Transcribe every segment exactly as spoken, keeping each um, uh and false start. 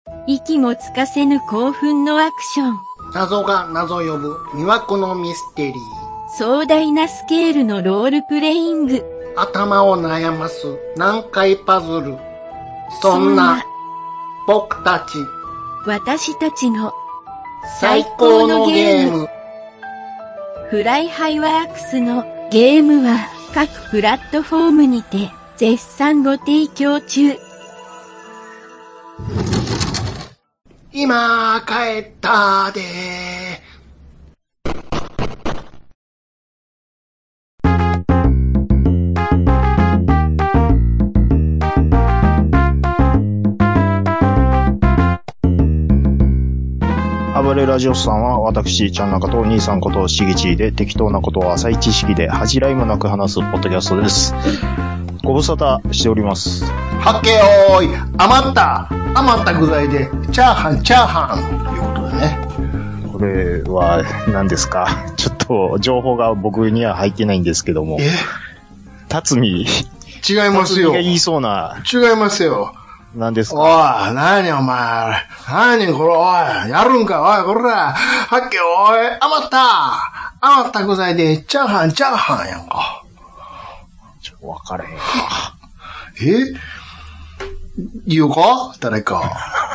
息もつかせぬ興奮のアクション。 謎が謎呼ぶ魅惑のミステリー。 壮大なスケールのロールプレイング。 頭を悩ます難解パズル。そんな僕たち、 私たちの最高のゲーム。 フライハイワークスのゲームは各プラットフォームにて絶賛ご提供中。 今帰ったで暴れラジオスさんは私、ちゃんなかと兄さんことしげちで適当なことを浅い知識で恥じらいもなく話すポッドキャストです。ご無沙汰しております。 はっけよーい、余った余った具材でチャーハンチャーハンということでね。 これは何ですか？ちょっと情報が僕には入ってないんですけども。 え？ 辰巳。 違いますよ。 辰巳が言いそうな。 違いますよ。 何ですか？ おい、何お前。何これ、おい。やるんか、おい、こら。はっけ、おい。余った余った具材で、チャーハン、チャーハンやんか。 ちょっとわからへんか。 え言うか誰か。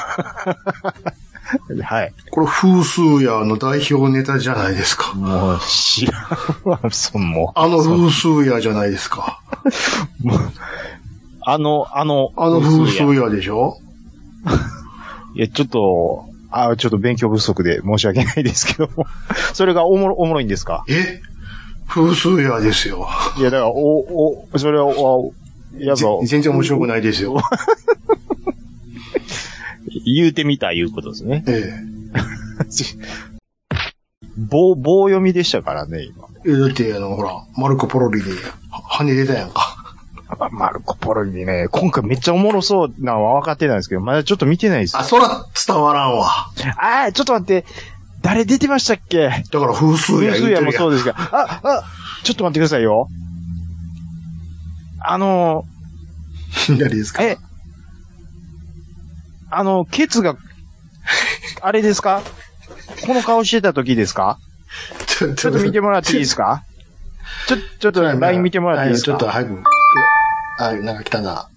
はい。 これ、風数屋の代表ネタじゃないですか。 もう、知らんわ、そんも。 あの風数屋じゃないですか。 もうあの、あの、 あの風数屋でしょいや、ちょっと、あ、ちょっと勉強不足で申し訳ないですけども。それがおもろ、おもろいんですか？ え風数屋ですよ。 いや、だから、お、お、それは、お、やっぱ。 全然面白くないですよ。 言うてみたいうことですね。 ええ。棒、棒読みでしたからね、今。 え、だって、あの、ほら、マルコポロリで、羽出たやんか。 マルコポロリね、今回めっちゃおもろそうなのは分かってないんですけど、まだちょっと見てないですよ。 あ、そら伝わらんわ。 あー、ちょっと待って、誰出てましたっけ？ だから風数や言うてるやん。 風数やもそうですが、あ、あ、ちょっと待ってくださいよ。あのー、誰ですか？ え、あの、ケツが、あれですか？この顔してた時ですか？ちょっと見てもらっていいですか？ちょ、ちょっと ライン 見てもらっていいですか？ ちょっと早く。あ、なんか来たな。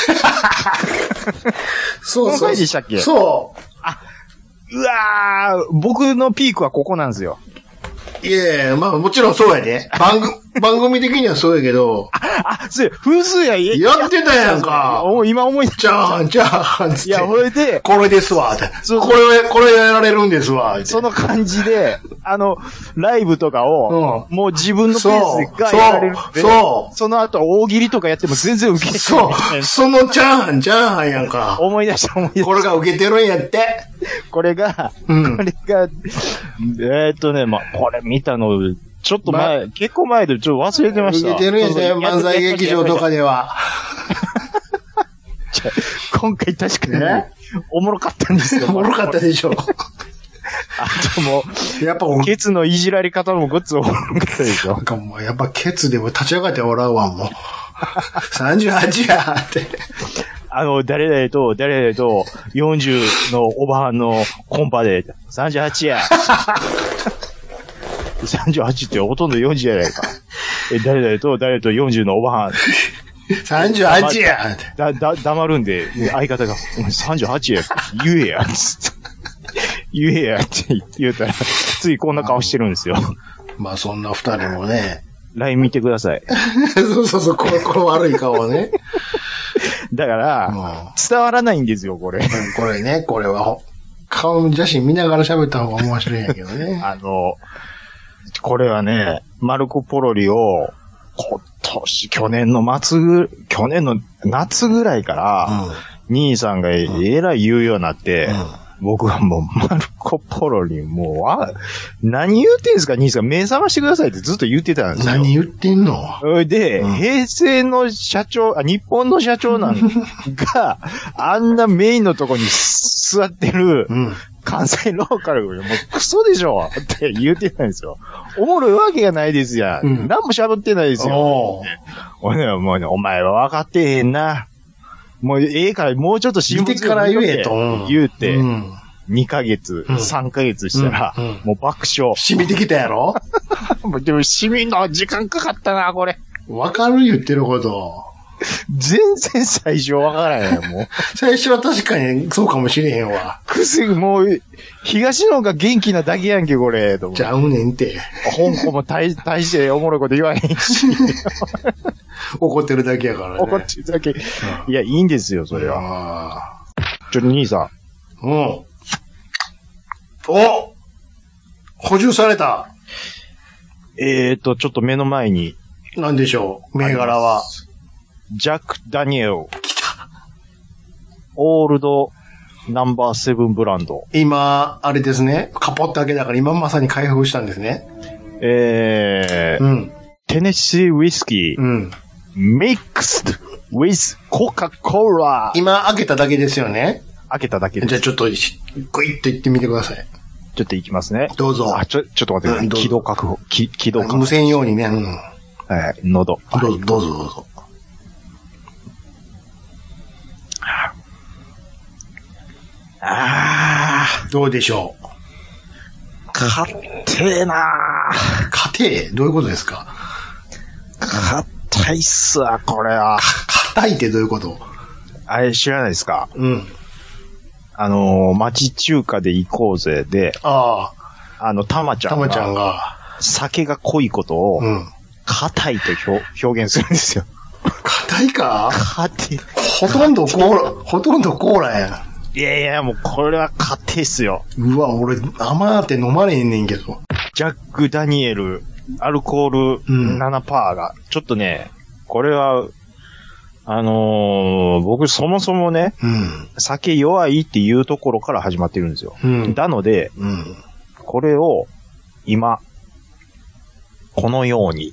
そうそう。 この回でしたっけ？ そう。 あ、うわー、僕のピークはここなんですよ。 いやいや、まあもちろんそうやで。番組、番組的にはそうやけど。 あ、あ、そうや、風数や、 やってたやんか。 お今思い出した。 チャーハン、チャーハンつって。 いや、これで。 これですわ、って。これ、これやられるんですわ、って。 その感じで、あの、ライブとかを、うん、もう自分のペースでやられるんで。そう。その後、大喜利とかやっても全然受けない。 そう。そのチャーハン、チャーハンやんか。 思い出した、思い出した。 これが受けてるんやって。 これが、うん、これが、えー、っとね、まあ、これ見たの、ちょっと前、ま、結構前でちょっと忘れてました。 受けてるんやね、漫才劇場とかでは。 今回確かに、ね、おもろかったんですよ。 おもろかったでしょ。 あともう、やっぱ、ケツのいじられ方もごっつおもろかったでしょ。 なんかもう、やっぱケツでも立ち上がって笑うわ、もう。さんじゅうはちやって。 あの、誰々と、誰々と、よんじゅうのおばはんのコンパで、さんじゅうはちや。さんじゅうはちってほとんどよんじゅうやないか。え、誰々と、誰々とよんじゅうのおばはん。 さんじゅうはちやって。 だ、だ、黙るんで、相方が、さんじゅうはちや、言えや、つって。言えや、って言うたら、ついこんな顔してるんですよ。 まあそんな二人もね。 ライン 見てください。 そうそうそう、この、この悪い顔ね。 だから、うん、伝わらないんですよ、これ。 これね、これは、顔の写真見ながら喋った方が面白いんやけどね。 あの、これはね、マルコポロリを、今年、去年の末ぐ、去年の夏ぐらいから、うん、兄さんがえらい言うようになって、うん僕はもう、マルコポロリ、もう、あ、何言ってんすか、兄さん、目覚ましてくださいってずっと言ってたんですよ。 何言ってんので、うん、平成の社長、あ、日本の社長なんが、あんなメインのとこに座ってる、うん、関西ローカル、もうクソでしょって言ってたんですよ。おもろいわけがないですや。うん、何も喋ってないですよ。俺ね、もうね、お前は分かってへんな。 もうええから、もうちょっと新聞見てから言えと。 言うて、 うん、 にかげつ、うん、さんかげつしたら、うんうん、もう爆笑。 染みてきたやろでも染みの時間かかったな、これ。 わかる言ってること。 全然最初わからへんよ、もう。 最初は確かにそうかもしれへんわ。 くすぐ、もう、東野が元気なだけやんけ、これ。とちゃうねんて。 香港も大、大しておもろいこと言わへんし。 怒ってるだけやからね。 怒ってるだけ。いや、いいんですよ、それは。ちょっと兄さん。うん。お補充された。 えーと、ちょっと目の前に。 なんでしょう、銘柄は。 ジャック・ダニエル。 来た。 オールドナンバーセブンブランド。 今、あれですね。カポッと開けたから今まさに開封したんですね。 えー。うん。テネシーウイスキー。うん。ミックスド with コカ・コーラ。 今開けただけですよね。 開けただけです。 じゃあちょっと、グイッといってみてください。 ちょっと行きますね。 どうぞ。 あ、ちょ、ちょっと待ってください。起動確保。起動確保。 無線用にね。うん。 はい、喉。 どうぞ、どうぞ、どうぞ。 ああ。どうでしょう。 硬えなー。硬えどういうことですか？ 硬いっすわ、これは。 硬いってどういうこと？ あれ知らないですか？ うん。 あのー、町中華で行こうぜで、 ああ。あの、たまちゃんが。 たまちゃんが。 酒が濃いことを、うん。硬いと表、表現するんですよ。 硬いか？ 硬い。 ほとんどコーラ、ほとんどコーラやん。 いやいや、もうこれは硬いっすよ。 うわ、俺、甘って飲まれへんねんけど。 ジャック・ダニエル、アルコール ななパーセント が、ちょっとね、これは、あのー、僕そもそもね、うん、酒弱いっていうところから始まってるんですよ。うん、なので、うん、これを今、このように、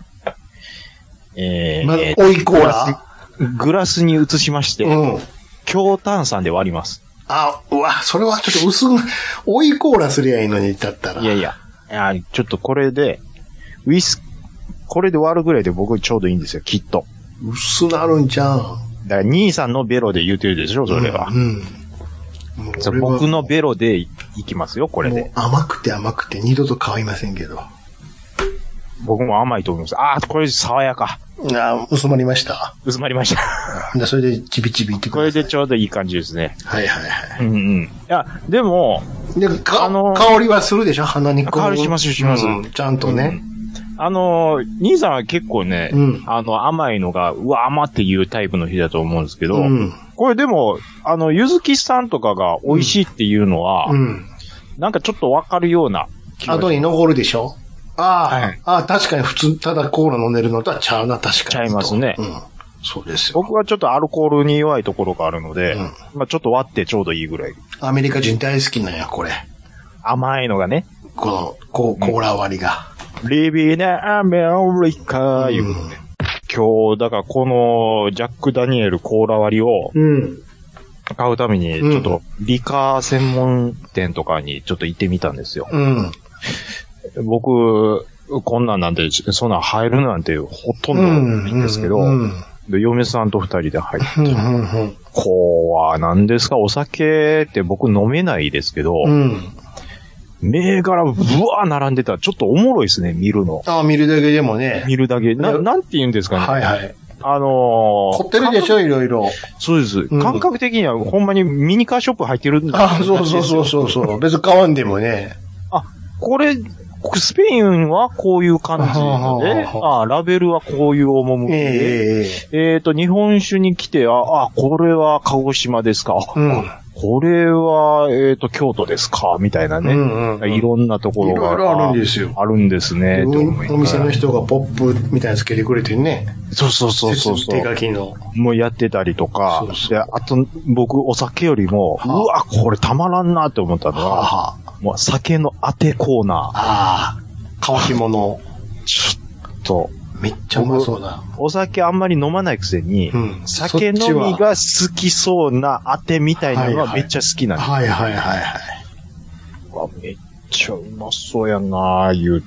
えー、 ま、追いコーラグラスに移しまして、うん、強炭酸で割ります。 あ、うわ、それはちょっと薄、追いコーラすりゃいいのに、だったら。 いやいや、いやちょっとこれで、ウィス、これで割るぐらいで僕ちょうどいいんですよ、きっと。 薄なるんじゃん。 だから兄さんのベロで言うてるでしょ、それは。うん。うん、僕のベロでいきますよ、これで。 甘くて甘くて二度と変わりませんけど。 僕も甘いと思います。ああ、これ爽やか。 ああ、薄まりました。 薄まりました。 じゃそれでチビチビってください。 これでちょうどいい感じですね。 はいはいはい。 うんうん。いや、でも、 でかあの香りはするでしょ、鼻に。 香りしますします、 うん。ちゃんとね。 うんあの、兄さんは結構ね、うん、あの、甘いのが、うわ、甘っていうタイプの日だと思うんですけど、うん、これでも、あの、ゆずきさんとかが美味しいっていうのは、うん、なんかちょっとわかるような気が。 後に残るでしょああ、はい、ああ、確かに普通、ただコーラ飲んでるのとはちゃうな、確かに。 ちゃいますね。 うん。そうですよ。 僕はちょっとアルコールに弱いところがあるので、うん、まあちょっと割ってちょうどいいぐらい。 アメリカ人大好きなんや、これ。 甘いのがね。 この、こう、コーラ割りが。 リビナアメリカいうのね。今日、だからこのジャック・ダニエルコーラ割りを買うために、ちょっとリカー専門店とかにちょっと行ってみたんですよ。うん、僕、こんなんなんて、そんなん入るなんてほとんどないんですけど、うんうんうん、で嫁さんと二人で入って、うんうんうん、こうは何ですかお酒って僕飲めないですけど、うん銘柄、ぶわー並んでたら、ちょっとおもろいですね、見るの。 ああ、見るだけでもね。 見るだけ。な、なんて言うんですかね。 はいはい。 あのー。 凝ってるでしょ、いろいろ。 そうです、うん。感覚的には、ほんまにミニカーショップ入ってるんだ。 ああ、そうそうそうそうそう。別に買わんでもね。 あ、これ、スペインはこういう感じで、ああ、ラベルはこういう趣で、えー、えーと、日本酒に来て、ああ、これは鹿児島ですか。うんこれは、えっ、ー、と、京都ですかみたいなね、うんうんうん。いろんなところが。 いろいろあるんですよ。 あるんですね。 お店の人がポップみたいなつけてくれてね。 そうそうそうそう。 手書きの。 もうやってたりとか。そうそうで、あと、僕、お酒よりも、はあ、うわ、これたまらんなって思ったのは、はあ、もう酒の当てコーナー。ああ。乾き物。 ちょっと。 めっちゃうまそうだ。 お酒あんまり飲まないくせに、うん、酒飲みが好きそうな当てみたいなのはめっちゃ好きなんです。 はいはいはいはい。 わめっちゃうまそうやなぁ言って、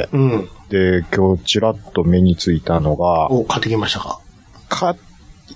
うん、で、今日ちらっと目についたのが、 お、買ってきましたかか、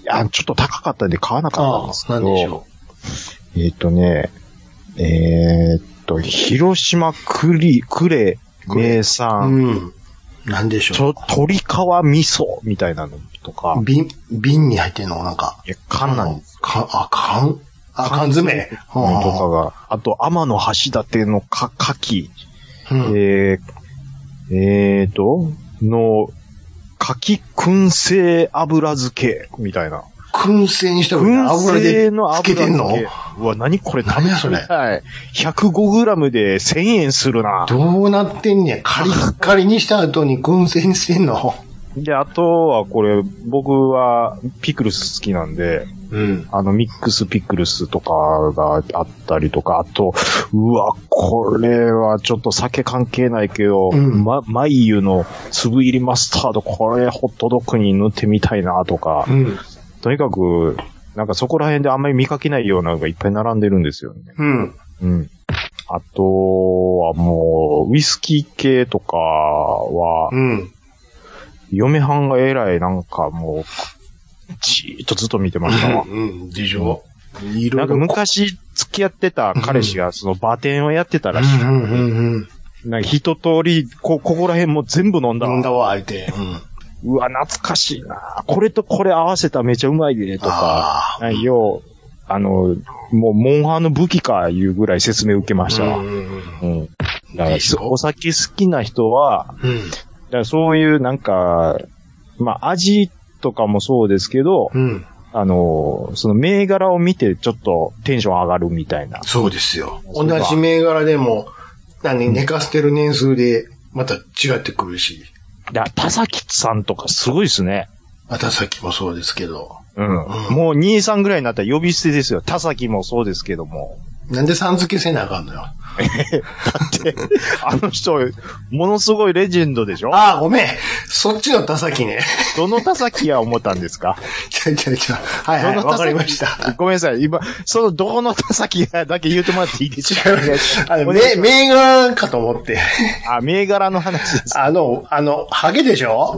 や、ちょっと高かったんで買わなかったんですけど。 なんでしょう。えっ、ー、とね、えー、っと、広島栗、呉名産。 うん。なんでしょう。 ちょ、鶏皮味噌みたいなのとか。 瓶、瓶に入ってんのなんか。 いや、缶なんです。 缶、あ、缶あ、缶詰。 とかが。あと、天の橋立のか、牡蠣。うん、えー、えーと、の、牡蠣燻製油漬け、みたいな。 燻製にしたら油でつけてんの？ うわ、何これ食べてみたい。ひゃくごグラム でせんえんするな。 どうなってんねん。カリッカリにした後に燻製にしてんの？ で、あとはこれ、僕はピクルス好きなんで、うん、あの、ミックスピクルスとかがあったりとか、あと、うわ、これはちょっと酒関係ないけど、うん、ま、眉油の粒入りマスタード、これホットドッグに塗ってみたいなとか、うん、とにかく、なんかそこら辺であんまり見かけないようなのがいっぱい並んでるんですよね。 うん。 うん。あとはもう、ウイスキー系とかは、うん。嫁はんがえらいなんかもう、じーっとずっと見てましたわ。 うん、うん、でしょ、うん、いろいろ。 なんか昔付き合ってた彼氏がそのバーテンをやってたらしい。 うんうんうん、 なんか一通り、こ、ここら辺も全部飲んだわ。 飲んだわ、相手。 うん。うわ、懐かしいな。これとこれ合わせたらめちゃうまいで、とか。なんかよう、あの、もう、モンハンの武器かいうぐらい説明受けましたわ。うんうんうん。だからお酒好きな人は、うん、だからそういうなんか、まあ、味とかもそうですけど、うん、あの、その銘柄を見てちょっとテンション上がるみたいな。 そうですよ。同じ銘柄でも、何、寝かせてる年数でまた違ってくるし。 だ田崎さんとかすごいですね。 あ、田崎もそうですけど。 うん。うん、もうに、さんぐらいになったら呼び捨てですよ。田崎もそうですけども。 なんでさん付けせなあかんのよ。だって、あの人、ものすごいレジェンドでしょ？ ああ、ごめん。そっちの田崎ね。 どの田崎や思ったんですか？ ちゃいちゃいちゃい。はいはい、わかりました。 ごめんなさい。今、そのどこの田崎やだけ言うてもらっていいですか？ 違う。あの、銘、銘柄かと思って。 あ、銘柄の話です。 あの、あの、ハゲでしょ？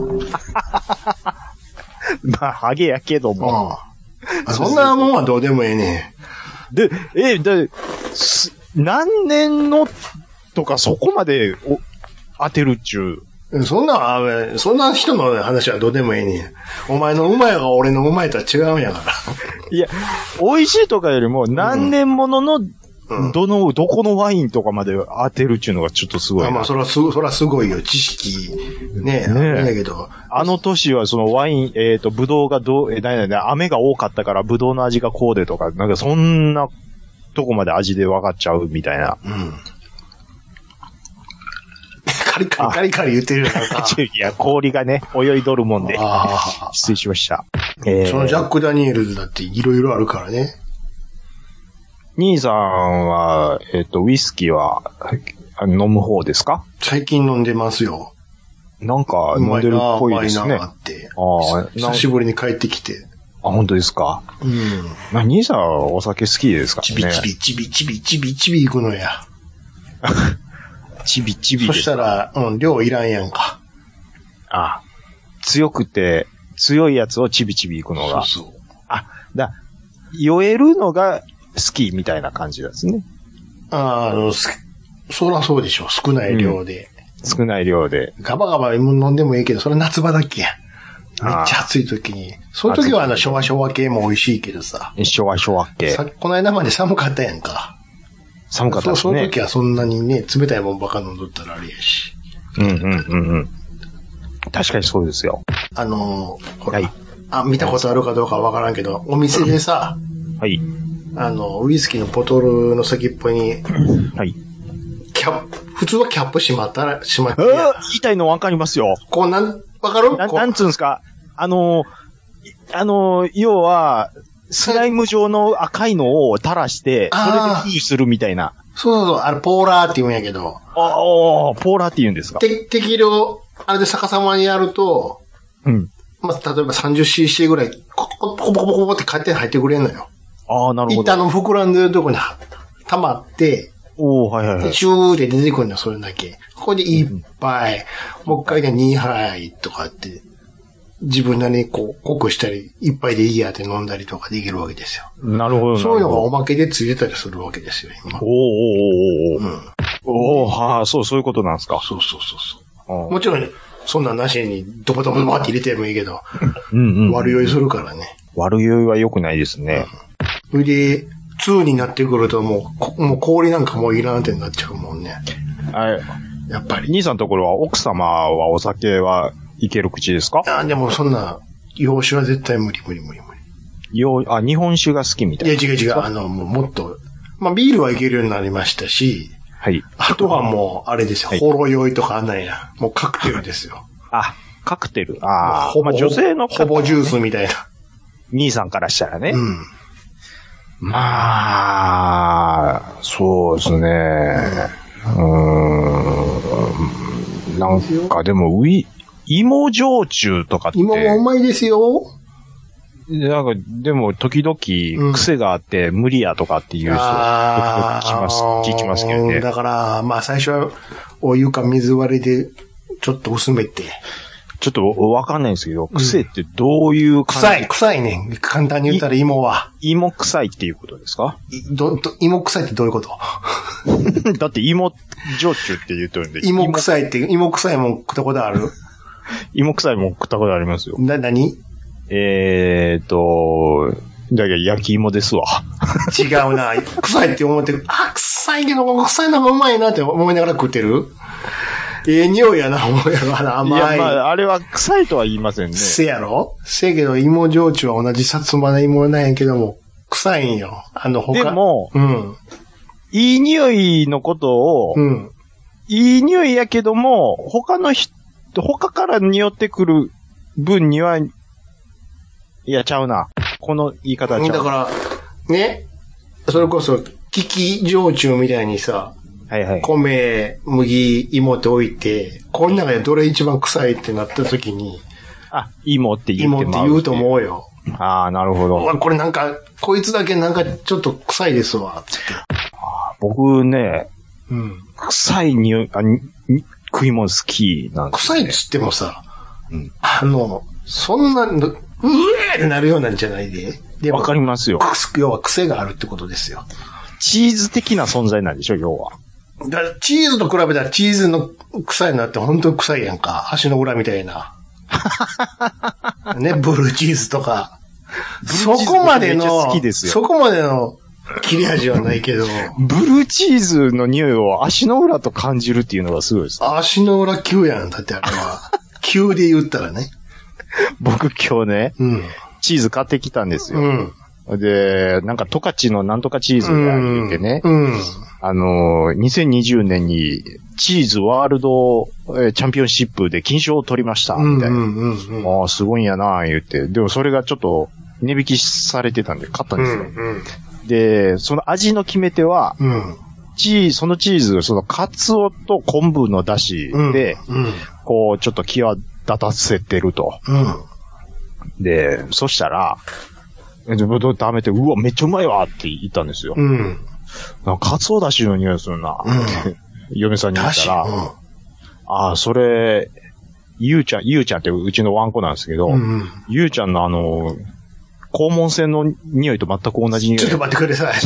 まあ、ハゲやけども。 うん、そんなもんはどうでもええねん。で、え、で、何年のとかそこまでお当てるっちゅう。そんな、そんな人の話はどうでもええねん。お前のうまいが俺のうまいとは違うんやから。 いや、美味しいとかよりも何年ものの、うん、どの、どこのワインとかまで当てるっちゅうのがちょっとすごいな。 あ、まあ、そらす、そらすごいよ。知識、ねえ、ねえ。だけど。 あの年はそのワイン、えっ、ー、と、ブドウがどう、えー、なになに、雨が多かったからブドウの味がこうでとか、なんかそんなとこまで味で分かっちゃうみたいな。うん。 カリカリカリカリ言ってるよ、なんか。 いや、氷がね、泳いどるもんで。失礼しました。 えー、そのジャック・ダニエルズだっていろいろあるからね。 兄さんは、えっと、ウイスキーは、飲む方ですか？ 最近飲んでますよ。 なんか、飲んでるっぽいですね。うまいな、うまいなって。 ああ、久しぶりに帰ってきて。 あ、本当ですか？うん。まあ、兄さんはお酒好きですからね。 チビチビ、チビチビ、チビチビ行くのや。 チビチビ。 そしたら、うん、量いらんやんか。 あ、強くて、強いやつをチビチビ行くのが。 そうそう。 あ、だ、酔えるのが好きみたいな感じですね。 ああ、そらそうでしょ。少ない量で。 うん、少ない量で。 ガバガバ飲んでもいいけど、それ夏場だっけや。めっちゃ暑い時に。その時はあの、昭和昭和系も美味しいけどさ。 昭和昭和系。 さ、この間まで寒かったやんか。 寒かったですね。 そ, その時はそんなにね、冷たいもんばっか飲んどったらあれやし。 うんうんうんうん。確かにそうですよ。 あのー、ほら、はい、あ、見たことあるかどうかわからんけど、お店でさ、 はい。 あの、ウイスキーのボトルの先っぽに、 はい。 キャップ、普通はキャップ閉まったら、閉まって。 えー、言いたいのわかりますよ。 こうなん、わかるな、なんつうんですか。あの、あの、要は、スライム状の赤いのを垂らして、それで封じするみたいな。 そうそうそう、あれ、ポーラーって言うんやけど。 ああ、ポーラーって言うんですか。 て、適量、あれで逆さまにやると、 うん。 まあ、例えば さんじゅっシーシー ぐらい、コココココココって勝手に入ってくれんのよ。 ああ、なるほど。 板の膨らんでるとこに溜まって、 おー、はいはいはい。 で、シューって出てくるのよ、それだけ。ここで一杯、うん、もう一回で二杯とかって。 自分なりにこう、濃くしたり、一杯でいいやって飲んだりとかできるわけですよ。 なるほど。 そういうのがおまけでついてたりするわけですよ、今。 おーおーおーおー。 うん。 おー、はあ、そう、そういうことなんですか。 そうそうそうそう。 うんもちろん、そんなんなしにドバドバドバって入れてもいいけど、 うんうん。 悪酔いするからね。 悪酔いは良くないですね。 それで、にになってくるともう、こもう氷なんかもういらんってなっちゃうもんね。 はい。 やっぱり。 兄さんのところは奥様はお酒はいける口ですか？ あ、でもそんな、洋酒は絶対無理無理無理無理。 よあ、日本酒が好きみたいな。 いや違う違う、あの、もうもっと、まあビールはいけるようになりましたし、 はい。 あとはもう、あれですよ、 はいほろ酔いとかあんなんや。もうカクテルですよ。 あ、カクテル。ああ、 ほぼ、 まあ、女性の方ほぼジュースみたいな。 兄さんからしたらね。 うん。 まあ、そうですね。うーん。なんかでも、ウィ、芋焼酎とかって。 芋もうまいですよ。 なんか、でも、時々、癖があって、無理やとかっていう人、よく聞きます、聞きますけどね。 だから、まあ最初は、お湯か水割りで、ちょっと薄めて。 ちょっとわかんないんですけど、癖ってどういう感じ、 臭い、臭いね。簡単に言ったら芋は。 芋臭いっていうことですか？ ど、ど、芋臭いってどういうことだって芋焼酎って言ってるんで。 芋臭いって、芋臭いもん食ったことある？ 芋臭いもん食ったことありますよ。 な、なに？ えーと、だけど焼き芋ですわ。 違うな。臭いって思ってる。あ、臭いけど、臭いのがうまいなって思いながら食ってる？ええ匂いやな、思いやろな、甘い。 いや、まあ、あれは臭いとは言いませんね。 せやろ？せやけど、芋焼酎は同じ薩摩の芋なんやけども、臭いんよ。あの、他。 でも、 うん。 いい匂いのことを、 うん。 いい匂いやけども、他の人、他から匂ってくる分には、いや、ちゃうな。この言い方はちゃう。 だから、ね、それこそ、利き焼酎みたいにさ、 はいはい。 米、麦、芋って置いて、この中でどれ一番臭いってなった時に、 あ、芋って言ってまう。 芋って言うと思うよ。 ああ、なるほど。 これなんか、こいつだけなんかちょっと臭いですわ、つって。 僕ね、 うん。 臭い匂い、あに食い物好きなんです臭いっつってもさ、 うん、 あの、そんなの、うえーってなるようなんじゃないで。でもわかりますよ。 要は癖があるってことですよ。 チーズ的な存在なんでしょ、要は。 だからチーズと比べたらチーズの臭いのって本当に臭いやんか。足の裏みたいな。ね、ブルーチーズとか。そこまでの、そこまでの切れ味はないけど。 ブルーチーズの匂いを足の裏と感じるっていうのがすごいです、ね。 足の裏急やん。だってあれは。急で言ったらね。 僕今日ね、うん、チーズ買ってきたんですよ。うん、で、なんか十勝のなんとかチーズが言ってね、うんうん、あの、にせんにじゅうねんにチーズワールドチャンピオンシップで金賞を取りました、みたいな。うんうんうん、ああ、すごいんやな、言って。でもそれがちょっと値引きされてたんで買ったんですよ。うんうん、で、その味の決め手は、うん、チーそのチーズ、そのカツオと昆布の出汁で、うんうん、こう、ちょっと際立たせてると。うん、で、そしたら、ダメって、うわ、めっちゃうまいわって言ったんですよ。うん。なんかカツオだしの匂いするな、うん、って嫁さんに言ったら、うん、ああ、それ、ゆうちゃん、ゆうちゃんってうちのワンコなんですけど、うんうん、ゆうちゃんのあの、肛門腺の匂いと全く同じ匂い。 ちょっと待ってください。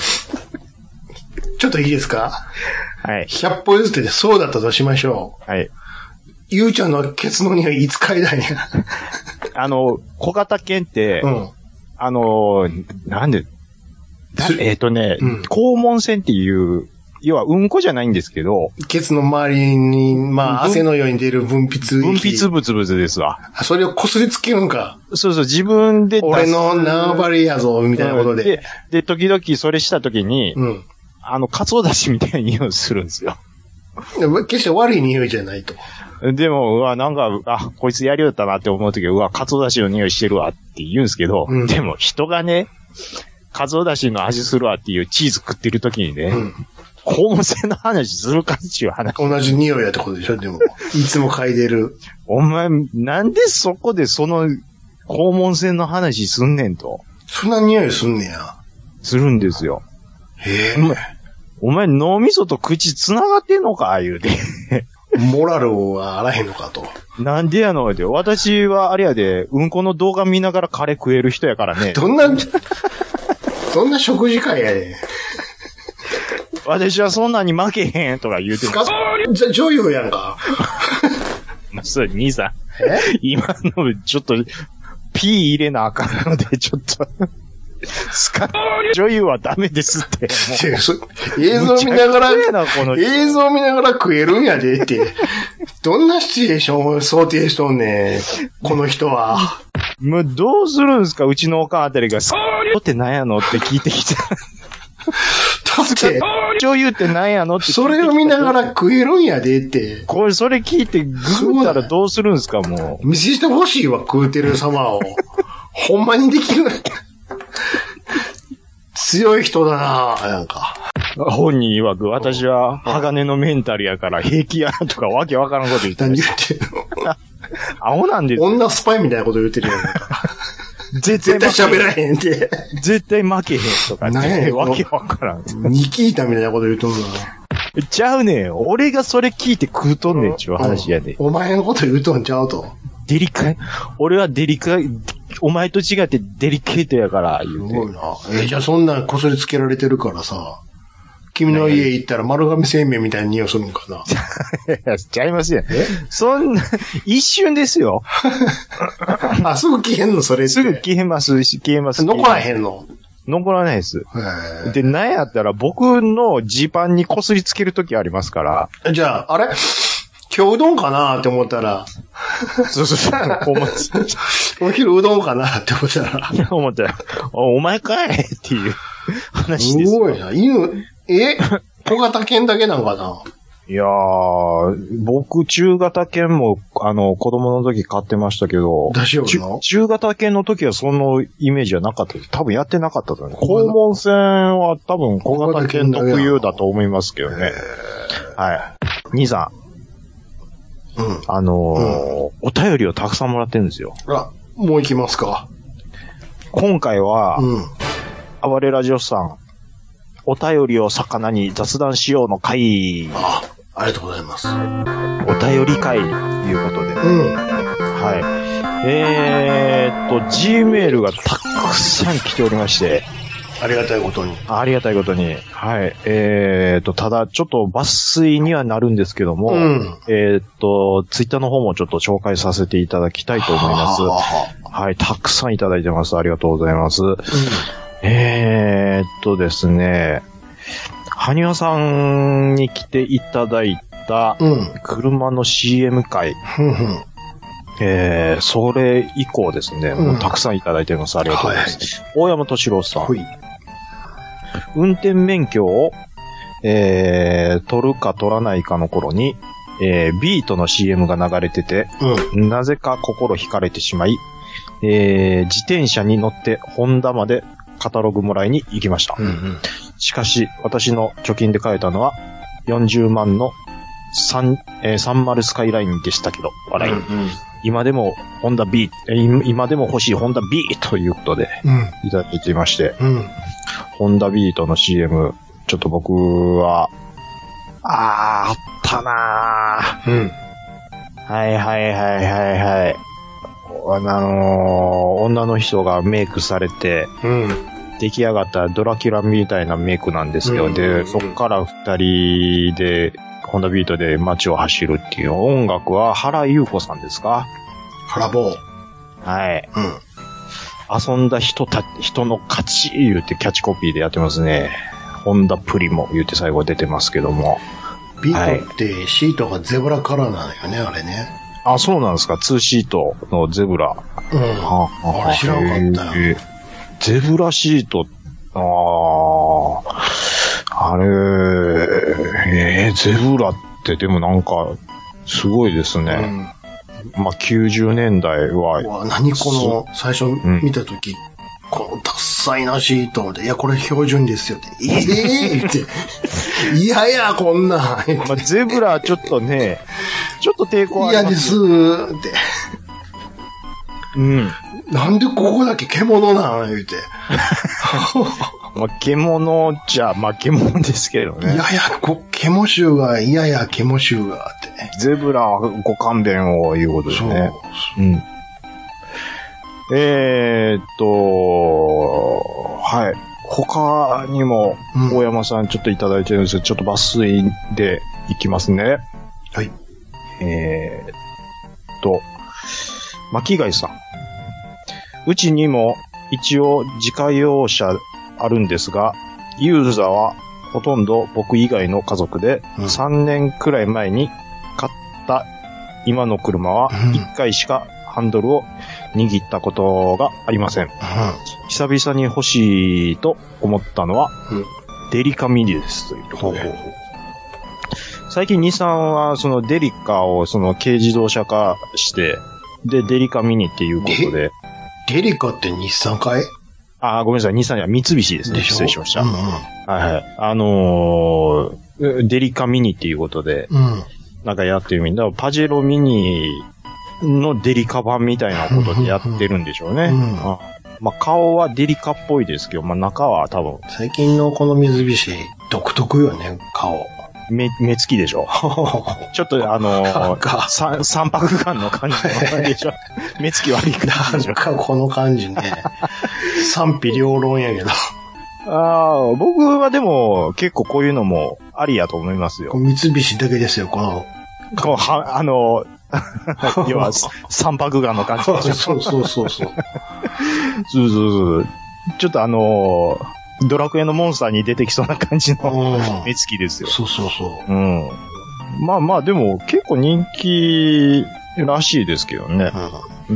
ちょっといいですか？はい。ひゃっぽ譲っててそうだったとしましょう。はい。ゆうちゃんのケツの匂いいつ嗅いだんや。 あの、小型犬って、うん、あの、なんで、えっ、ー、とね、うん、肛門腺っていう、要はうんこじゃないんですけど、 ケツの周りに、まあ、汗のように出る分泌分泌物々ですわ。 それをこすりつけるんか。 そうそう、自分で出す。俺の縄張りやぞ、みたいなことで。 で、で、時々それした時に、うん、あの、カツオだしみたいな匂いするんですよ。 決して悪い匂いじゃないと。 でも、うわ、なんか、あ、こいつやりよったなって思うときは、うわ、カツオだしの匂いしてるわって言うんですけど、うん、でも人がね、カツオだしの味するわっていうチーズ食ってるときにね、うん、肛門腺の話するかっていう話。 同じ匂いやってことでしょ、でも。いつも嗅いでる。 お前、なんでそこでその肛門腺の話すんねんと。 そんな匂いすんねや。 するんですよ。 へえ。 お前、お前脳みそと口繋がってんのか言うて。 モラルはあらへんのかと。 なんでやのって。私はあれやで、うんこの動画見ながらカレー食える人やからね。 どんな、どんな食事会やねん。 私はそんなに負けへんとか言うてます。 じゃ、女優やんか。 それ、兄さん。今の、ちょっと、P 入れなあかんので、ちょっと。スカ女優はダメですって。 映像見ながら、 な映像見ながら食えるんやでって。どんなシチュエーションを想定しとんねん、この人は。 もうどうするんすか、うちのおかんあたりが、スカって何やのって聞いてきた。 だって、 女優って何やのって聞いてきた。 それを見ながら食えるんやでって。 これ、それ聞いてググったらどうするんすか、もう。 見せてほしいわ、食うてる様を。ほんまにできる。強い人だなぁ、なんか。 本人曰く、私は鋼のメンタルやから平気やとかわけわからんこと言って何言ってんの。 アホなんですよ。 女スパイみたいなこと言ってるやんか。 絶対喋らへんって。 絶対負けへんとかってわけわからん。 に聞いたみたいなこと言うとんの。 ちゃうねん。俺がそれ聞いて食うとんねんちゅう話やで。 お前のこと言うとんちゃうと。 デリカ、俺はデリカ、お前と違ってデリケートやから、言うて。 すごいな。えー、じゃあそんなこそりつけられてるからさ、君の家行ったら丸亀製麺みたいな匂いするのかな。 ちゃいますよ。そんな、一瞬ですよ。 あ、すぐ消えんのそれって。 すぐ消えます、消えます。 残らへんの残らないです。で、なんやったら僕のジーパンにこすりつけるときありますから。 じゃあ、あれ今日うどんかなって思ったら。 そうそうそう。 お昼うどんかなって思ったら。 思ったら、お前かいっていう話です。 すごいな。犬、え小型犬だけなんかないやー、僕、中型犬も、あの、子供の時飼ってましたけど、 大丈夫の中型犬の時はそのイメージはなかったです。多分やってなかったと思う。肛門腺は多分小型犬特有だと思いますけどね。はい。兄さん。うん、あのーうん、お便りをたくさんもらってるんですよ。 あ、もう行きますか。 今回は、うん、暴れラジオさん、お便りを魚に雑談しようの回。 あ、ありがとうございます。 お便り会ということで。うん。はい。えーっと、G メールがたくさん来ておりまして。 ありがたいことに。 ありがたいことに。はい。えーっと、ただ、ちょっと抜粋にはなるんですけども、うん、えーっと、ツイッターの方もちょっと紹介させていただきたいと思います。ははい。たくさんいただいてます。ありがとうございます。うん、えーっとですね、はにわさんに来ていただいた、車の シーエム 回。うんうんえー、それ以降ですね、うん、もうたくさんいただいてます。ありがとうございます。はい、大山敏郎さん。はい、運転免許を、えー、取るか取らないかの頃に、えー、ビートの シーエム が流れてて、うん、なぜか心惹かれてしまい、えー、自転車に乗ってホンダまでカタログもらいに行きました。うんうん、しかし、私の貯金で買えたのはよんじゅうまんの3、えー、さんじゅうスカイラインでしたけど、笑い。うんうん今でも、ホンダ B、今でも欲しいホンダ B ということで、いただいていまして、うん、ホンダ ビートの シーエム、ちょっと僕は、あー、あったなー、うん。はいはいはいはいはい。あのー、女の人がメイクされて、うん、出来上がったドラキュラみたいなメイクなんですけど、うん、で、そっから二人で、ホンダビートで街を走るっていう音楽は原優子さんですか？ 原坊。 はい。うん。遊んだ人た、人の勝ち言うてキャッチコピーでやってますね。ホンダプリモ言うて最後出てますけども。 ビートってシートがゼブラカラーなんだよね、あれね。 あ、そうなんですか。ツーシートのゼブラ。うん。 はあ、あれ知らんかったよ。 ゼブラシート、ああ。あれ、えー、ゼブラってでもなんか、すごいですね。うん、まあ、きゅうじゅうねんだいは。 うわ、何この、最初見たとき、うん、このダッサいなシートで、いや、これ標準ですよって。ええー、言って。いやいや、こんな。まあ、ゼブラちょっとね、ちょっと抵抗あります。 嫌ですって。 うん。 なんでここだけ獣なの言うて。 まあ、獣じゃ、まあ、獣ですけどね。 いやいや、こ、獣臭が、いやいや、獣臭があってね。 ゼブラご勘弁をいうことですね。そう。うん。えーっと、はい。他にも、大山さんちょっといただいてるんですけど、うん、ちょっと抜粋でいきますね。 はい。 えーっと、巻貝さん。うちにも一応自家用車あるんですが、ユーザーはほとんど僕以外の家族で、うん、さんねんくらい前に買った今の車はいっかいしかハンドルを握ったことがありません。うん、久々に欲しいと思ったのは、うん、デリカミニですということで。最近日産はそのデリカをその軽自動車化して、で、デリカミニっていうことで。 デリカって日産かい？ あ、ごめんなさい、日産じゃ三菱ですね。失礼しました。うんうん、はいはい。あのー、デリカミニっていうことで、うん、なんかやってるみたいな。パジェロミニのデリカ版みたいなことでやってるんでしょうね。うんうんうん、あまあ、顔はデリカっぽいですけど、まあ、中は多分。 最近のこの三菱、独特よね、顔。 目、目つきでしょ。ちょっとあのー、三、三白眼の感じのでしょ。目つき悪い感じでしょ。 なんかこの感じね。賛否両論やけど。 ああ、僕はでも結構こういうのもありやと思いますよ。 三菱だけですよ、この。 こうは、あのー、要は三白眼の感じでしょ。 そうそうそうそう。そうそうそう。ちょっとあのー、ドラクエのモンスターに出てきそうな感じの目つきですよ。 そうそうそう。 うん。まあまあでも結構人気らしいですけどね。うん。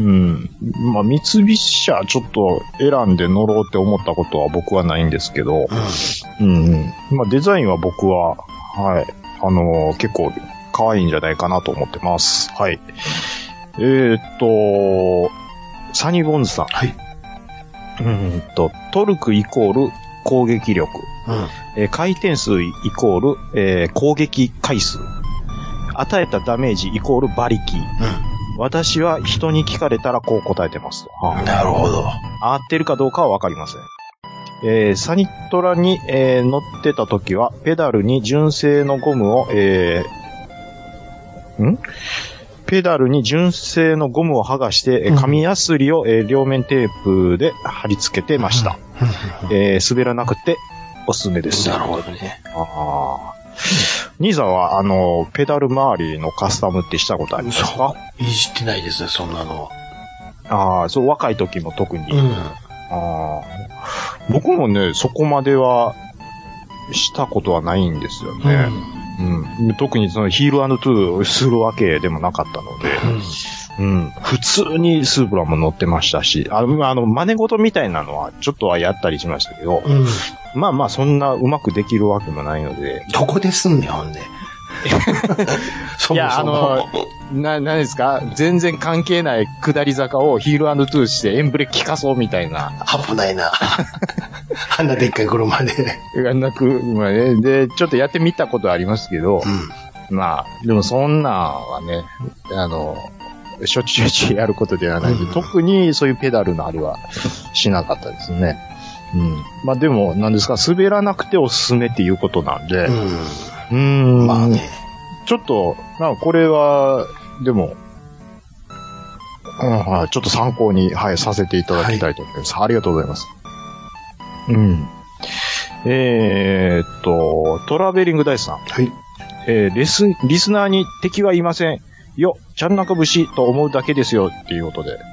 うん、まあ三菱車ちょっと選んで乗ろうって思ったことは僕はないんですけど。うん。うん、まあデザインは僕は、はい。あのー、結構可愛いんじゃないかなと思ってます。はい。えー、っと、サニーボンズさん。 はい。 うんと、トルクイコール攻撃力、うんえー、回転数イコール、えー、攻撃回数、与えたダメージイコール馬力、うん、私は人に聞かれたらこう答えてますと。 はあ、なるほど。 合ってるかどうかはわかりません。えー、サニトラに、えー、乗ってた時はペダルに純正のゴムを、えー、んペダルに純正のゴムを剥がして、うん、紙やすりを、えー、両面テープで貼り付けてました。うんえー、滑らなくておすすめです。 なるほどね。 あ兄さんは、あの、ペダル周りのカスタムってしたことありますか？ いじってないですね、そんなの。 ああ、そう、若い時も特に。 うん、 あ僕もね、そこまではしたことはないんですよね。うんうん、特にそのヒール&トゥーするわけでもなかったので、うんうん、普通にスープラも乗ってましたし、あの、あの真似事みたいなのはちょっとはやったりしましたけど、うん、まあまあそんなうまくできるわけもないので。 どこですんねん、ほんで。 そもそもいや、あの、な、何ですか全然関係ない下り坂をヒール&トゥーしてエンブレ効かそうみたいな。 危ないな。あんなでっかい車で。 あんな車で、で、ちょっとやってみたことありますけど、うん、まあ、でもそんなんはね、あの、しょっちゅうしょっちゅうやることではないんで、うん、特にそういうペダルのあれはしなかったですね。うん。まあでも、何ですか、滑らなくておすすめっていうことなんで、うん。うーんまあね。ちょっと、なんかこれは、でも、うん、はい、ちょっと参考に、はい、させていただきたいと思います。はい、ありがとうございます。うん。えーっと、トラベリングダイスさん。 はい。 えー、レス、リスナーに敵はいません。よ、ちゃんなか節と思うだけですよっていうことで。うん、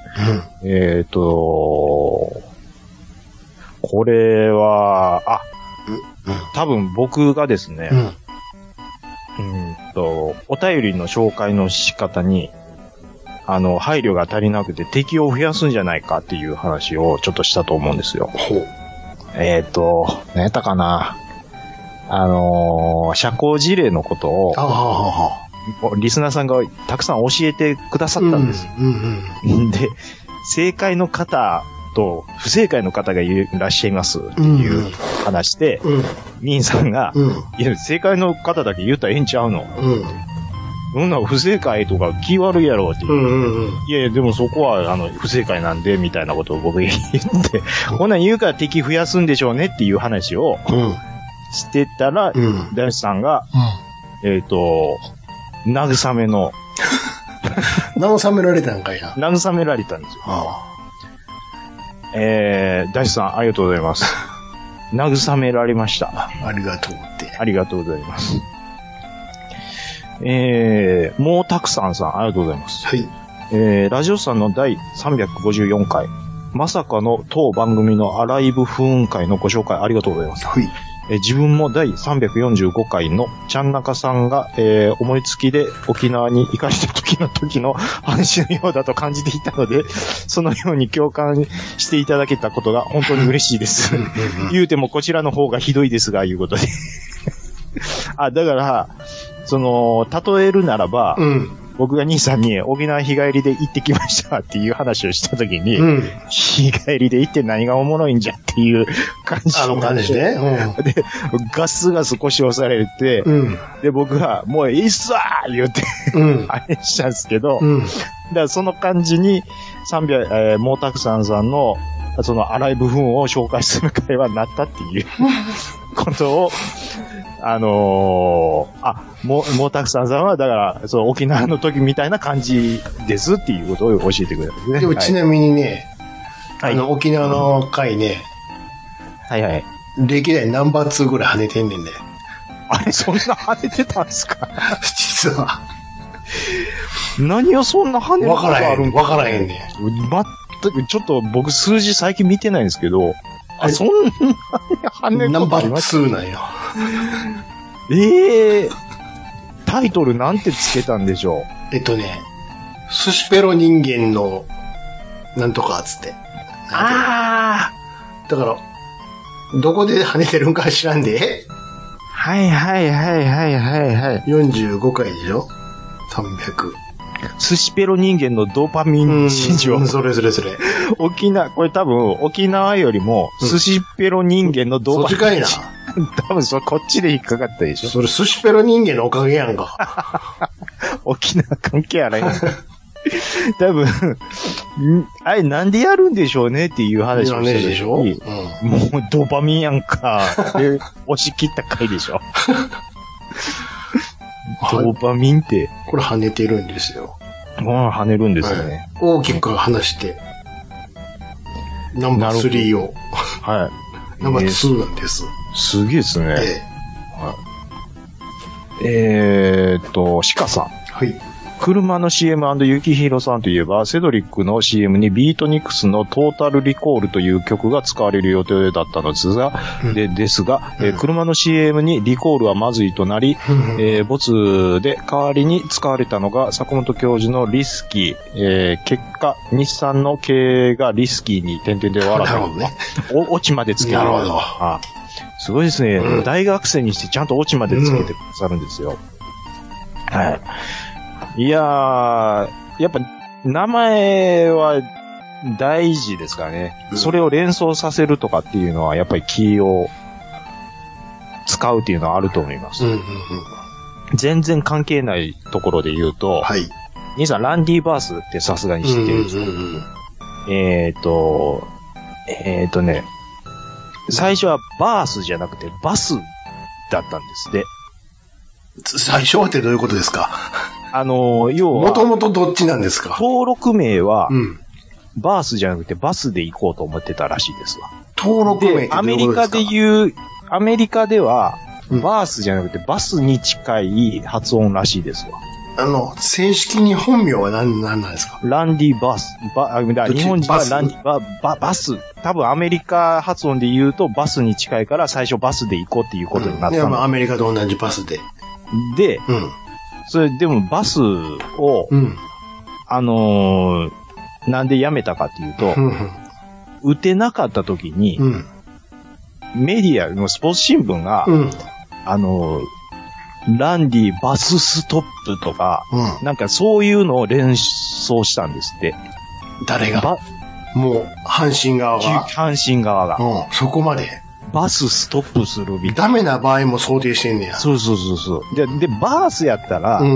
えーっと、これは、あ、うん、多分僕がですね、うんうんと、お便りの紹介の仕方に、あの、配慮が足りなくて敵を増やすんじゃないかっていう話をちょっとしたと思うんですよ。 ほう。 えっ、ー、と、何やったかな。あのー、社交辞令のことを、 あははリスナーさんがたくさん教えてくださったんです。 うんうんうん、 で、正解の方と不正解の方がいらっしゃいますっていう話で、うんうん、兄さんが、うん、いや、正解の方だけ言ったらええんちゃうの、うん、 そんな不正解とか気悪いやろって。 うんうんうん。 いやいや、でもそこは、あの、不正解なんで、みたいなことを僕言って、こんなん言うから敵増やすんでしょうねっていう話をしてたら、 うん。 大地さんが、 うん。 えっと、慰めの、 慰められたんかいな。 慰められたんですよ。 あえー、大地さん、ありがとうございます。慰められました。 あ。ありがとうって。 ありがとうございます。えー、もうたくさんさん、ありがとうございます。 はい。 えー、ラジオさんの第さんびゃくごじゅうよんかい、まさかの当番組のアライブ不運会のご紹介ありがとうございます。 はい。 えー、自分も第さんびゃくよんじゅうごかいのちゃんなかさんが、えー、思いつきで沖縄に行かした時の時の話のようだと感じていたので、そのように共感していただけたことが本当に嬉しいです。言うてもこちらの方がひどいですが、いうことで。あ、だから、その、例えるならば、 うん。 僕が兄さんに沖縄日帰りで行ってきましたっていう話をしたときに、 うん。 日帰りで行って何がおもろいんじゃっていう感じ。 あの感じで、 うん、で、ガスガス腰押されて、 うん。 で、僕はもういいっすわー言って、 うん。 あれしたんですけど、 うん。 だからその感じに、さんびゃく、えー、もうたくさんさんの、その荒い部分を紹介する会話になったっていうことを、あのー、あ、もう、もうたくさんさんは、だから、その沖縄の時みたいな感じですっていうことを教えてくれたんですね。 でもちなみにね、 はい、 あの、沖縄の回ね、 はいはい。 歴代ナンバーツーぐらい跳ねてんねんで。 あれ、そんな跳ねてたんですか実は。 何をそんな跳ねることあるんかわからへんねん。 全く、ちょっと僕数字最近見てないんですけど、あ、そんなに跳ねるナンバーことありましたツーなんよ。 ええー、タイトルなんてつけたんでしょうえっとね、寿司ペロ人間の、なんとかつって。 ああだから、どこで跳ねてるんか知らんで。 はいはいはいはいはいはい。 よんじゅうごかいでしょ ?さんびゃく。 寿司ペロ人間のドーパミン市場。 うん、それそれそれ。 沖縄、これ多分沖縄よりも寿司ペロ人間のドーパミン。 そっちかいな。 多分それこっちで引っかかったでしょ。 それ寿司ペロ人間のおかげやんか。 沖縄関係あらへん。多分、あれなんでやるんでしょうねっていう話をしてるでしょ、うん、 もうドーパミンやんか。で、押し切った回でしょ。ドーパミンって。 これ跳ねてるんですよ。 うん、跳ねるんですね。 はい、大きく離して、ナンバースリーを。 はい。 ナンバーツーなんです。 すげえですね。ええ。はい、えーっと、鹿さん。 はい。 車の シーエム& 雪広さんといえば、セドリックの シーエム にビートニクスのトータルリコールという曲が使われる予定だったのですが、うん、でですが、うん、えー、車の シーエム にリコールはまずいとなり、うん、えー、ボツで代わりに使われたのが坂本教授のリスキー、えー、結果、日産の経営がリスキーに点々で笑った。なるほどね。お、オチまでつけてる。 なるほど。 あ、すごいですね、うん。大学生にしてちゃんとオチまでつけてくださるんですよ。うん、はい。いやー、やっぱ名前は大事ですからね、うん。それを連想させるとかっていうのはやっぱりキーを使うっていうのはあると思います。うんうんうん、全然関係ないところで言うと、はい、兄さんランディバースってさすがに知ってるんですか、うんうんうん、えーと、えーとね、最初はバースじゃなくてバスだったんですって。 最初はってどういうことですか？ あの、要は、 もともとどっちなんですか？ 登録名は、うん、バースじゃなくてバスで行こうと思ってたらしいですわ。 登録名ってどういうことですか？アメリカで言う、アメリカでは、うん、バースじゃなくてバスに近い発音らしいですわ。 あの、正式に本名は何、何なんですか？ ランディバース。バ、あ、日本人はランディバ、バ、バス。多分アメリカ発音で言うとバスに近いから最初バスで行こうっていうことになったの。 うん、いや、まあアメリカと同じバスで。 で、うん。それでもバスを、うん、あのー、なんでやめたかっていうと、うん、打てなかった時に、うん、メディアのスポーツ新聞が、うん、あのー、ランディバスストップとか、うん、なんかそういうのを連想したんですって。 誰が？もう、阪神側が？ 阪神側が。 うん、そこまで。 バスストップするみたいな。 ダメな場合も想定してんねや。 そうそうそうそう。で、で、バースやったら、うん、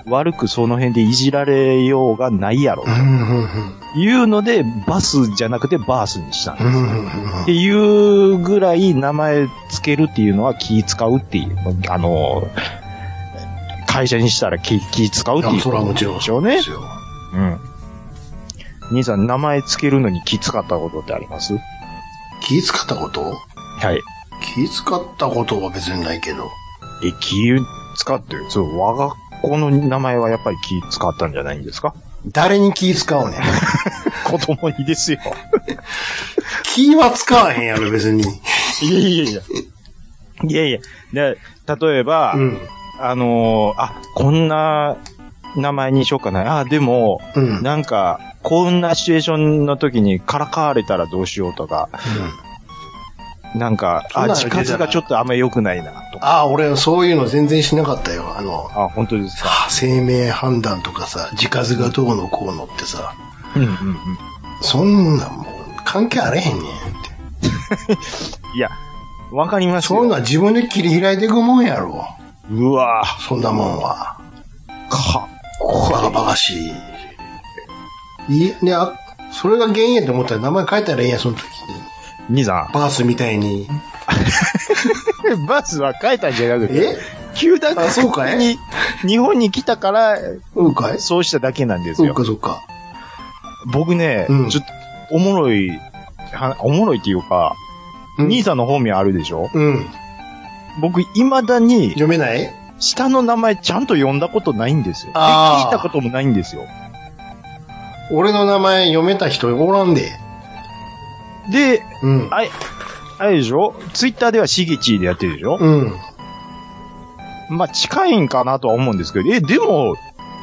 悪くその辺でいじられようがないやろ。 うんうんうん。 いうので、バスじゃなくてバースにしたんです。 うんうんうんっていうぐらい名前つけるっていうのは気使うっていう。あの、会社にしたら気、気使うっていう。 それはもちろんでしょうね。 ですよ。 うん。兄さん、名前つけるのに気使ったことってあります？ 気使ったこと？ はい。 気使ったことは別にないけど。 え、気使ってる？そう、我が子の名前はやっぱり気使ったんじゃないんですか？ 誰に気使うねん。 子供にですよ。 気は使わへんやろ、別に。 いやいやいや。いやいや。で、例えば、 うん。 あのー、あ、こんな名前にしようかな。あ、でも、 うん。 なんか、こんなシチュエーションの時にからかわれたらどうしようとか、なんか、あ、 そんなの自活がちょっとあんま良くないな、とか。 ああ、俺そういうの全然しなかったよ。あの、 あ、本当ですか。 はあ生命判断とかさ、自数がどうのこうのってさ、 うんうんうん。 そんなんもう関係あれへんねんって。 いや、わかりますよ。 そういうのは自分で切り開いていくもんやろ。 うわそんなもんは。 か、 バカバカしい。いや、ね、あ、それが原因やと思ったら名前変えたらええやん、その時に。 兄さバースみたいに。 ん。バスは変えたんじゃなくて、 え球団あ、そうかいに、日本に来たから、 そうかいそうしただけなんですよ。 そうか、そうか。 僕ね、 うんちょっと、おもろい、はおもろいっていうか、 うん兄さんの本名あるでしょ？ うん。 僕、未だに、 読めない下の名前ちゃんと読んだことないんですよ。であー聞いたこともないんですよ。 俺の名前読めた人おらんで。 で、 うん。 あれ、あれでしょ？ツイッターではしげちーでやってるでしょ？ うん。 まあ、近いんかなとは思うんですけど、え、でも、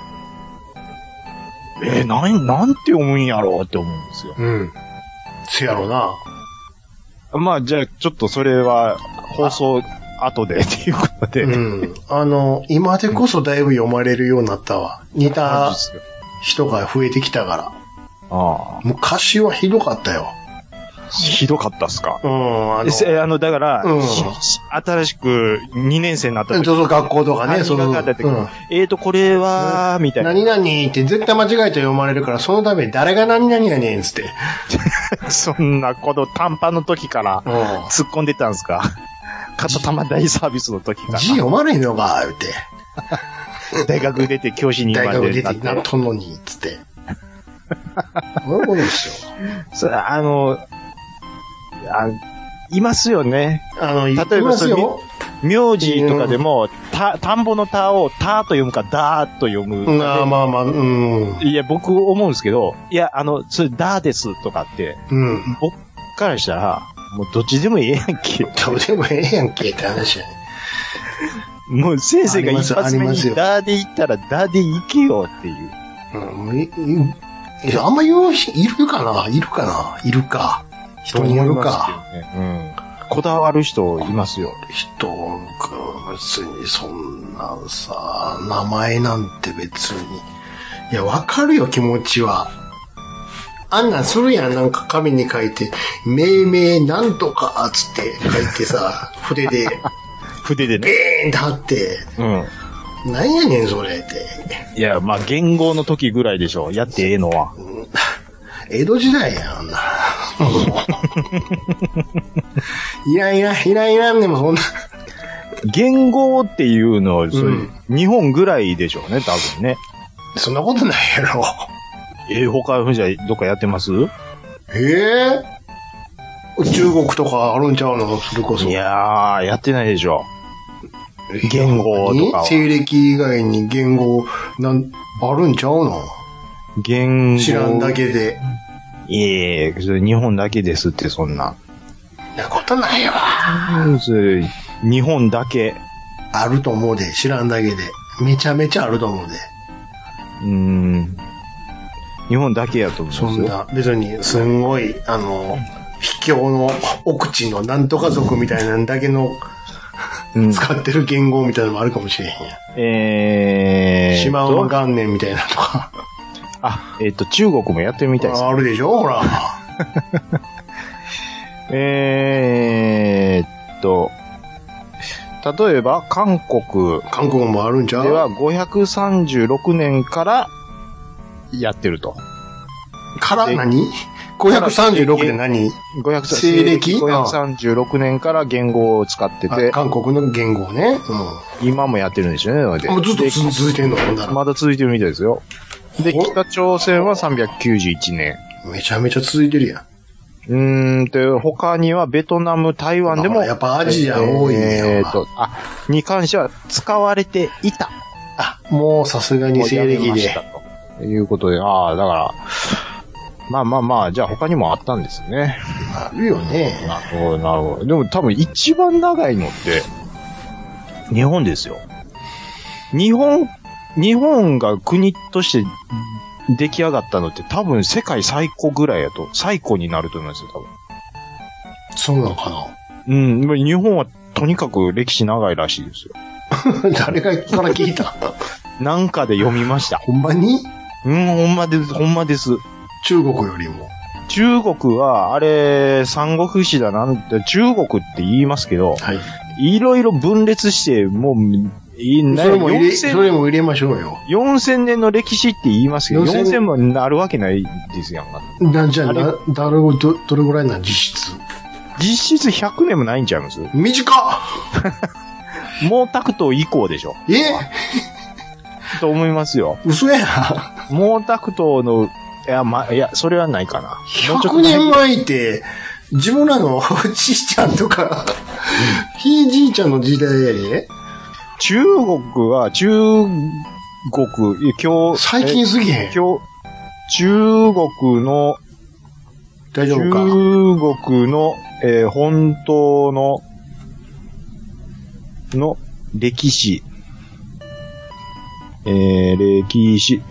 え、なん、なんて読むんやろうって思うんですよ。 うん。せやろな。 まあ、じゃあ、ちょっとそれは、放送後でっていうことで。 うん。あの、今でこそだいぶ読まれるようになったわ。似マたジっすよ人が増えてきたから。 ああ。 昔はひどかったよ。 ひどかったっすか？ うん。あの、 えあの、だから、 うんしし新しくにねん生になった時そうそう、学校とかね、 何そうそう。 がかった時、 うんえーと、これは、みたいな。 何々って絶対間違えて読まれるから、そのために誰が何々やねん、つって。 そんなこと、短パンの時からうん。 突っ込んでたんすか？片玉大サービスの時から。 字読まれへんのか、言うて。 大学出て教師に大ま学出てでなって。 なっとんのに、つって。そういうことですよ。 それあの、あいますよね。 あの、言例えばますよ。 名字とかでも、た、田んぼの田を田と読むかだーと読むかで。 ああ、まあまあ、うん。 いや、僕思うんですけど、いや、あの、それだーですとかって、 うん。 僕からしたら、もうどっちでもええやんけ。 どうでもええやんけって話やね。 もう先生が一発目にありますよだーで言ったらだーで行けよっていう。 うん、いいいあんま言う人いるかないるかないるか。人によるか。 そう思いますけどね。うん。こだわる人いますよ。 人が別にそんなさ、名前なんて別に。いや、わかるよ、気持ちは。あんなんするやん、なんか紙に書いて、命名なんとか、つって書いてさ、筆で、 筆でね。 ベーンって貼って、 うん。 なんやねん、それって。 いや、まあ、元号の時ぐらいでしょ。やってええのは。 江戸時代やん、あんな。いらんいらん、いらんいらんでもそんな。 元号っていうのは、それうん日本ぐらいでしょうね、多分ね。 そんなことないやろ。 えー、他、じゃあどっかやってます？ ええ中国とかあるんちゃうのそれこそ。 いやー、やってないでしょ。言語とかは西暦以外に言語、なん、あるんちゃうの言語。 知らんだけで。 いえいえ、それ日本だけですって、そんな。 なことないわ。 それ日本だけ。 あると思うで、知らんだけで。めちゃめちゃあると思うで。 うーん。日本だけやと思そうんですよ。 んな、別に、すんごい、あの、秘境の奥地のなんとか族みたいなんだけの、 うん、 使ってる言語みたいなのもあるかもしれへんや。 えー。 島馬元年みたいなとか。 あ、えっ、と、中国もやってるみたいです。 あるでしょほら。 えーっと、 例えば、韓国。 韓国もあるんちゃう？ では、ごひゃくさんじゅうろくねんからやってると。 から何 ?ごひゃくさんじゅうろく で何？ ごひゃく西暦ごひゃくさんじゅうろくねんから言語を使ってて。 韓国の言語ね。 うん。今もやってるんですよね。 もうずっと続いてんの？ まだ続いてるみたいですよ。で、北朝鮮はさんびゃくきゅうじゅういちねん。めちゃめちゃ続いてるやん。 うーん、で、他にはベトナム、台湾でも。 やっぱアジア多いね。 えー、っと、あ、に関しては使われていた。 あ、もうさすがに西暦で。 ということで、ああ、だから、まあまあまあ、じゃあ他にもあったんですね。 あるよね。 なるほど、なるほど。でも多分一番長いのって、日本ですよ。日本、日本が国として出来上がったのって多分世界最古ぐらいやと、最古になると思いますよ、多分。 そうなのかな？ うん、日本はとにかく歴史長いらしいですよ。 誰がから聞いた？ なんかで読みました。 ほんまに？ うん、ほんまです、ほんまです。 中国よりも。 中国は、あれ、三国志だなんて、中国って言いますけど、はい。いろいろ分裂して、もう、いいそれも入れ、それも入れましょうよ。 よんせんねんの歴史って言いますけど、よんせんもなるわけないですやんか。 な、じゃあ、な、だろう、ど、どれぐらいな、実質。 実質ひゃくねんもないんちゃいます？ 短っ毛沢東以降でしょ。 えと思いますよ。 嘘やん。 毛沢東の、いや、ま、いや、それはないかな。 ひゃくねんまえって、自分らのじいちゃんとか、ひいじいちゃんの時代やで。 中国は、中国、今日、 最近すぎへん。 今日、中国の、 大丈夫か。 中国の、えー、本当の、の歴史。えー、歴史。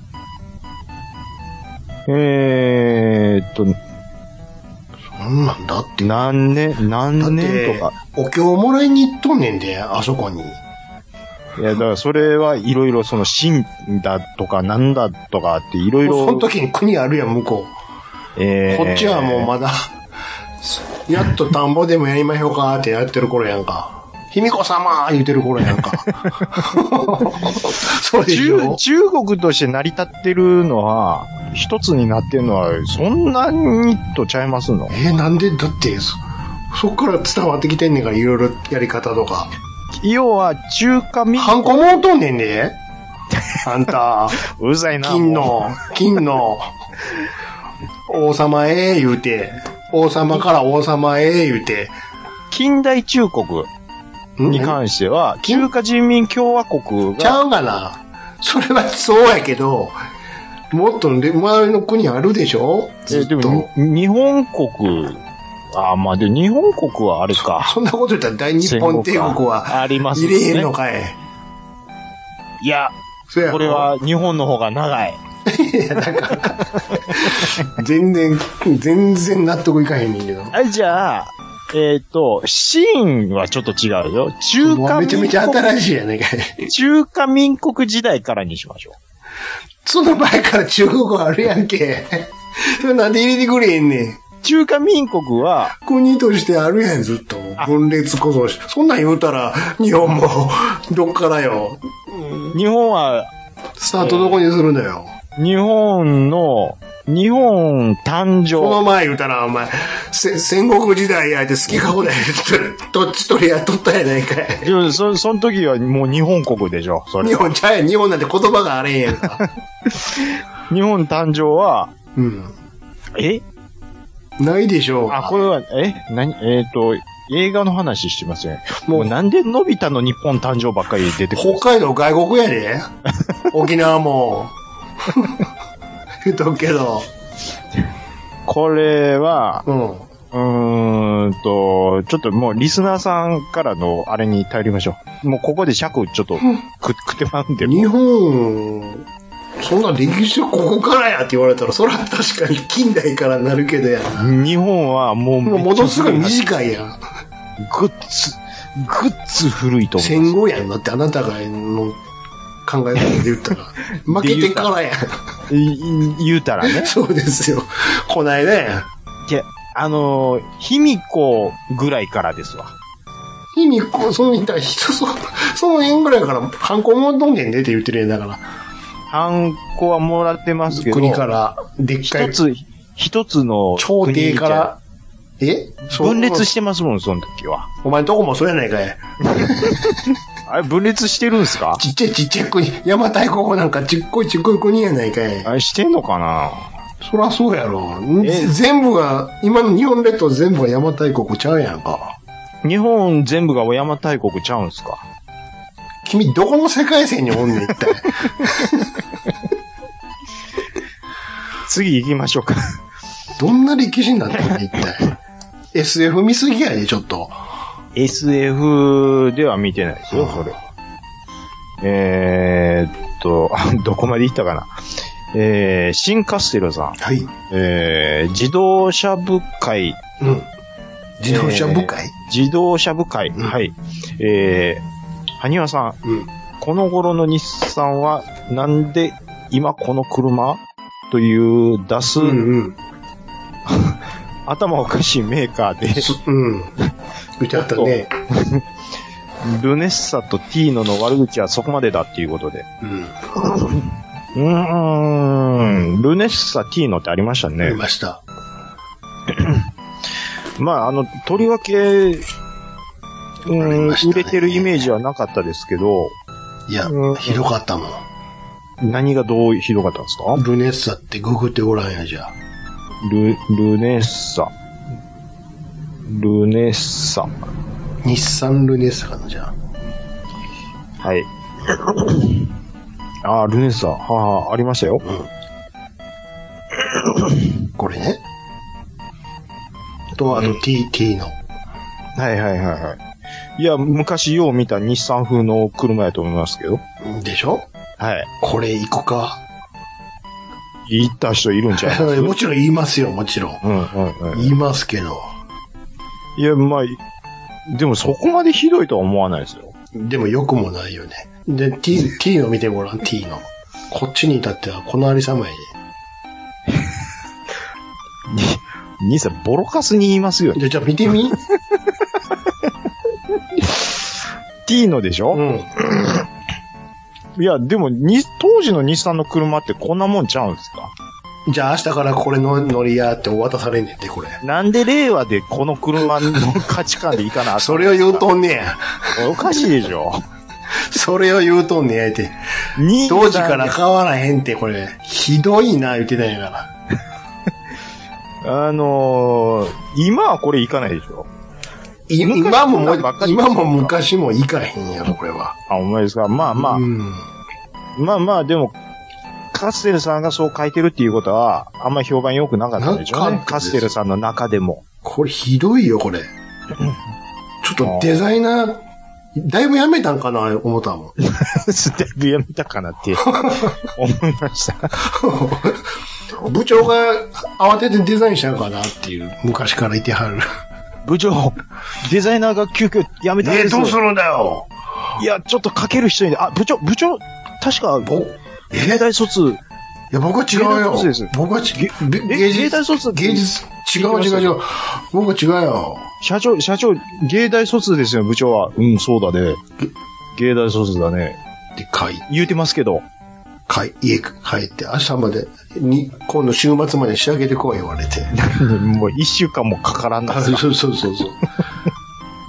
えーっと、 そんなんだって。 何年、何年とか。 お経もらいに行っとんねんで、あそこに。 いや、だからそれはいろいろその神だとかなんだとかっていろいろ。 その時に国あるやん、向こう。えー、こっちはもうまだ、やっと田んぼでもやりましょうかってやってる頃やんか。卑弥呼様言うてる頃やんか。そうでしょ。 中、中国として成り立ってるのは、一つになってるのは、そんなにとちゃいますの？ えー、なんで、だって、そ、そっから伝わってきてんねんから、いろいろやり方とか。 要は、中華民ハンコもうとんねんで。あんた。 うざいな。 金の、金の、王様へ言うて、王様から王様へ言うて。 近代中国に関しては、中華人民共和国が。 ちゃうがな。それはそうやけど、もっと周りの国あるでしょ？ え、でも、日本国、あ、まあ、で、日本国はあれか。 そんなこと言ったら大日本帝国は、 ありますね。 入れへんのかい。 いや、これは日本の方が長い。 いや、だから、全然、全然納得いかへんねんけど。 あ、じゃあ、えっ、ー、と、シーンはちょっと違うよ。中華民国。 めちゃめちゃ新しいやねんかい。 中華民国時代からにしましょう。 その前から中国あるやんけ。それなんで入れてくれへんねん。 中華民国は、 国としてあるやん、ずっと。分裂こそ。そんなん言うたら、日本も、どっからよ。 日本は、 スタートどこにするのよ。 えー、日本の、日本誕生。 この前言うたら、お前、せ戦国時代やで好きかほだよ。どっちとりやっとったやないかい。 いや、そ、その時はもう日本国でしょ、それ。 日本ちゃうやん。日本なんて言葉があれんやんか。 日本誕生は、 うん。 えないでしょう。 あ、これは、え何えっ、ー、と、映画の話してますね。もうなんでのび太の日本誕生ばっかり出てくる？ 北海道外国やで。沖縄も。言っとくけど。 これは、うん。うーんと、ちょっともうリスナーさんからのあれに頼りましょう。もうここで尺ちょっとく、食ってまうんで。 日本、そんな歴史はここからやって言われたら、それは確かに近代からなるけどやな。 日本はもうもうものすごい短いやん。 グッズ、グッズ古いと思う。 戦後やんなってあなたがの考え方で言ったら。負けてからやん。言うたらね。 そうですよ。こないだやん。 いや、あのー、卑弥呼ぐらいからですわ。 意味、その、人、そその辺ぐらいから、ハンコもんどんねんでって言ってるやんだから。 ハンコはもらってますけど。 国から、でっかい。 一つ、一つの。 朝廷から、え分裂してますもん、その時は。 お前んとこもそうやないかい。 あれ、分裂してるんすか？ ちっちゃいちっちゃい国、邪馬台国なんかちっこいちっこい国やないかい。 あれ、してんのかな？ そらそうやろ。全部が、今の日本列島全部が邪馬台国ちゃうやんか。 日本全部が邪馬台国ちゃうんすか？ 君、どこの世界線におんねん、一体。 次行きましょうか。 どんな歴史になってんの、一体。エスエフ 見すぎやで、ちょっと。 エスエフ では見てないですよ、それ。えーっと、どこまで行ったかな。えー、新カステロさん。 はい。 えー、自動車部会。 うん。自動車部会、えー、自動車部会。うん、はい。えー、はにわさん。うん。この頃の日産は、なんで今この車という出す、うんうん、頭おかしいメーカーで。 うん。言ってあったね。 ルネッサとティーノの悪口はそこまでだっていうことで。うん。うーん。ルネッサ、ティーノってありましたね。 ありました。 まあ、あの、とりわけ、うん、ね、売れてるイメージはなかったですけど。 いや、うん、ひどかったもん。何がどうひどかったんですか？ ルネッサってググってごらんや、じゃあ。 ル、ルネッサ。ルネッサ。 日産ルネッサかな、じゃあ。はい。ああ、ルネッサ。はあ、ありましたよ。 うん、これね。と、あと T、うん、T の。 はいはいはいはい。いや、昔よう見た日産風の車やと思いますけど。 でしょ？ はい。 これ行くか？ 行った人いるんちゃいます？ もちろん言いますよ、もちろん。 うんうんうん。 言いますけど。 いや、まあ、でもそこまでひどいとは思わないですよ。 でも良くもないよね。で、T、T の見てごらん、T の。こっちに至ってはこのありさまやで。 に、兄さん、ボロカスに言いますよ。 じゃ、じゃあ見てみ T のでしょ？ うん。 いや、でも、に、当時の日産の車ってこんなもんちゃうんですか？ じゃあ明日からこれの乗りやって渡されんねんて、これ。 なんで令和でこの車の価値観でいかなあかんそれを言うとんねや。 おかしいでしょ。 それを言うとんねやって。当時から変わらへんって、これ。ひどいな、言ってたんやから。 あのー、今はこれいかないでしょ。 今もも、今も昔もいかへんやろ、これは。 あ、お前ですか。まあまあ。うん、まあまあ、でも、カステルさんがそう書いてるっていうことは、あんまり評判良くなかったでしょうね。カステルさんの中でも。 これひどいよ、これ。ちょっとデザイナー、だいぶやめたんかな、思ったもん。 だいぶやめたかなって思いました。 部長が慌ててデザインしたのかなっていう、昔からいてはる。 部長、デザイナーが急遽やめたんですよ。 え、どうするんだよ。 いや、ちょっと書ける人に、あ、部長、部長、確か、芸大卒。いや、僕は違うよ。僕はち、芸術、 芸大卒。 芸術、違う違う違う。僕は違うよ。 社長、社長、芸大卒ですよ、部長は。うん、そうだね。芸大卒だね。 で、書い。 言うてますけど。 書い、家帰って明日まで、に、今度週末まで仕上げてこい言われて。 もう一週間もかからんな。 そうそうそうそう。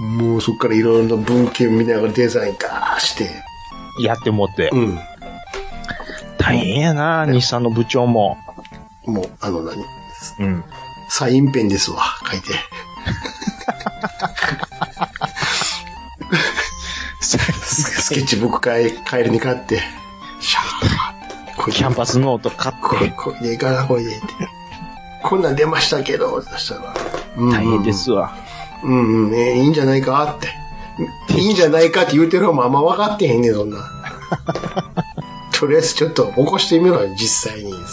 もうそっからいろいろな文献見ながらデザインガーして。 やってもって。 うん。 大変やな、日産の部長も。 もう、あの何、 うん。 サインペンですわ、書いて。スケッチブック帰帰りに買って、シャーキャンパスノート買って。 これ、これでいかな、これでって。こんなん出ましたけど、そしたら。 大変ですわ。 うんうん、えー、いいんじゃないかって。いいんじゃないかって言うてる方もあんま分かってへんねん、そんな。とりあえずちょっと起こしてみろよ、実際に、つって。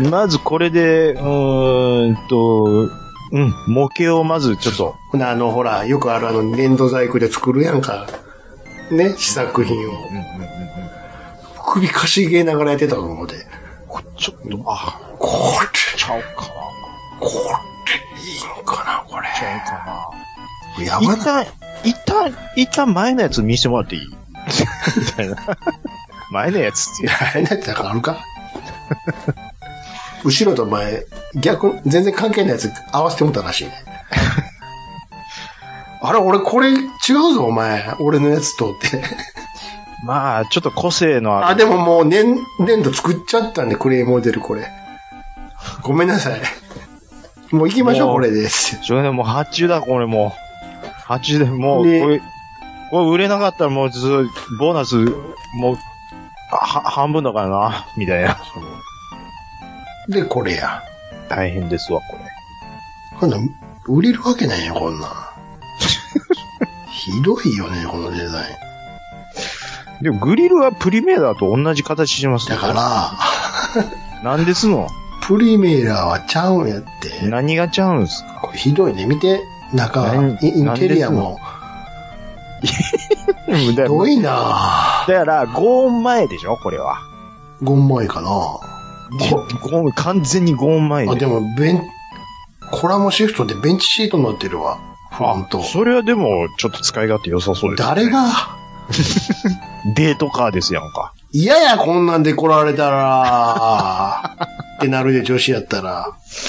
まずこれで、うーんと、うん、模型をまずちょっと。 ほな、あの、ほら、よくあるあの、粘土細工で作るやんか。ね、試作品を。うんうんうんうん、首かしげながらやってたと思うで。 ちょっと、あ、 これ。 ちゃうかな。 これ、いいんかな、これ。 ちゃうかな。 やば一旦、 一旦、一旦前のやつ見せてもらっていいみたいな。前のやつっていう。 前のやつなんかあるか後ろと前、逆、全然関係ないやつ合わせてもらったらしいね。あれ、俺これ違うぞ、お前。俺のやつとって。 まあ、ちょっと個性のある。 あ、でももう粘、粘土作っちゃったんで、クレイモデルこれ。ごめんなさい。もう行きましょう、これです。 それでもう発注だ、これもう。発注で、もう、ね、これ、これ売れなかったらもうずっと、ボーナス、もう、は、半分だからな、みたいな。 で、これや。 大変ですわ、これ。 こんなん、売れるわけないよ、こんなん。ひどいよね、このデザイン。でも、グリルはプリメーラーと同じ形してますね。だから、 なんですのプリメーラーはちゃうんやって。 何がちゃうんすかこれひどいね。見て、中、インテリアも。ひどいなぁ。 だから、ゴーン前でしょこれは。 ゴーン前かなゴーン、完全にゴーン前で。 あ、でも、ベン、コラムシフトでベンチシートになってるわ。フロント。 それはでも、ちょっと使い勝手良さそうです、ね。 誰がデートカーですやんか。 嫌や、こんなんで来られたら。ってなるで、女子やったら。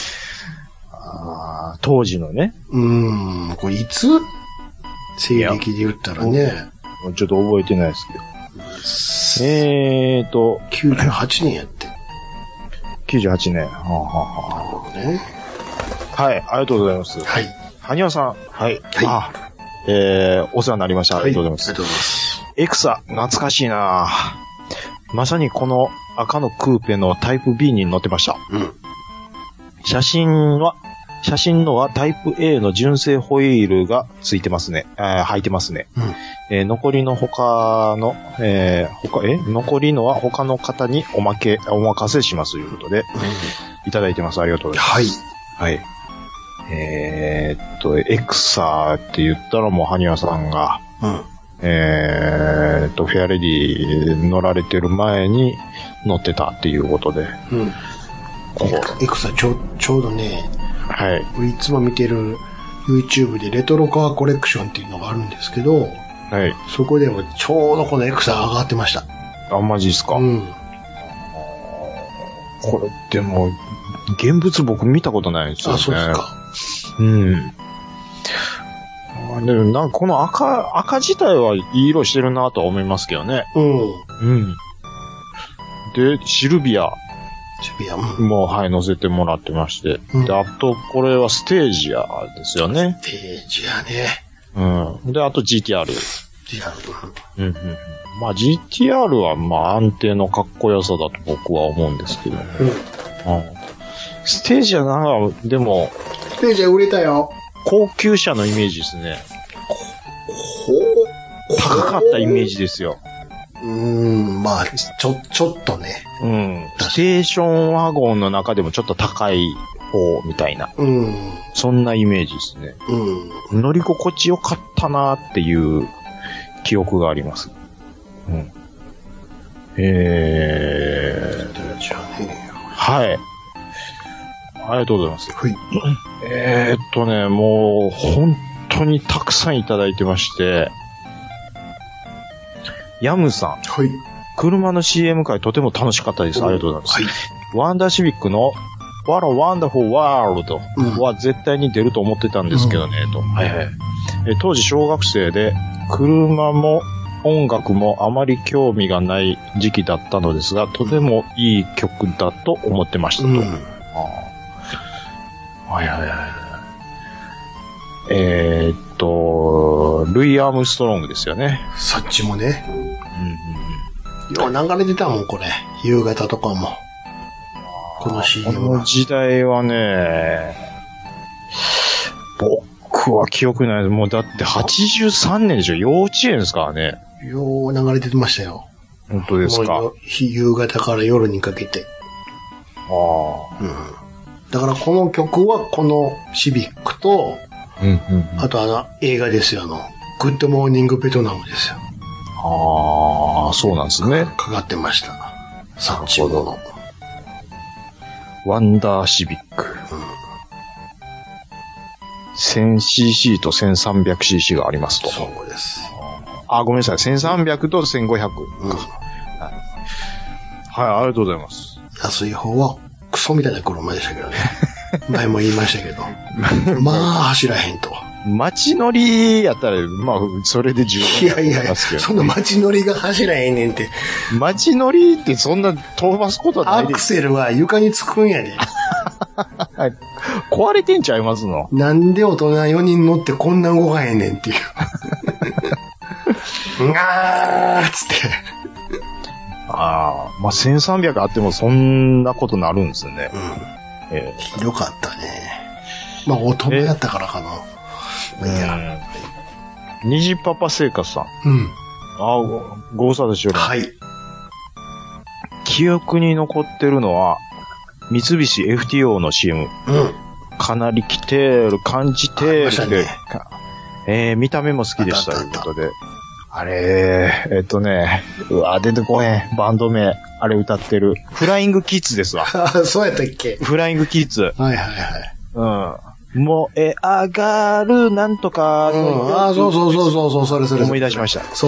あ当時のね。 うーん、これいつ西暦で言ったらね。 ちょっと覚えてないですけど。えーと。 きゅうじゅうはちねんやって。 きゅうじゅうはちねん。はあ、はあ、ね。 はい、ありがとうございます。 はい。 はにわさん。はい。はい。 あえー、お世話になりました。ありがとうございます。 はい、ありがとうございます。 エクサ、懐かしいなまさにこの赤のクーペのタイプ ビー に乗ってました。 うん。 写真は、写真のはタイプ エー の純正ホイールがついてますね。えー、履いてますね。 うんえー、残りの他の、えー、他、え残りのは他の方におまけ、お任せしますということで、うん、いただいてます。ありがとうございます。はい。はい。えー、っと、エクサーって言ったらもう、ハニワさんが、 うん、 えー、っと、フェアレディ乗られてる前に乗ってたっていうことで。 うん。エクサちょ、ちょうどね、 はい。 いつも見てる YouTube でレトロカーコレクションっていうのがあるんですけど、 はい。 そこでもちょうどこのエクサ上がってました。 あ、マジっすか。 うん。 これ、でも、現物僕見たことないんですよね。 あ、そうですか。 うん。でもなんかこの赤、赤自体はいい色してるなとは思いますけどね。 うん。 うん。で、シルビア。 シルビアも、はい、乗せてもらってまして。うん、で、あと、これはステージアですよね。 ステージアね。 うん。で、あと ジーティーアール。 ジーティーアール。 うんうん。まあ ジーティーアール はまあ安定のかっこよさだと僕は思うんですけど。うん。うん、ステージアなんか、でも。 ステージア売れたよ。 高級車のイメージですね。 ほう。 高かったイメージですよ。 うーん、まあ、ちょ、ちょっとね。 うん。ステーションワゴンの中でもちょっと高い方みたいな。 うん。 そんなイメージですね。うん。乗り心地よかったなっていう記憶があります。うん。えー。 じゃあね。 はい。ありがとうございます。 はい。 えーっとね、もう、本当にたくさんいただいてまして、ヤムさん。 はい。 車の シーエム 回とても楽しかったです。ありがとうございます。はい。ワンダーシビックの What a Wonderful World は絶対に出ると思ってたんですけどね、うん、と。はいはい。え当時小学生で、車も音楽もあまり興味がない時期だったのですが、とてもいい曲だと思ってましたと。うん、はいはいはい。えー、っと、ルイ・アームストロングですよね。 そっちもね。うんうんうん。よう流れてたもん、これ。夕方とかも。この シーエム は。 この時代はね、僕は記憶ない。もうだってはちじゅうさんねんでしょ。幼稚園ですからね。 よう流れてましたよ。 本当ですか。 夕方から夜にかけて。 ああ。 うん。だからこの曲はこのシビックと、 うんうんうん、 あとあの映画ですよ、あの、グッドモーニングベトナムですよ。 ああ、そうなんですね。 かかってました。そっちもの。 ワンダーシビック。 せんシーシー と せんさんびゃくシーシー がありますと。 そうです。 あ、ごめんなさい。せんさんびゃくとせんごひゃく。 うん。はい、 ありがとうございます。 安い方はクソみたいな車でしたけどね。前も言いましたけど。まあ、走らへんと。 街乗りやったら、まあ、それで十分だと思いますけど、ね。いやいや、 そんな街乗りが走らへんねんって。 街乗りってそんな飛ばすことはないです。 アクセルは床につくんやで。 壊れてんちゃいますの？ なんで大人よにん乗ってこんな動かへんねんっていう。うがーっつって。 ああ、まあ、せんさんびゃくあってもそんなことなるんですね。 うん。 えー、ひどかったね。まあ、大人やったからかな。まあ、いいや。 虹パパ生活さん。 うん。 ああ、ご無沙汰しております。 はい。 記憶に残ってるのは、三菱 エフティーオー の シーエム。 うん。 かなり来てる、感じてるって、 ね、 えー、見た目も好きでしたということで。あれ、えっとね、うわ、出てこへん。バンド名、あれ歌ってる。フライングキッズですわ。 そうやったっけ？ フライングキッズ。 はいはいはい。 うん。燃え上がる、なんとか。 うん。ああ、そうそうそうそう、そう、それそれ。 思い出しました。 そう。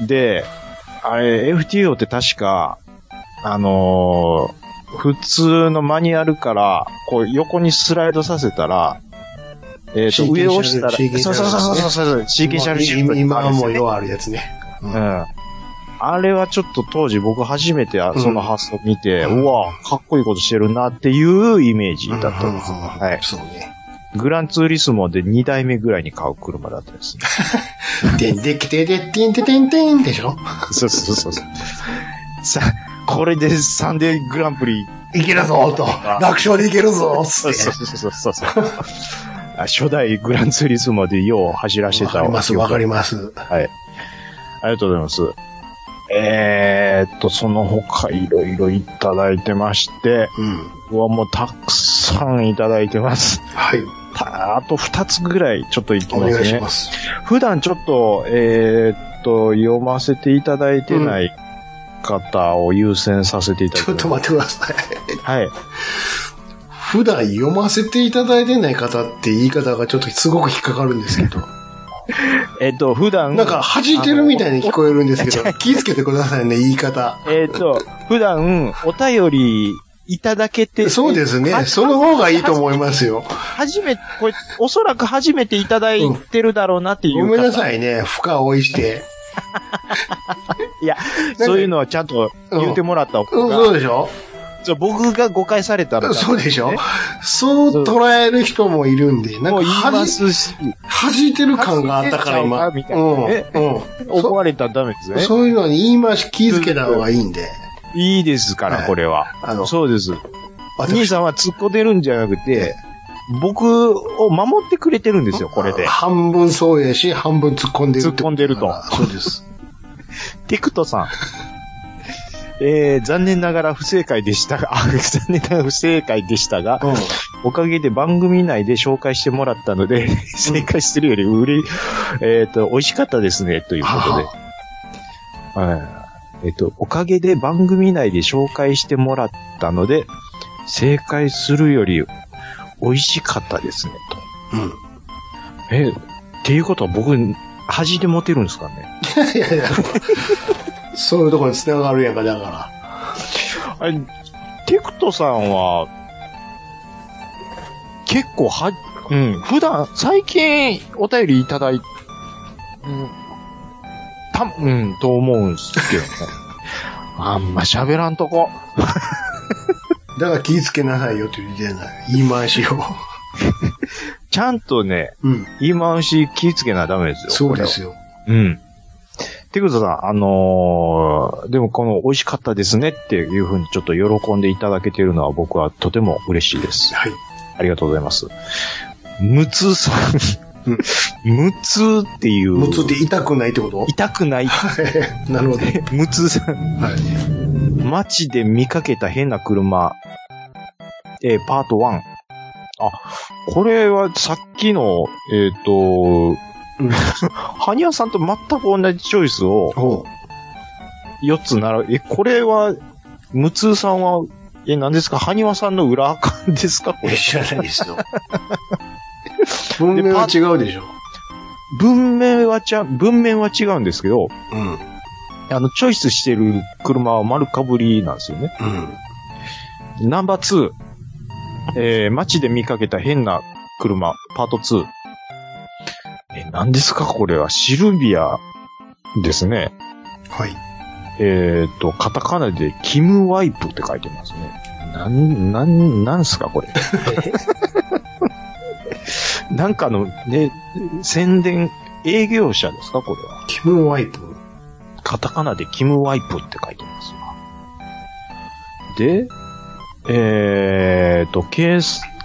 で、あれ、エフティーオー って確か、あのー、普通のマニュアルから、こう、横にスライドさせたら、えっと、上を押したら、そうそうそうそうそう、シーケンシャルシフト。 今はもうようあるやつね。 うん。あれはちょっと当時僕初めてその発想見て、うわ、かっこいいことしてるなっていうイメージだったんです。はい。 そうね。 グランツーリスモでにだいめぐらいに買う車だったですね。 でんできてでってんててんてんでしょ？ そうそうそうそう。さ、これでサンデーグランプリ。 いけるぞと。楽勝でいけるぞつって。 そうそうそうそうそう。初代グランツーリスモでよう走らせてたわ。 わかります、わかります。 はい。ありがとうございます。えーっと、その他いろいろいただいてまして、うん。うわ、もうたくさんいただいてます。 はい。 た、あと二つぐらいちょっといきますね。 お願いします。 普段ちょっと、えーっと、読ませていただいてない方を優先させていただきます。 ちょっと待ってください。 はい。 普段読ませていただいてない方って言い方がちょっとすごく引っかかるんですけど。 えっと、普段。 なんか弾いてるみたいに聞こえるんですけど、気をつけてくださいね、言い方。 えっと、普段お便りいただけて。 そうですね。その方がいいと思いますよ。 初めて、これ、おそらく初めていただいてるだろうなっていう、 うん。ごめんなさいね、負荷を追いして。 いや、そういうのはちゃんと言ってもらった方が。 うん、そうでしょ？ 僕が誤解されたら、 ね。そうでしょ？そう捉える人もいるんで、なんか弾いてる感があったから今。 みたいな。うん。え、うん。怒られたらダメですね。 そういうのに言い回し気づけた方がいいんで。 いいですから、はい、これは。あの、そうです。兄さんは突っ込んでるんじゃなくて、僕を守ってくれてるんですよ、これで。 半分そうやし、半分突っ込んでる。 突っ込んでると。 そうです。 テクトさん。えー、残念ながら不正解でしたが、あ、残念ながら不正解でしたが、うん、おかげで番組内で紹介してもらったので、正解するより売れ、えっと、美味しかったですね、ということで。はい、えっと、おかげで番組内で紹介してもらったので、正解するより美味しかったですね、と。うん。え、っていうことは僕、恥でモテるんですかね？ いやいや。そういうところに繋がるやんか、だから。 あれ、テクトさんは、結構は、うん、普段、最近お便りいただい、うん、た、うん、と思うんですけどね。あんま喋らんとこ。 だから気ぃつけなさいよって言ってない。言い回しを。 ちゃんとね、うん、言い回し気ぃつけなダメですよ。 そうですよ。 うん。テクトさん、あのー、でもこの美味しかったですねっていうふうにちょっと喜んでいただけているのは僕はとても嬉しいです。 はい。 ありがとうございます。ムツさん。ムツっていう。 ムツって痛くないってこと？ 痛くない。 なるほど。 ムツさん。はい。街で見かけた変な車、えー、パートワン。あ、これはさっきの、えっと、ハニワさんと全く同じチョイスを、よっつなら、え、これは、ムツーさんは、え、何ですか？ハニワさんの裏垢ですか？これ。 知らないですよ。 文面は違うでしょ。 文面はちゃ、文面は違うんですけど、 うん。 あの、チョイスしてる車は丸かぶりなんですよね。 うん。 ナンバーツー、えー、街で見かけた変な車、パートツー。え、何ですかこれは。シルビアですね。 はい。 えっと、カタカナでキムワイプって書いてますね。なん、なん、なんすかこれ。なんかの、ね、宣伝、営業者ですかこれは。 キムワイプ。 カタカナでキムワイプって書いてますわ。で、えーと、警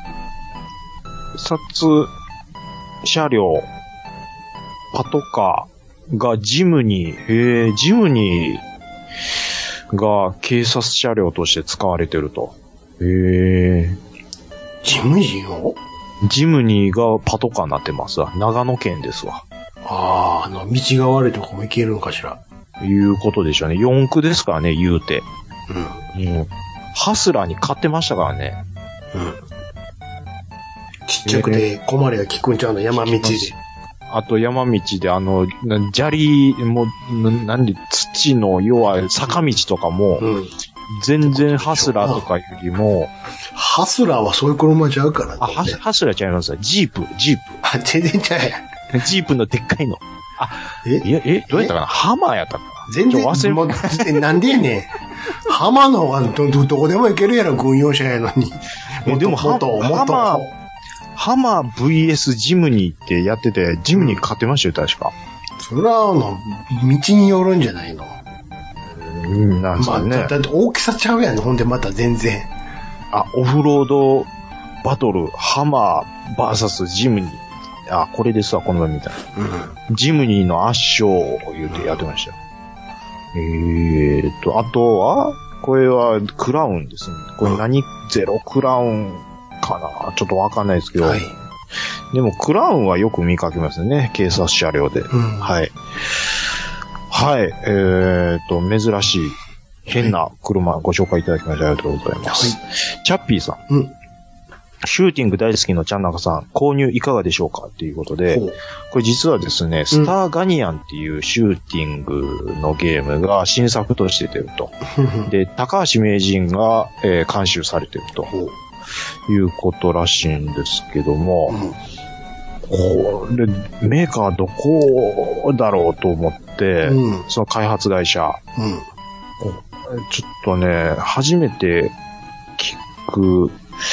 察車両、パトカーがジムニー、へー、ジムニーが警察車両として使われてると。へー。 ジムジンをジムニーがパトカーになってますわ。長野県ですわ。 ああ、あの、道が悪いとこも行けるのかしら。 いうことでしょうね。四駆ですからね、言うて。 うん。 うん。ハスラーに買ってましたからね。 うん。ちっちゃくて小回りが効くんちゃうの、山道で。 あと山道であの、砂利も、なんで土の、要は坂道とかも、 うん。 全然ハスラーとかよりも、 ハスラーはそういう車ちゃうからね。 あ、ハスハスラーちゃいますわ。ジープ、ジーあ、全然ちゃうやん。 プ。ジープのでっかいの。あ、 えいや、え、どうやったかなハマーやったかな全然、 忘れもうなんでやねん。浜の方がど、ど、どこでも行けるやろ、軍用車やのに。 えでもハもっと、もっと。 ハマハマー ブイエス ジムニーってやってて、ジムニー買ってましたよ、確か。 それは、あの、道によるんじゃないの。 うん、なんですまあ、 かね。 だって大きさちゃうやん、ほんでまた全然。 あ、オフロードバトル、ハマー バーサス ジムニー。あ、これですわ、この前みたいな。 うん。 ジムニーの圧勝を言うてやってましたよ。えーと、あとは、これはクラウンですね。これ何、ゼロクラウンかなちょっとわかんないですけど。 はい。 でもクラウンはよく見かけますね。警察車両で。 うん。 はい。はい。えーと、珍しい、変な車ご紹介いただきましてありがとうございます。 はい。 チャッピーさん。 うん。 シューティング大好きのちゃんなかさん、購入いかがでしょうかっていうことで、 ほうこれ実はですね、スターガニアンっていうシューティングのゲームが新作として出ると。で、高橋名人が、えー監修されてるとほう。 いうことらしいんですけども、 うん。 これ、メーカーどこだろうと思って、 うん。 その開発会社、 うん。 ちょっとね、初めて聞く、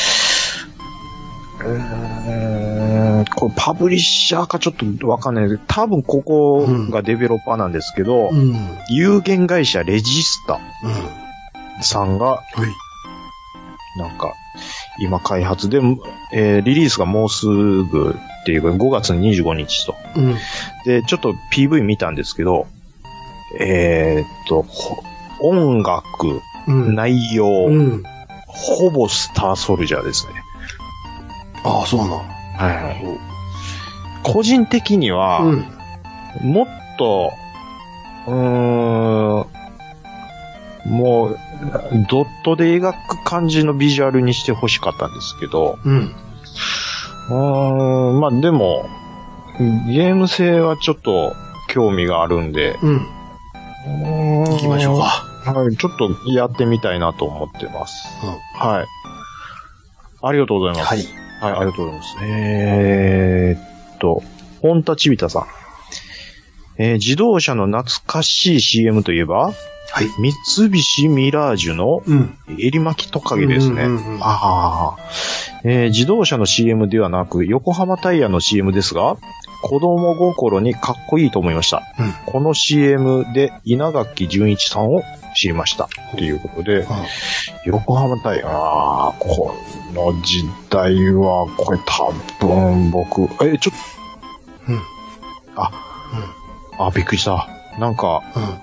うーんこれパブリッシャーかちょっとわかんないけど、多分ここがデベロッパーなんですけど、 うん。うん。 有限会社レジスタさんが、 はい。 なんか、今開発で、えーリリースがもうすぐっていうかごがつにじゅうごにちと。 うん。 で、ちょっと ピーブイ 見たんですけど、えーっと、ほ音楽、 うん。 内容、 うん。 ほぼスターソルジャーですね。 ああ、そうなん。 はいはい。個人的には、 うん。 もっと、うーん、もう、ドットで描く感じのビジュアルにして欲しかったんですけど、 うん。 うーん、まあでも、ゲーム性はちょっと興味があるんで、 うん。 行行きましょうか。 はい、ちょっとやってみたいなと思ってます。 うん。 はい。ありがとうございます。 はい。 はい、ありがとうございます。えーっと、本田ちびたさん。えー自動車の懐かしい シーエム といえば、 はい。 三菱ミラージュのうん。 襟巻きトカゲですね。 うんうんうんああ、えー自動車の シーエム ではなく、横浜タイヤの シーエム ですが、子供心にかっこいいと思いました。 うん。 この シーエム で稲垣淳一さんを知りました。ということで、横浜タイヤ、ああ、この時代は、これ多分僕、え、ちょっと、 うん。 あ、あ、びっくりした。なんか、 うん。うん。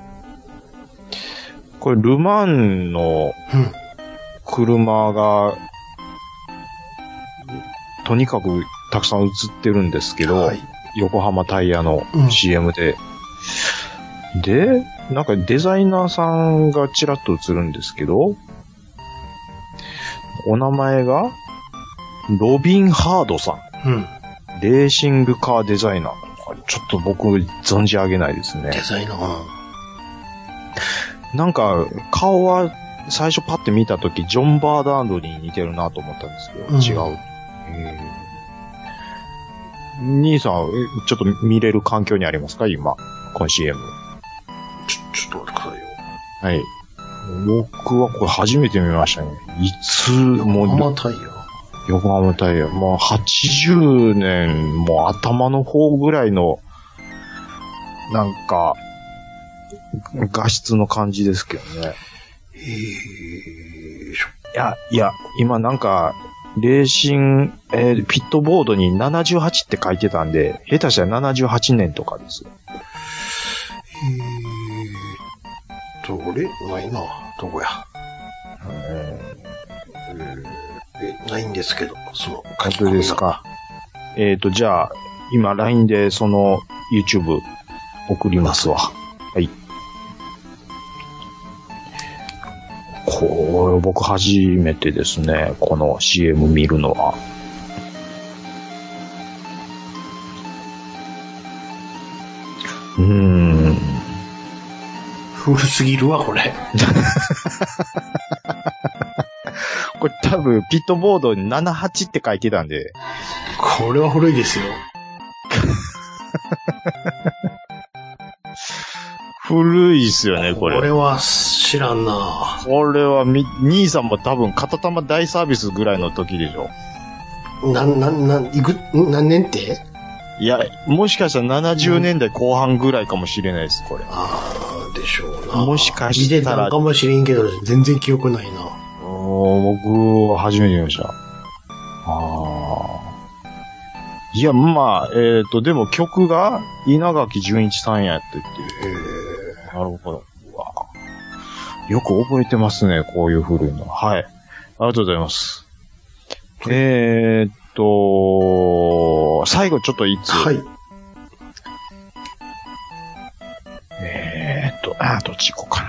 これルマンのうん。 車が、とにかくたくさん映ってるんですけど、 はい。 横浜タイヤの シーエム で。で、なんかデザイナーさんがちらっと映るんですけど、お名前が、ロビン・ハードさん。 うん。 レーシングカーデザイナー。ちょっと僕、存じ上げないですね。 デザイナー。 なんか、顔は、最初パッて見たとき、ジョン・バーダードに似てるなと思ったんですけど、 うん、 違う。えー、兄さん、え、ちょっと見れる環境にありますか今、この シーエム。 ちょ、ちょっと待ってくださいよ。 はい。僕はこれ初めて見ましたね。いつも。 横浜タイヤ。 横浜タイヤ。まあ、はちじゅうねん、もう頭の方ぐらいの、なんか、画質の感じですけどね。 えー、 いや、いや、今なんか、レーシング、えー、ピットボードにななじゅうはちって書いてたんで、下手したらななじゅうはちねんとかですよ。 えー、どれないな。どこや。 えー、え、ないんですけど、その書き込みが。本当ですか。えっと、じゃあ、今 ライン でその YouTube 送りますわ。はい。これ僕初めてですね、この シーエム 見るのは。うーん。 古すぎるわ、これ。 これ多分ピットボードにななじゅうはちって書いてたんで。 これは古いですよ。 古いっすよね、これ。 これは知らんな。 これはみ、兄さんも多分、片玉大サービスぐらいの時でしょ。 な、な、な、いく、何年っていや、もしかしたらななじゅうねんだいこう半ぐらいかもしれないです、これ。 ああ、でしょうな。 もしかしたら。 見てたかもしれんけど、全然記憶ないな。 僕は初めて見ました。ああ。いや、まあ、えっと、でも曲が稲垣潤一さんやってっていう。なるほど。うわよく覚えてますね、こういう古いの。はい。ありがとうございます。えー、っと、最後ちょっといつ。 はい。 えー、っと、あ、どっち行こうかな。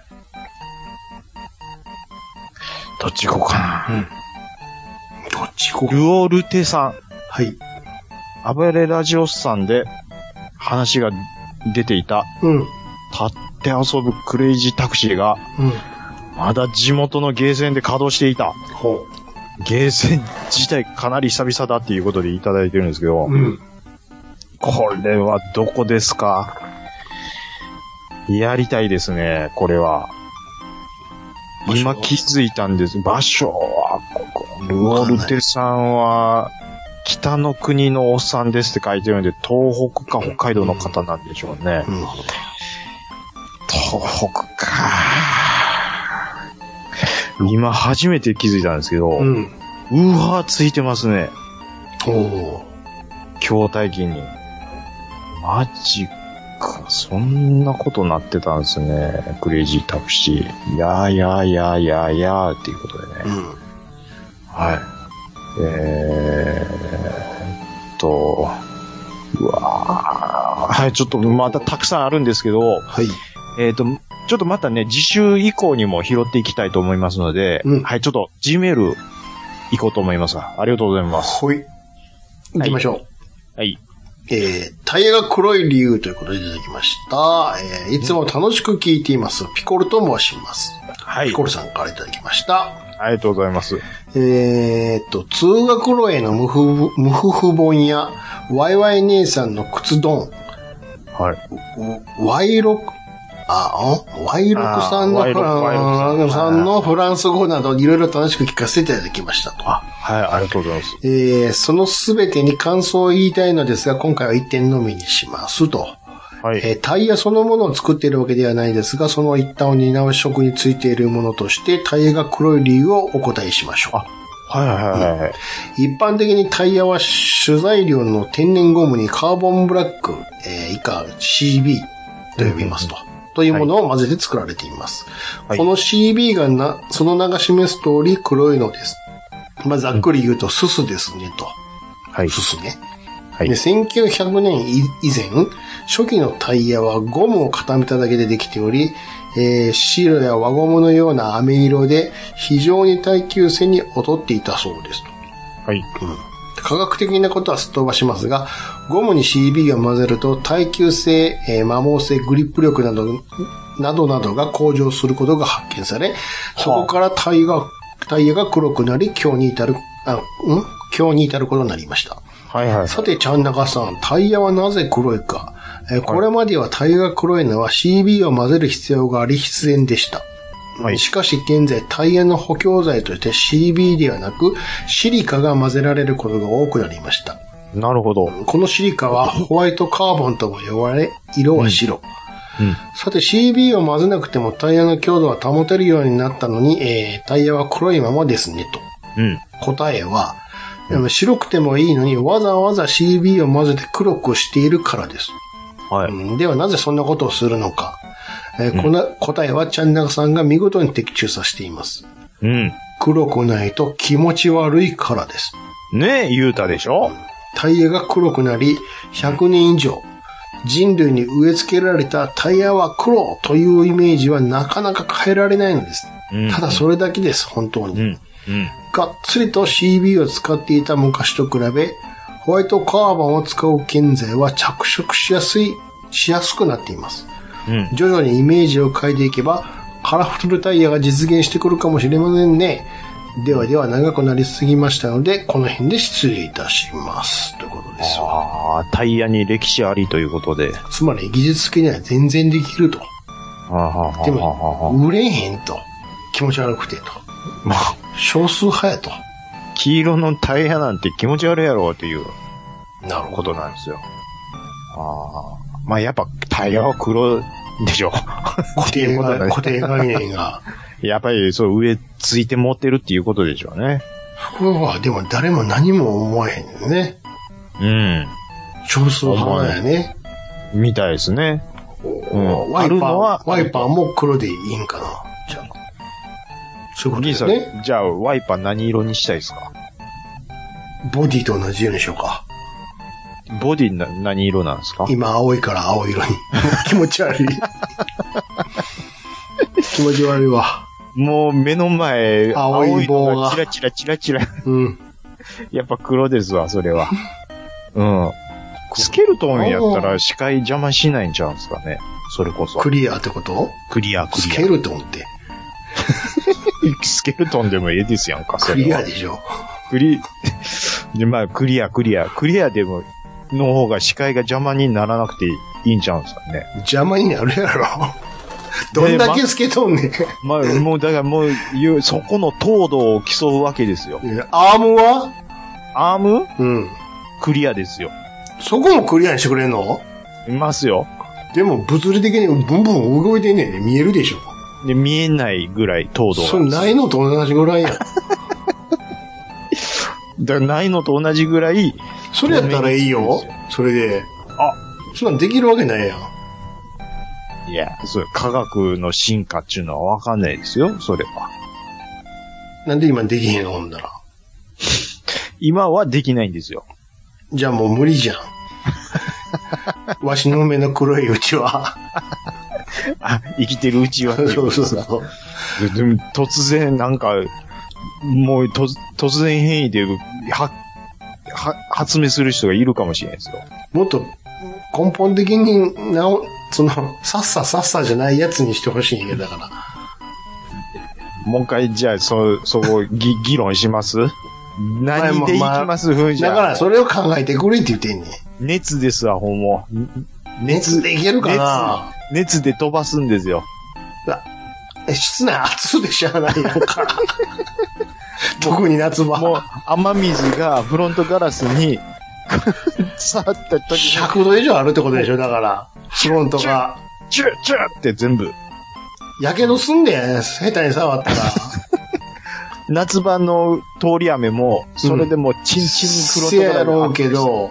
どっち行こうかな。うん。 どっち行こうか。 ルオルテさん。 はい。 暴れラジオスさんで話が出ていた。 うん。 立って遊ぶクレイジータクシーが、 うん。 まだ地元のゲーセンで稼働していた。 ほう。ゲーセン自体かなり久々だっていうことでいただいてるんですけど。 うん。 これはどこですか？やりたいですね、これは。今気づいたんです。場所は、ここ。ルオルテさんは、北の国のおっさんですって書いてるんで、東北か北海道の方なんでしょうね。うん、東北か。今初めて気づいたんですけど、うん、ウーハーついてますね。 おー。 筐体機に。マジか。そんなことなってたんですね。クレイジータクシー。やーやーやーやーやーっていうことでね。うん、はい。えーっと、うわーはい、ちょっとまたたくさんあるんですけど、 はい。 えーっと、ちょっとまたね、次週以降にも拾っていきたいと思いますので、うん、はい、ちょっと G メール行こうと思います。ありがとうございます。 はい。行きましょう。 はい。 えー、タイヤが黒い理由ということでいただきました。えー、いつも楽しく聞いています。ピコルと申します。はい。ピコルさんからいただきました。 ありがとうございます。 えーと、通学路への無夫無夫婦本や、ワイワイ姉さんの靴丼。 はい。 ワイロク、あ、ワイロクさんのフランス、さんのフランス語などいろいろ楽しく聞かせていただきましたと。 はい、ありがとうございます。 えー、そのすべてに感想を言いたいのですが、今回は一点のみにしますと。はい、えー、タイヤそのものを作っているわけではないですが、その一端を担う職についているものとして、タイヤが黒い理由をお答えしましょう。 あ、はいはいはいはい、 うん。一般的にタイヤは主材料の天然ゴムにカーボンブラック、えー、以下 シービー と呼びますと。うんうん、というものを混ぜて作られています。はい、この シービー がな、その名が示す通り黒いのです。まあ、ざっくり言うと、すすですね、と。はい。すすね。はい。で、せんきゅうひゃくねん以前、初期のタイヤはゴムを固めただけでできており、えー、白や輪ゴムのような飴色で非常に耐久性に劣っていたそうですと。 はい。 うん。って科学的なことはすっ飛ばしますが、ゴムに シービー を混ぜると耐久性、えー、摩耗性、グリップ力など、などなどが向上することが発見され、そこからタイヤが、タイヤが黒くなり、今日に至る、あ、ん今日に至ることになりました。はいはいはい、さて、ちゃんなかさん、タイヤはなぜ黒いか。えー、これまではタイヤが黒いのは シービー を混ぜる必要があり必然でした。はい、しかし現在タイヤの補強剤として シービー ではなくシリカが混ぜられることが多くなりました。 なるほど。 このシリカはホワイトカーボンとも呼ばれ、色は白。うんうん、さて シービー を混ぜなくてもタイヤの強度は保てるようになったのに、えー、タイヤは黒いままですねと。うん、答えは、うん、白くてもいいのにわざわざ シービー を混ぜて黒くしているからです。はい、うん、ではなぜそんなことをするのか。えー、この答えはちゃんなかさんが見事に的中させています。うん。黒くないと気持ち悪いからです。 ねえ、言うたでしょ？ タイヤが黒くなり、ひゃくねん以上、人類に植え付けられたタイヤは黒というイメージはなかなか変えられないのです。うん、ただそれだけです、本当に。うんうん、がっつりと シービー を使っていた昔と比べ、ホワイトカーボンを使う現在は着色しやすい、しやすくなっています。うん、徐々にイメージを変えていけばカラフルタイヤが実現してくるかもしれませんね。ではでは長くなりすぎましたのでこの辺で失礼いたしますということですわ。 ああ、タイヤに歴史ありということで、 つまり技術的には全然できると。はあ、でも売れへんと、気持ち悪くてと、まあ少数派やと。 黄色のタイヤなんて気持ち悪いやろっていうなることなんですよ。ああ、まあやっぱタイヤは黒でしょ。 固定が、固定概念が。 やっぱりそう上ついて持ってるっていうことでしょうね。 そこはでも誰も何も思わへんよね。うん。少数派だよね。 みたいですね。 うん、ワイパーは、ワイパーも黒でいいんかな。じゃあ。そういうことですね。 じゃあワイパー何色にしたいですか？ ボディと同じようにしようか。 ボディな何色なんですか？ 今青いから青色に。気持ち悪い。気持ち悪いわ。 もう目の前、 青い棒が。 チラチラチラチラ。うん。やっぱ黒ですわ、それは。うん。スケルトンやったら視界邪魔しないんちゃうんですかね。それこそ。 クリアってこと？ クリア、クリア。 スケルトンって。 スケルトンでもええですやんか、 クリアでしょ。 クリ、で、まあ、クリア、クリア。クリアでも、の方が視界が邪魔にならなくていいんちゃうんですかね。 邪魔になるやろ。どんだけ透けとんねん。 ま、まあ、もう、だからもう、そこの糖度を競うわけですよ。 アームは？ アーム？ うん。 クリアですよ。 そこもクリアにしてくれんの？ いますよ。 でも、物理的にブンブン動いてんねんね。見えるでしょ。 で、見えないぐらい糖度が。 それないのと同じぐらいやん。だからないのと同じぐらい。 それやったらいいよ。それで。あ、そんなんできるわけないやん。 いや、それ科学の進化っていうのはわかんないですよ、それは。 なんで今できへんのほんだら。 今はできないんですよ。 じゃあもう無理じゃん。わしの目の黒いうちは。 あ、生きてるうちは。 そうそうそう。 でも突然なんか、もうと突然変異で、は、は、発明する人がいるかもしれないですよ。 もっと根本的になお、その、さっささっさじゃないやつにしてほしいんや、だから。 もう一回、じゃあ、そ、そこ、ぎ、議論します何でいきます、ふんじゃ。 だから、それを考えてくれって言ってんねん。 熱ですわ、ほんま。 熱でいけるかな？ 熱、熱で飛ばすんですよ。 室内暑でしゃあないやんか。特に夏場。 もう、雨水がフロントガラスに、触った時に。 ひゃくど以上あるってことでしょ、だから。フロントが。 チュッチュッって全部。 やけどすんで、下手に触ったら。 夏場の通り雨も、それでもチンチンにフロントガラス。せやろうけど、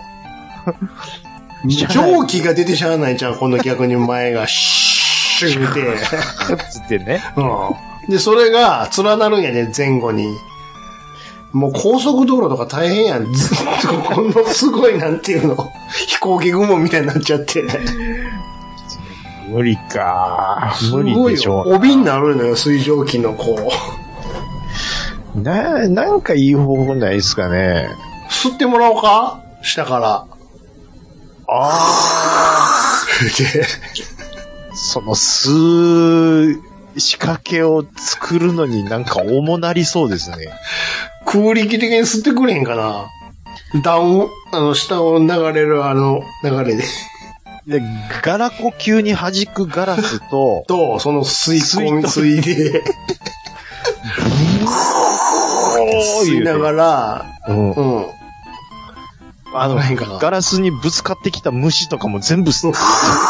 蒸気が出てしゃあないじゃん、この逆に前が、シューって。 つってね。 うん。で、それが連なるんやね、前後に。もう高速道路とか大変やん。ずっとこのすごいなんていうの。飛行機雲みたいになっちゃって。 無理か。無理でしょ。 帯になるのよ、水蒸気のこう。な、なんかいい方法ないですかね。 吸ってもらおうか下から。 ああ。 で、 その吸う仕掛けを作るのになんか重なりそうですね。 空力的に吸ってくれへんかな。段を、あの、下を流れるあの流れで。 で、ガラコ級に弾くガラスと、 と、その吸い込み、吸いで、吸いながら、 うん。 うん。 あの、 ないかなガラスにぶつかってきた虫とかも全部吸って。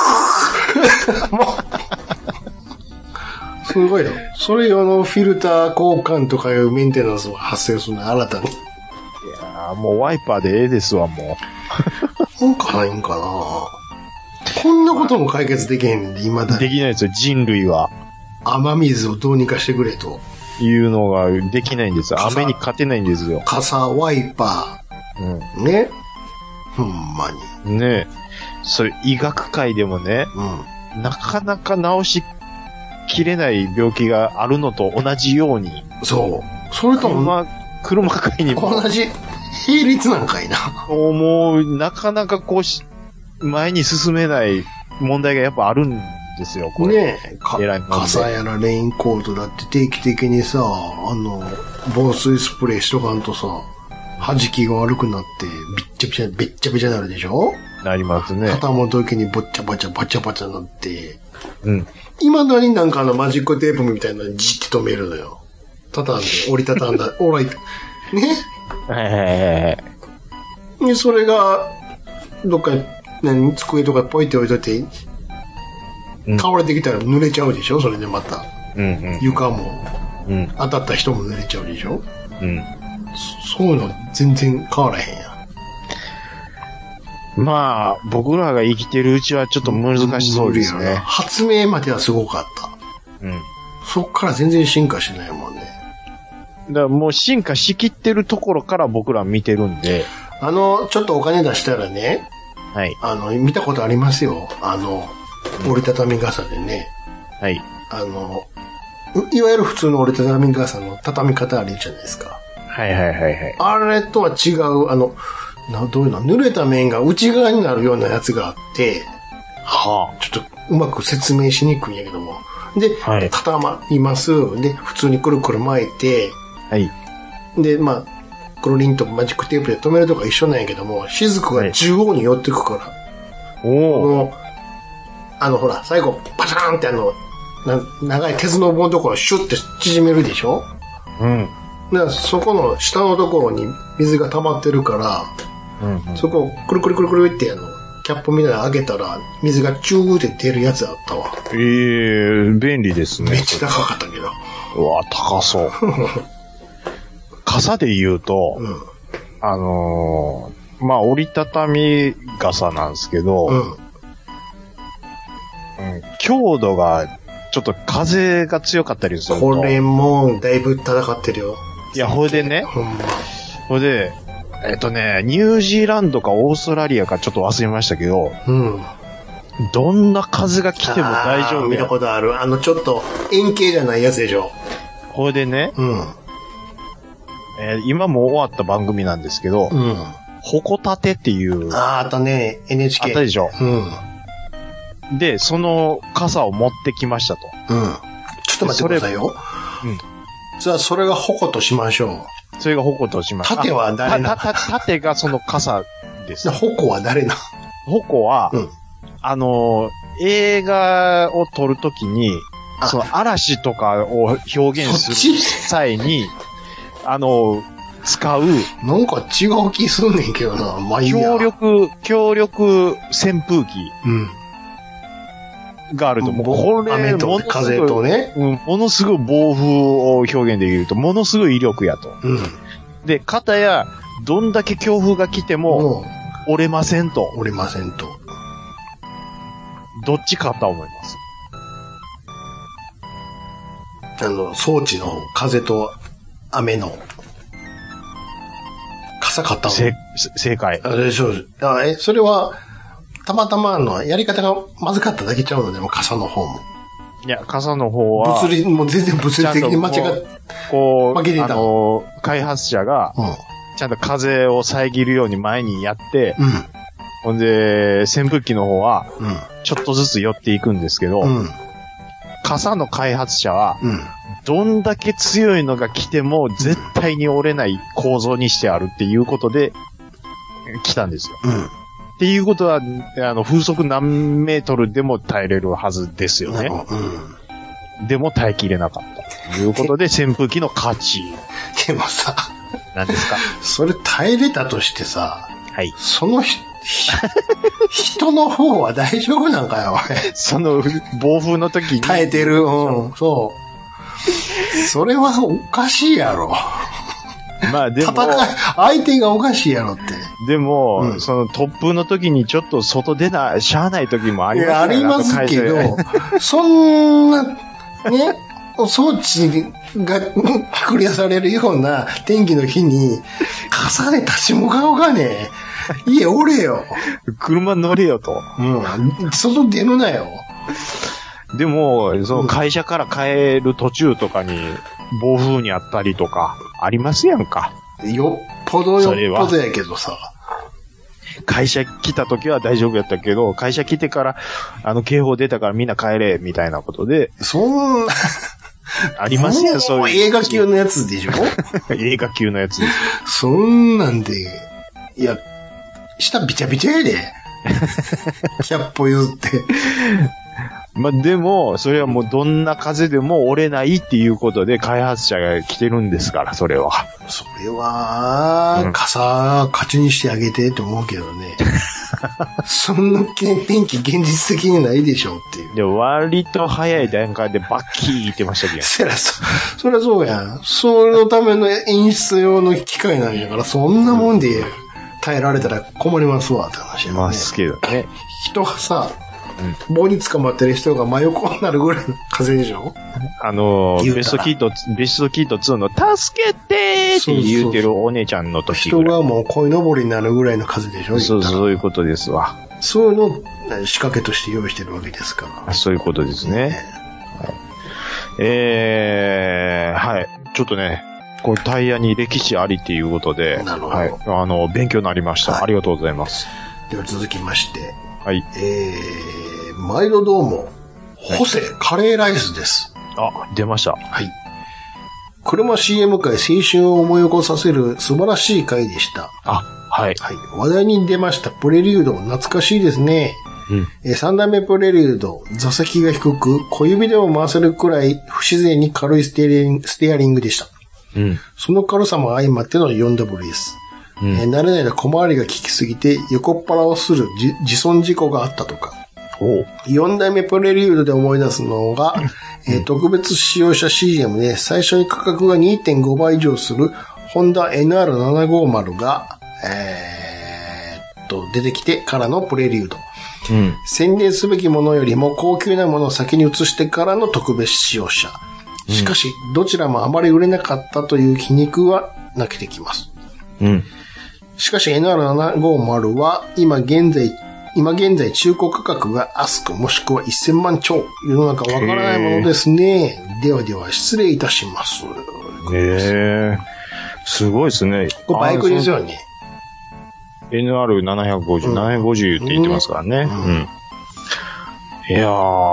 すごいよ。それ用のフィルター交換とかいうメンテナンスを発生するの、新たに。 いやーもうワイパーでええですわ、もう。なんかないんかなこんなことも解決できへんねんで、未だに。 できないですよ、人類は。 雨水をどうにかしてくれと。 いうのができないんですよ。雨に勝てないんですよ。 傘、ワイパー。うん。ね。ほんまに。 ねえ。それ医学界でもね、 うん。 なかなか治しきれない病気があるのと同じように。 そう。それとも、 車、車界にも。 同じ並列なんかいな。 もう、なかなかこうし、前に進めない問題がやっぱあるんですよ、これ。 ねえ。か偉いもんで傘やらレインコートだって定期的にさ、あの、防水スプレーしとかんとさ、弾きが悪くなって、びっちゃびちゃ、べっちゃべちゃになるでしょ？ なりますね。 畳む時にぼっちゃばちゃ、ばちゃばちゃになって、 うん。 今だになんかあのマジックテープみたいなのじって止めるのよ。畳んで、折りたたんだ、オーライ。ね？ はいはいはいはい。 で、それが、どっか、何、机とかポイって置いといて、 うん、 倒れてきたら濡れちゃうでしょ？それでまた。 うんうん、 床も、 うん、 当たった人も濡れちゃうでしょ？ うん。 そ, そういうの全然変わらへんやん。 まあ、僕らが生きてるうちはちょっと難しそうですね。 発明まではすごかった。うん。そっから全然進化しないもんね。 だからもう進化しきってるところから僕ら見てるんで。 あの、ちょっとお金出したらね。 はい。 あの、見たことありますよ。あの、折りたたみ傘でね。 はい。 あの、いわゆる普通の折りたたみ傘の畳み方あるじゃないですか。 はいはいはいはい。 あれとは違う、あの、などういうの濡れた面が内側になるようなやつがあって、 はあ、 ちょっとうまく説明しにくいんやけども。で、はい、畳まります。で、普通にくるくる巻いて、 はい。 で、まあ、クロリンとマジックテープで留めるとか一緒なんやけども、雫が中央に寄ってくから。はい、おお。あの、ほら、最後、パシャーンってあの、な長い鉄の棒のところをシュッて縮めるでしょ？うん。だからそこの下のところに水が溜まってるから、うんうん、そこをくるくるくるくるってあの、キャップみたいなの開けたら、水がチューって出るやつあったわ。 ええー、便利ですね。 めっちゃ高かったけど。 うわ、高そう。傘で言うと、うん、あのー、まあ、折りたたみ傘なんですけど、うんうん、強度が、ちょっと風が強かったりすると。 これも、だいぶ戦ってるよ。 いや、ほいでね。 ほんま。 ほいで、えっとね、ニュージーランドかオーストラリアかちょっと忘れましたけど、うん。どんな風が来ても大丈夫。 見たことある。あの、ちょっと円形じゃないやつでしょ。 ほいでね、うん。えー、今もう終わった番組なんですけど、うん。ほこたてっていう。 ああ、あったね。エヌエイチケー。 あったでしょ。うん。で、その傘を持ってきましたと。 うん。ちょっと待ってくださいよ。うん。じゃあ、それが矛としましょう。 それが矛とします。 盾は誰な？ た、た、盾がその傘です。 矛は誰な？ 矛は、うん、あの、映画を撮るときに、その嵐とかを表現する際に、あの、使う。 なんか違う気すんねんけどな。まあ、いいや。 強力、強力扇風機。うん。があると、もうこれ、 雨と風とね、 うん。ものすごい暴風を表現できると、ものすごい威力やと。うん。で、片や、どんだけ強風が来ても、折れませんと。 折れませんと。 どっちかと思います。 あの、装置の風と雨の、傘買ったの？ 正解。 あれでしょう。あ、え、それは、たまたまのやり方がまずかっただけちゃうのでも傘の方も。 いや、傘の方は。 物理、もう全然物理的に間違って。 こう、あの、開発者が、うん、 ちゃんと風を遮るように前にやって、 うん。 ほんで、扇風機の方は、 うん。 ちょっとずつ寄っていくんですけど、 うん。 傘の開発者は、 うん。 どんだけ強いのが来ても絶対に折れない構造にしてあるっていうことで来たんですよ。 うん。 っていうことは、あの、風速何メートルでも耐えれるはずですよね。 うん。 でも耐えきれなかった。ということで扇風機の勝ち。 でもさ、 何ですか？ それ耐えれたとしてさ、 はい。 そのひ、ひ人の方は大丈夫なんかよ、おい。 その暴風の時に。 耐えてる、うん、そう。それはおかしいやろ。 まあでも、 戦い、相手がおかしいやろって。 でも、うん、その突風の時にちょっと外出な、しゃあない時もありますよね。 ありますけど、そんな、ね、装置が繰り出されるような天気の日に、傘で立ち向かおうかね。家おれよ。 車乗れよと。 うん。外出るなよ。 でも、その会社から帰る途中とかに暴風にあったりとか、ありますやんか。 よっぽどよっぽどやけどさ。 会社来た時は大丈夫やったけど、会社来てから、あの警報出たからみんな帰れ、みたいなことで。 そんな、 ありますやん、そういう。 映画級のやつでしょ映画級のやつです。 そんなんで、いや、下びちゃびちゃやで。ひゃっぽ譲って。 まあ、でも、それはもうどんな風でも折れないっていうことで開発者が来てるんですから、それは。 それは、うん、傘勝ちにしてあげてと思うけどね。そんな天気現実的にないでしょっていう。 でも割と早い段階でバッキー言ってましたけど。 そりゃそ、そりゃそうやん。そのための演出用の機械なんやから、そんなもんで耐えられたら困りますわって話やね。 ますけどね。 人がさ、うん、棒に捕まってる人が真横になるぐらいの風でしょ？ あのー、ベストキート、ベストキートツーの助けてーって言うてるお姉ちゃんの時ぐらい。 人がもう鯉のぼりになるぐらいの風でしょ？ そう、そういうことですわ。 そういうのを仕掛けとして用意してるわけですから。 そういうことですね。ね、はい、えー、はい。ちょっとね、これタイヤに歴史ありっていうことで、 なるほど。 はい。あの、勉強になりました。はい、ありがとうございます。 では続きまして。 はい。 えー、毎度どうも、ホセ、はい、カレーライスです。 あ、出ました。 はい。車 シーエム 界青春を思い起こさせる素晴らしい回でした。 あ、はい。 はい。話題に出ましたプレリュード、懐かしいですね。うん、えー、さんだいめプレリュード、座席が低く、小指でも回せるくらい不自然に軽いステリング、ステアリングでした。うん、その軽さも相まっての フォーダブリュー です。うん、えー、慣れないと小回りが効きすぎて横っ腹をする自損事故があったとか。よんだいめプレリュードで思い出すのが、えー、特別使用者 シーエム で最初に価格が にてんごばい以上するホンダ エヌアールななごーまる が、えー、っと出てきてからのプレリュード。うん、宣伝すべきものよりも高級なものを先に移してからの特別使用者。しかし、どちらもあまり売れなかったという皮肉は泣けてきます。うん、しかし エヌアールななごーまる は今現在、今現在中古価格がアスクもしくはせんまん超。世の中わからないものですね。ではでは失礼いたします。 へー。すごいですね。 これバイクですよね。 エヌアールななひゃくごじゅう、うん、ななひゃくごじゅうって言ってますからね。うん。うん、いや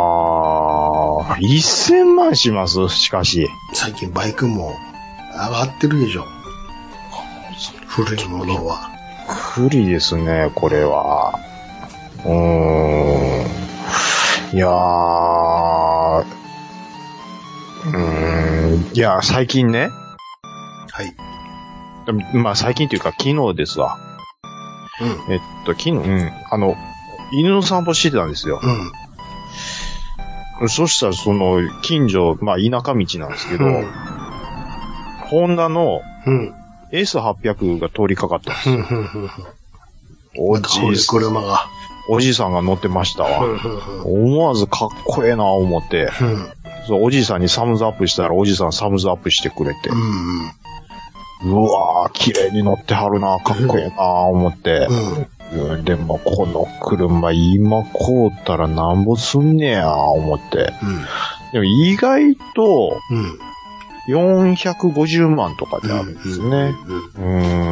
ー、せんまんします、しかし。 最近バイクも上がってるでしょ。古いものは。 不利ですね、これは。うーん。いやー、うーん。いや、最近ね。 はい。 まあ最近というか昨日ですわ。うん。えっと、昨日、うん。あの、犬の散歩してたんですよ。うん。そしたらその、近所、まあ田舎道なんですけど、うん、ホンダの、うん。エスはっぴゃく が通りかかったんですよ。おじい車が。 おじいさんが乗ってましたわ。思わずかっこええなぁ思って、うん、そうおじいさんにサムズアップしたらおじいさんサムズアップしてくれて、うん、うわぁ、綺麗に乗ってはるなぁ、かっこええなぁ思って、うん、でもこの車今買うたらなんぼすんねや思って、うん、でも意外と、よんひゃくごじゅうまんとかであるんですね。うん。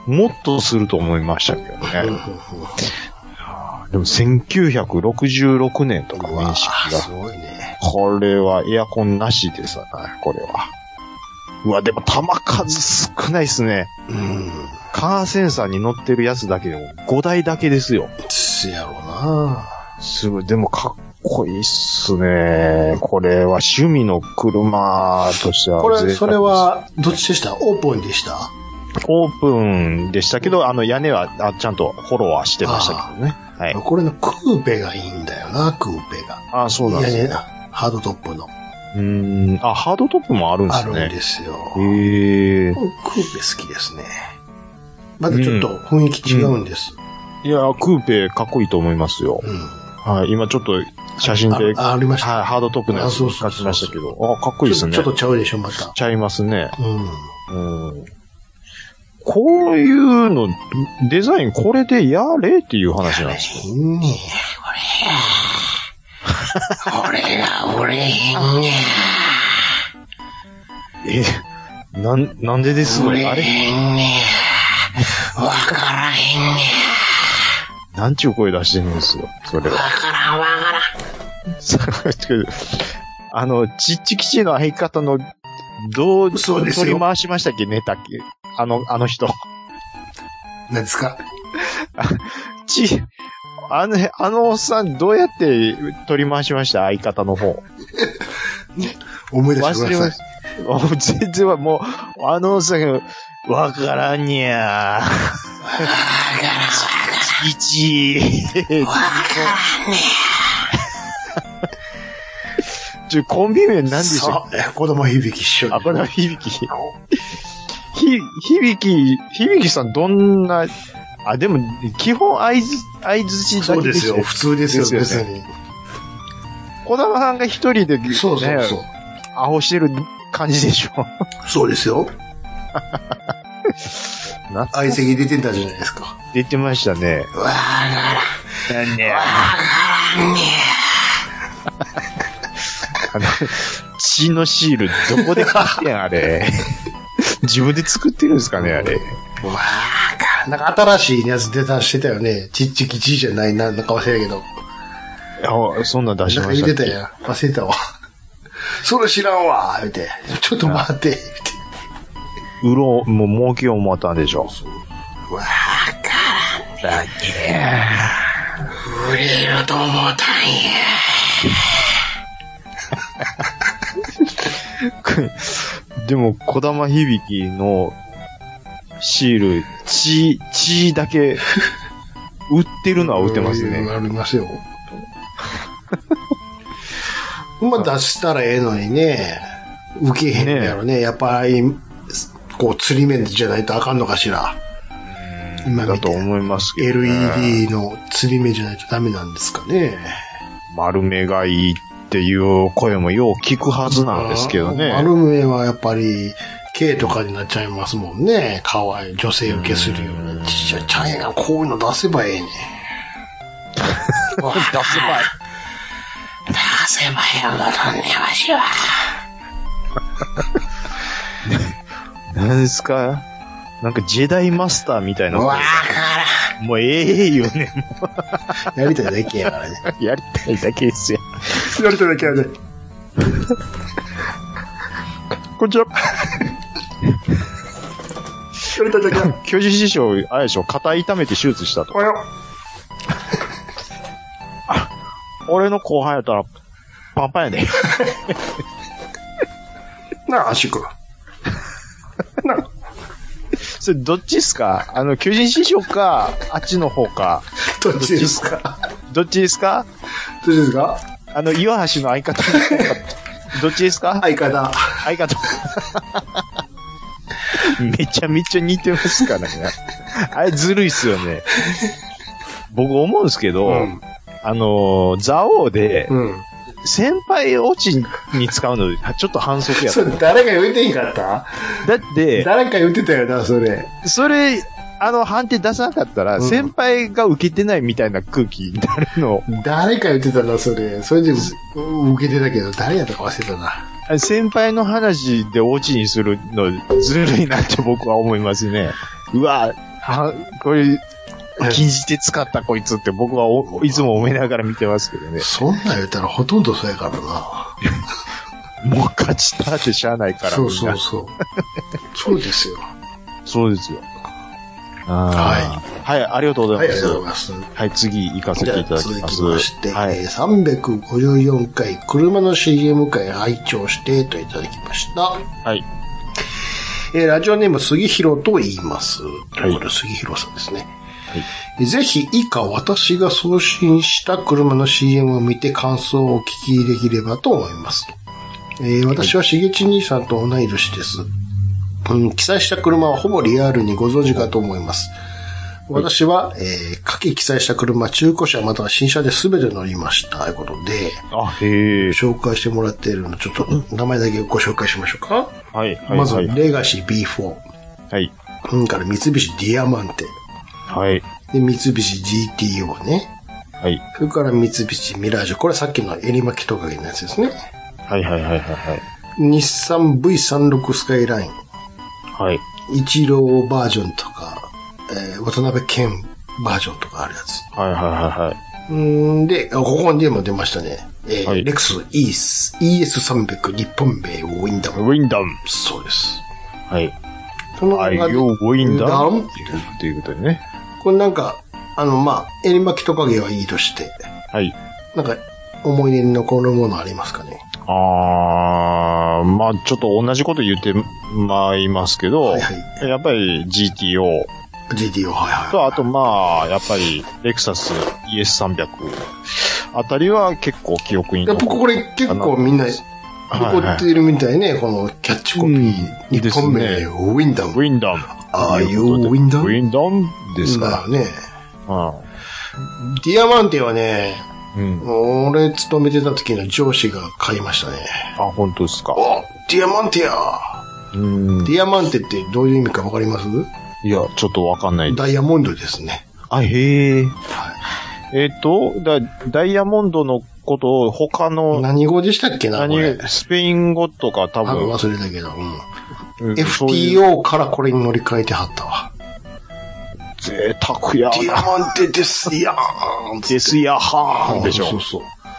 もっとすると思いましたけどね。でもせんきゅうひゃくろくじゅうろくねんとか年式が。 すごいね。 これはエアコンなしでさ、これは。うわ、でも弾数少ないっすね。 うん。 カーセンサーに乗ってるやつだけでもごだいだけですよ。 すやろうな。 すごい、でもかっこいいっすね。これは趣味の車としては。 これ、それは、どっちでした？オープンでした？ オープンでしたけど、あの屋根はあちゃんとフォローはしてましたけどね。はい。 これのクーペがいいんだよな、クーペが。 ああ、そうなんですね。 屋根、ハードトップの。 うーん。あ、ハードトップもあるんですね。 あるんですよ。 へえ。 クーペ好きですね。まだちょっと雰囲気違うんです。 うん、いや、クーペかっこいいと思いますよ。うん。はい。今ちょっと写真で。 あ、ありました。 はい。ハードトップのやつ使ってましたけど。あ、かっこいいですね。 ちょっとちゃうでしょ、また。 ちゃいますね。 うん。 うん。こういうの、デザインこれでやれっていう話なんですよ。 いいねこれ。これが俺へんねえ、なん、なんでですのあれへんねわからへんねなんちゅう声出してるんですよ、それは。 わからんわからん。 あの、ちっちきちの相方の、どう、取り回しましたっけ、ネタっけあの、あの人。 何ですかち、あの、あのおっさん、どうやって取り回しました相方の方。 思い出してください。全然はもう、あのおっさんが、わからんにゃー。わからん、わからん。ちちわからんねちょ、コンビ名なんでしょう子供響き一緒。 あ、子供響き。ひ、響き、響さんどんな、あ、でも、基本、合図、合図しだけでそうですよ、普通ですよ、別に。 小玉さんが一人で、ね、 そうそうそう。 アホしてる感じでしょ。 そうですよ。相席出てたじゃないですか。 出てましたね。 わからん。なんねや。わからんねあの、血のシール、どこで買ってん、あれ。自分で作ってるんですかね、あれ。 わーか、なんか新しいやつ出たしてたよね。ちっちきちじゃない、なんか忘れたけど。 あ、そんなん出しましたっけ。 なんか入れたやん。忘れたわ。それ知らんわ、言うて。ちょっと待って、言うて。 うろ、もう儲けを思ったんでしょ。 わからんね。だけ売れると思ったんや。 でも、小玉響のシール、血、血だけ、売ってるのは売ってますね。 ありますよ。まあ出したらええのにね、受けへんやろね。ねやっぱり、こう、釣り面じゃないとあかんのかしら。 今だと思いますけど、 ね。エルイーディー の釣り目じゃないとダメなんですかね。 丸目がいいっていう声もよう聞くはずなんですけどね。 丸目はやっぱり、K とかになっちゃいますもんね。可愛い女性受けするような。ちっちゃいちゃんやこういうの出せばええね。 出せば出せばええのだね、わしは。 何ですかなんかジェダイマスターみたいな。 わからん。もうええよね。 やりたいだけやからね。 やりたいだけですよ。 やりたいだけやね。こんにちは。やりたいだけや。 巨人師匠、あれでしょ、肩痛めて手術したと。 おはよう。俺の後輩やったら、パンパンやで。 なあ、足くん。なあ。 それどっちっすかあの、巨人師匠か、あっちの方か。 どっちですかどっちですかどっちですかあの、岩橋の相方の方か。どっちですか相方。 相方。めちゃめちゃ似てますからね。あれずるいっすよね。僕思うんですけど、うん、あの、ザオで、うん先輩オチに使うの、ちょっと反則やった。 それ誰か言ってへんかっただって、 誰か言ってたよな、それ。 それ、あの、判定出さなかったら、うん、先輩が受けてないみたいな空気になるの。 誰か言ってたな、それ。それで受けてたけど、誰やったか忘れたな。 先輩の話でオチにするの、ずるいなって僕は思いますね。うわ、 あ、これ、禁じて使ったこいつって僕はおいつも思いながら見てますけどね。 そんなん言ったらほとんどそうやからな。 もう勝ちたってしゃあないから。 そうそうそう。そうですよ。 そうですよ。はい。はい、ありがとうございます。はい、ありがとうございます。はい、次行かせていただきます。 続きまして、 はい、 えー、さんびゃくごじゅうよんかい、車の シーエム 回拝聴してといただきました。 はい。 えー、ラジオネーム杉弘と言います。はい。これ杉弘さんですね。はい。ぜひ以下私が送信した車の シーエム を見て感想をお聞きできればと思います。えー、私はしげち兄さんと同い年です。うん、記載した車はほぼリアルにご存知かと思います。私は、えー、下記記載した車、中古車または新車で全て乗りました。ということで、 あ、へー。 紹介してもらっているの、ちょっと名前だけご紹介しましょうか。 はい。 まず、レガシー ビーフォー。 はい。 それから三菱ディアマンテ。 はい。 で、三菱 ジーティーオー ね。 はい。 それから三菱ミラージュ。これさっきの襟巻きトカゲのやつですね。 はいはいはいはいはい。 日産 ブイさんじゅうろく スカイライン。 はい。 一郎バージョンとか、えー、渡辺謙バージョンとかあるやつ。 はいはいはいはい。 んで、ここにでも出ましたね。えーはい、 レクス イーエス、イーエスさんびゃく 日本名ウィンダム。 ウィンダム。 そうです。 はい。 その愛用ウィンダムっていうことでね。 これなんか、あの、まあ、襟巻きトカゲはいいとして。はい。なんか、思い出に残るものありますかね。 あー、まあちょっと同じこと言ってまいりますけど、はいはい、やっぱり ジーティーオー。 ジーティーオー、はいはい。 と、あとまあ、やっぱり、レクサス イーエスさんびゃく あたりは結構記憶に残って。 やっぱこれ結構みんな残っているみたいね、はいはい、このキャッチコピー。うん、日本名、ね、ウィンダム。 ウィンダム。 ああいうウィンダム。 ウィンダムですからね。うん。ディアマンテはね、うん、俺勤めてた時の上司が買いましたね。 あ、本当ですか。 お、ディアマンテや。うん。ディアマンテってどういう意味かわかります？ いや、ちょっとわかんない。 ダイヤモンドですね。 あ、へえ。はい。えっ、ー、とだ、ダイヤモンドのことを他の。 何語でしたっけな、 何、スペイン語とか多分。 忘れたけど、うん。エフティーオー からこれに乗り換えてはったわ。 贅沢やな。 ディアマンテですやーん。 ですやはーんでしょ。 そうそう。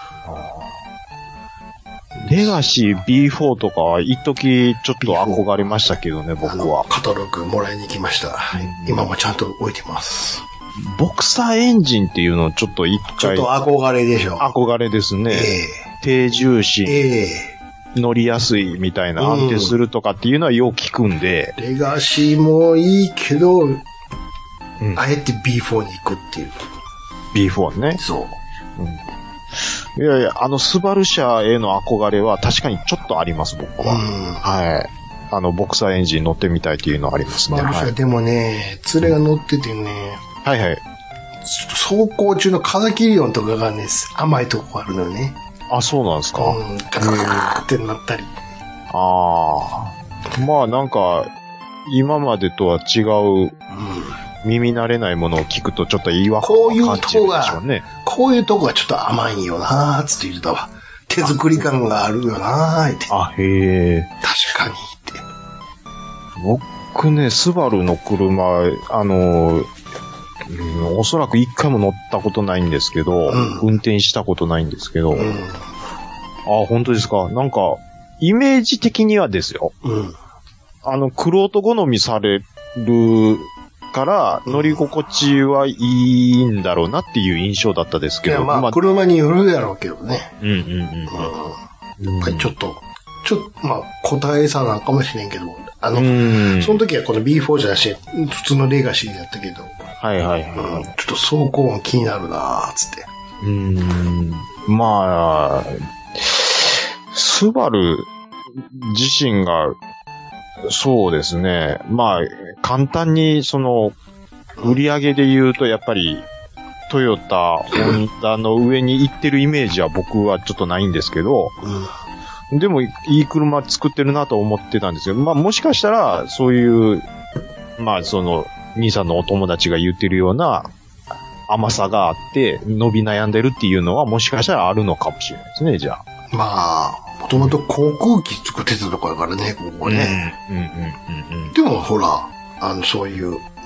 レガシー ビーフォー とかは一時ちょっと憧れましたけどね、僕は。 カタログもらいに来ました。はい、今もちゃんと置いてます。 ボクサーエンジンっていうのをちょっと一回。 ちょっと憧れでしょ。 憧れですね。えー、低重心。えー、乗りやすいみたいな、安定するとかっていうのはよく聞くんで。 レガシーもいいけど、うん、あえて ビーフォー に行くっていう。 ビーフォー ね。 そう。 うん、いやいや、あの、スバル車への憧れは確かにちょっとあります、僕は。うん、はい。あの、ボクサーエンジン乗ってみたいっていうのはありますね。 スバル車、はい、でもね、連れが乗っててね。 はいはい。 ちょっと走行中の風切り音とかがね、甘いとこあるのよね。 あ、そうなんですか。 うん、ガガガガってなったり。 ああ。まあなんか、今までとは違う、うん、耳慣れないものを聞くとちょっと違和感を感じるでしょうね。 こういうとこがちょっと甘いよなーつって言ってたわ。手作り感があるよなーって。 あ、へえ。 確かにって。 僕ね、スバルの車、あの、うん、おそらく一回も乗ったことないんですけど、うん、運転したことないんですけど、うん、あ、本当ですか。なんか、イメージ的にはですよ。うん、あの、玄人好みされるから乗り心地はいいんだろうなっていう印象だったですけど。 いや、まあ、車によるやろうけどね。 うんうんうん。うん、 やっぱりちょっと、ちょっと、まあ、個体差なんかもしれんけど、あの、その時はこの ビーフォー じゃなし、普通のレガシーだったけど、 はいはいはい、 うん。ちょっと走行音気になるなーつって。 うーん。まあ、スバル自身が、そうですね。まあ、簡単にその、売り上げで言うとやっぱり、トヨタ、ホンダの上に行ってるイメージは僕はちょっとないんですけど、うん、でもいい車作ってるなと思ってたんですよ。まあもしかしたら、そういう、まあその、兄さんのお友達が言ってるような甘さがあって伸び悩んでるっていうのはもしかしたらあるのかもしれないですね、じゃあ。 まあ、もともと航空機作ってたところからね、ここね。うんうんうんうん、でもほら、あの、そういう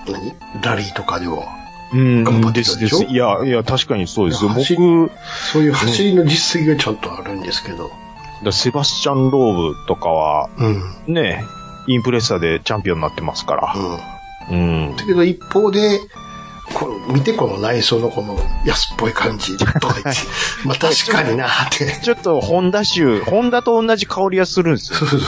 何ラリーとかでは。 うん、 頑張ってですたでしょ。 です。いや、いや、確かにそうですよ。僕、 そういう走りの実績がちゃんとあるんですけど。 だセバスチャン・ローブとかは、 うん、 ね、インプレッサーでチャンピオンになってますから。うん。うん。 だけど一方で、この見てこの内装のこの安っぽい感じとか言って、まあ確かになーって。 ちょっとホンダ臭、ホンダと同じ香りがするんですよ。 そうそうそう。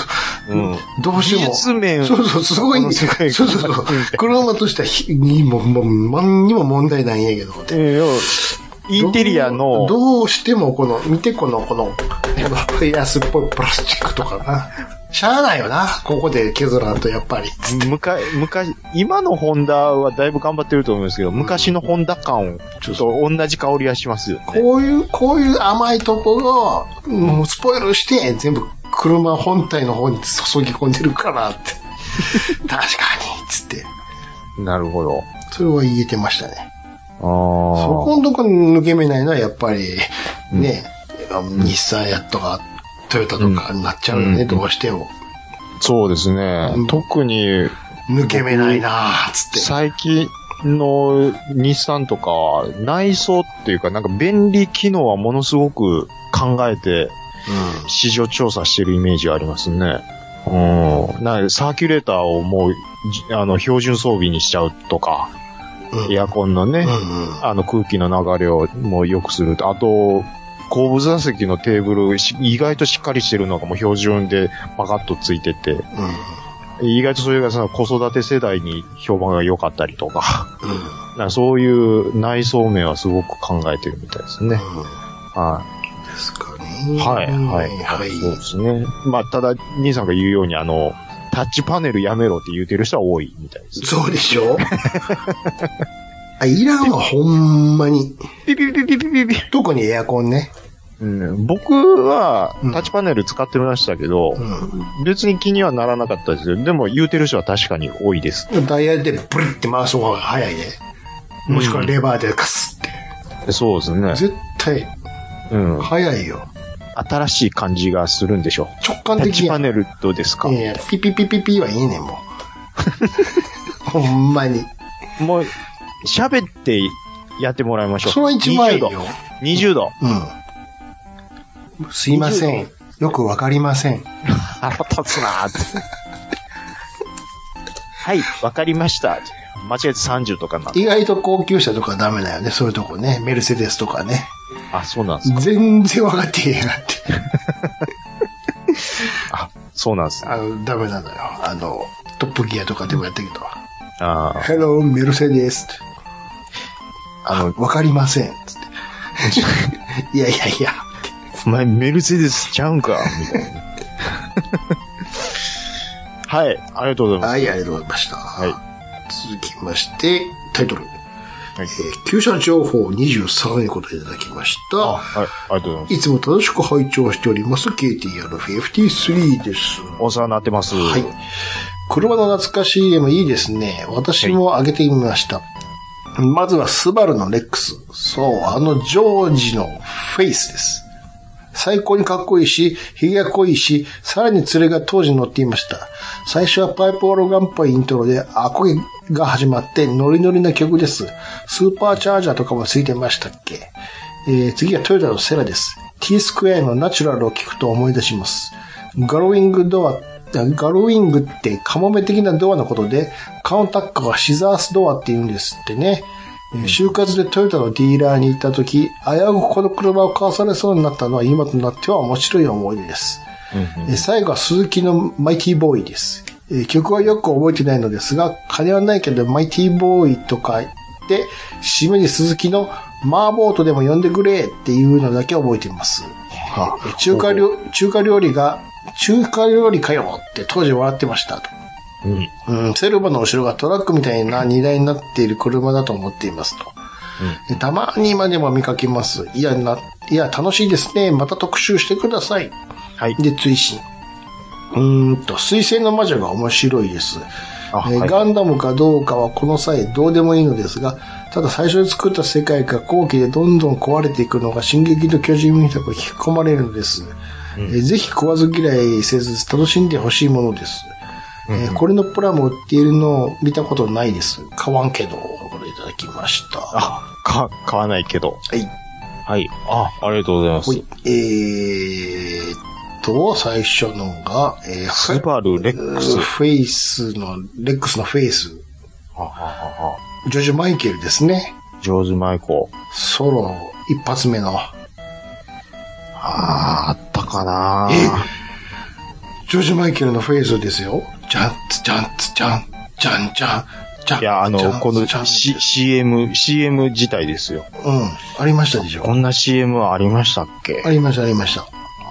うん。どうしても。 技術面。 そうそう、すごい。そうそうそう。車としてはひ、にも、もう、何にも問題ないんやけどって。 えー、インテリアの。 どうしてもこの、見てこの、この、安っぽいプラスチックとかな。しゃあないよな。ここで削らんとやっぱり。 昔、昔、今のホンダはだいぶ頑張ってると思うんですけど、昔のホンダ感と同じ香りがしますよね。 こういう、こういう甘いところを、もうスポイルして、全部車本体の方に注ぎ込んでるからって。確かに、つって。 なるほど。 それは言えてましたね。 ああ。 そこのとこに抜け目ないのはやっぱり、ね、うん、日産やとか、トヨタとかになっちゃうよね、うん、どうしても。 そうですね。うん、特に、 抜け目ないなーつって。 最近の日産とか、内装っていうか、なんか便利機能はものすごく考えて、市場調査してるイメージがありますね。うん。なんかサーキュレーターをもう、あの、標準装備にしちゃうとか、うん、エアコンのね、うんうん、あの空気の流れをもう良くすると。あと、後部座席のテーブル、意外としっかりしてるのがもう標準でパカッとついてて、うん、意外とそれがその子育て世代に評判が良かったりとか、うん、なんかそういう内装面はすごく考えてるみたいですね。うん、はい。 ですかね。 はい、はい、はい。そうですね。まあ、ただ、兄さんが言うように、あの、タッチパネルやめろって言うてる人は多いみたいです。 そうでしょあ、いらんわ、ほんまに。 ピピピピピピピ。 特にエアコンね。 うん、僕はタッチパネル使ってましたけど、うん、別に気にはならなかったですよ。でも言うてる人は確かに多いです。 ダイヤでブリッて回す方が早いね。もしくはレバーでカスって。 うん、そうですね。 絶対、うん、早いよ。 新しい感じがするんでしょう。 直感的に。 タッチパネルどうですか？ いや、ピピピピピはいいねん、もう。ほんまに。 もう、喋ってやってもらいましょう。 それは一番いいよ。 にじゅうど。 うん。すいません。よくわかりません。 腹立つなーって。はい、わかりました。間違えてさんじゅうとかな。 意外と高級車とかダメだよね。そういうとこね。メルセデスとかね。 あ、そうなんですか。 全然わかってへんなって。 あ、そうなんですね。 あの、ダメなのよ。あの、トップギアとかでもやったけど。 ああ。 Hello, メルセデス。あの、わかりません。つって。いやいやいや。 お前メルセデスちゃうんかみたいな。はい、ありがとうございます。 はい、ありがとうございました。はい。続きまして、タイトル。 はい、 えー、旧車情報にじゅうさんということでいただきました。 あ、はい、ありがとうございます。 いつも楽しく拝聴しております ケーティーアールフィフティースリー です。 お世話になってます。 はい。車の懐かしい シーエムいいですね。私も上げてみました。はい、まずはスバルのレックス。そう、あのジョージのフェイスです。最高にかっこいいし、髭が濃いし、さらに連れが当時乗っていました。最初はパイプオルガンっぽいイントロでアコギが始まってノリノリな曲です。スーパーチャージャーとかもついてましたっけ？えー、次はトヨタのセラです。T スクエアのナチュラルを聞くと思い出します。ガロウィングドア、ガロウィングってカモメ的なドアのことで、カウンタッカーがシザースドアって言うんですってね。就活でトヨタのディーラーに行った時、危うくこの車を買わされそうになったのは今となっては面白い思い出です。うんうん、最後は鈴木のマイティボーイです。曲はよく覚えてないのですが、金はないけどマイティボーイとか言って、締めに鈴木のマーボーとでも呼んでくれっていうのだけ覚えています。はあ、中華料、中華料理が、中華料理かよって当時笑ってましたと。うんうん、セルバの後ろがトラックみたいな荷台になっている車だと思っていますと。うん、たまに今でも見かけます。いや、な、いや、楽しいですね。また特集してください。はい。で、追伸。うーんと、水星の魔女が面白いです。えーはい、ガンダムかどうかはこの際どうでもいいのですが、ただ最初に作った世界が後期でどんどん壊れていくのが進撃の巨人みたく引き込まれるのです。うん、えー、ぜひ食わず嫌いせず楽しんでほしいものです。 うん、えー、これのプラモ売っているのを見たことないです。買わんけど、これいただきました。 あ、か、買わないけど。 はい。 はい。あ、ありがとうございます。 えーと、最初のが、えー、 スバルレックス。 フェイスの、レックスのフェイス。 はははは。 ジョージ・マイケルですね。 ジョージ・マイコ。 ソロ一発目の。 ああ、あったかな。 えジョージ・マイケルのフェイスですよ。ジャンツ、ジャンツ、ジャン、ジャン、ジャン、ジャン。 いや、あの、この C、シーエム、シーエム 自体ですよ。 うん。ありましたでしょ。 こんな シーエム はありましたっけ？ ありました、ありました。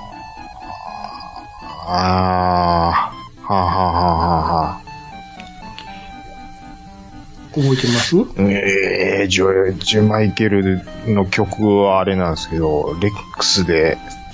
ああ、はあ、はあはあはあ、 覚えてます？ ええー、ジョージ・マイケルの曲はあれなんですけど、レックスで、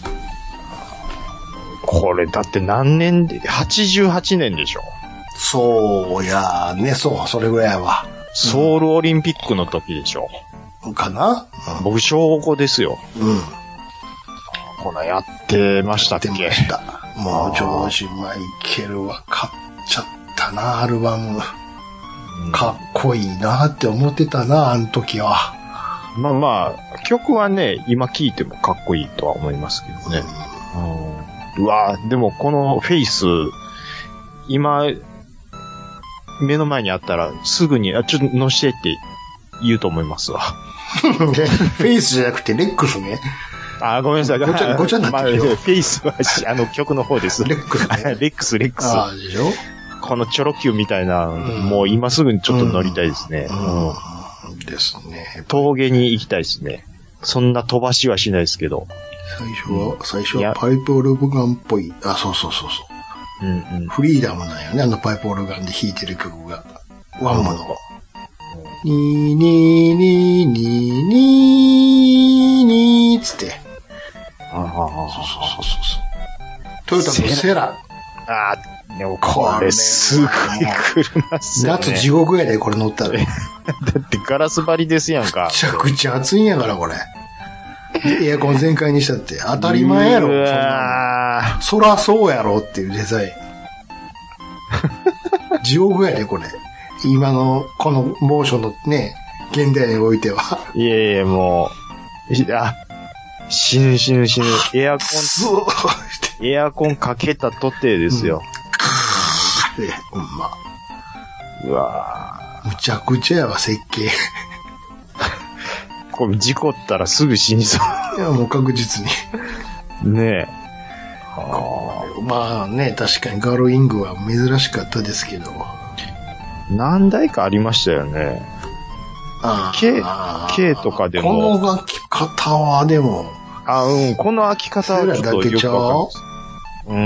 これだって何年で、はちじゅうはちねんでしょ？ そうやね、そう、それぐらいは。 ソウルオリンピックの時でしょ？ かな？ うん、僕、小ごですよ。 うん。 これやってましたっけ？ やってました。もう、ジョージ・マイケルは買っちゃったな、アルバム。うん、かっこいいなって思ってたな、あの時は。 まあまあ、曲はね、今聴いてもかっこいいとは思いますけどね。うん、うわでもこのフェイス、今、目の前にあったらすぐに、あ、ちょっと乗してって言うと思いますわ。 フェイスじゃなくてレックスね。 あ、ごめんなさい。 ごちゃ、ごちゃになってるよ。 まあ、フェイスは、あの、曲の方です。 レックス、ね。 レックス、レックス。 ああ、でしょ？ このチョロ Q みたいな、うん、もう今すぐにちょっと乗りたいですね。 うんうん、ですね。 峠に行きたいですね。そんな飛ばしはしないですけど。 最初は、最初はパイプオルガンっぽい。あ、そうそうそうそう。うんうん、フリーダムなんよね、あのパイプオルガンで弾いてる曲が。ワンマの。にーにーにーにーにーにーつって。 ああ、そうそうそうそう。トヨタのセラ。 ああ、でもこれすごい車っすよね。 夏地獄やで、これ乗ったら。だってガラス張りですやんか。 めちゃくちゃ暑いんやから、これ。エアコン全開にしたって。当たり前やろ。うわそらそうやろっていうデザイン。地獄やで、これ。今の、このモーションのね、現代においては。 いやいや、もう、あ、死ぬ死ぬ死ぬ。エアコン、エアコンかけたとてですよ。 うん、え、ほんま。 うわむちゃくちゃやわ、設計。 これ事故ったらすぐ死にそう。 いや、もう確実に。 ねえ。 まあね、確かにガルウィングは珍しかったですけど。 何台かありましたよね。 ああ。 K、K とかでも。 この書き方はでも。 あ、うん、この開き方はちょっとよくわかります。うん。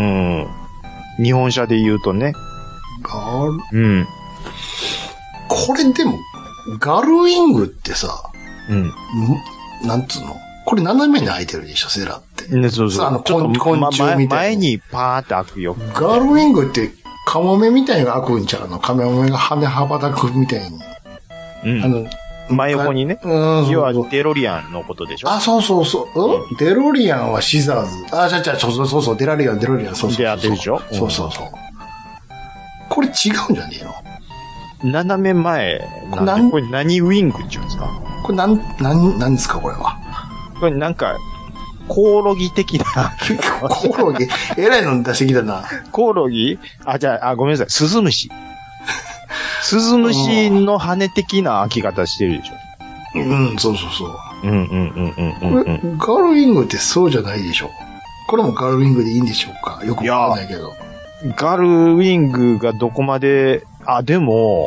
日本車で言うとね。 ガル、 うん。 これでも、ガルウィングってさ、 うん。 なんつうのこれ斜めに開いてるでしょ、セラって。 ね、そうそう。 あの、昆虫みたいな。 前にパーって開くよ。 ガルウィングって、カモメみたいが開くんちゃうの？カモメが羽羽ばたくみたいに。 うん。あの、真横にね。うん。要はデロリアンのことでしょ？ あ、そうそうそう。うん、デロリアンはシザーズ。あ、じゃじゃそうそうそうそう。デラリアン、デロリアン、そうそうそう。 で当てるでしょ？ そうそうそう。これ違うんじゃねえの？ 斜め前なんで。これ何ウィングって言うんですか？ これなん、なん、なんですかこれは。 これなんか、コオロギ的な。 コオロギえらいの出してきたな。 コオロギあ、じゃあ、あ、ごめんなさい。スズムシ。スズムシの羽的な開き方してるでしょ。 うん、そうそうそう。 うんうんうんうんうん、うん。 これ、ガルウィングってそうじゃないでしょ。これもガルウィングでいいんでしょうか？よくわかんないけど。 ガルウィングがどこまで、あ、でも、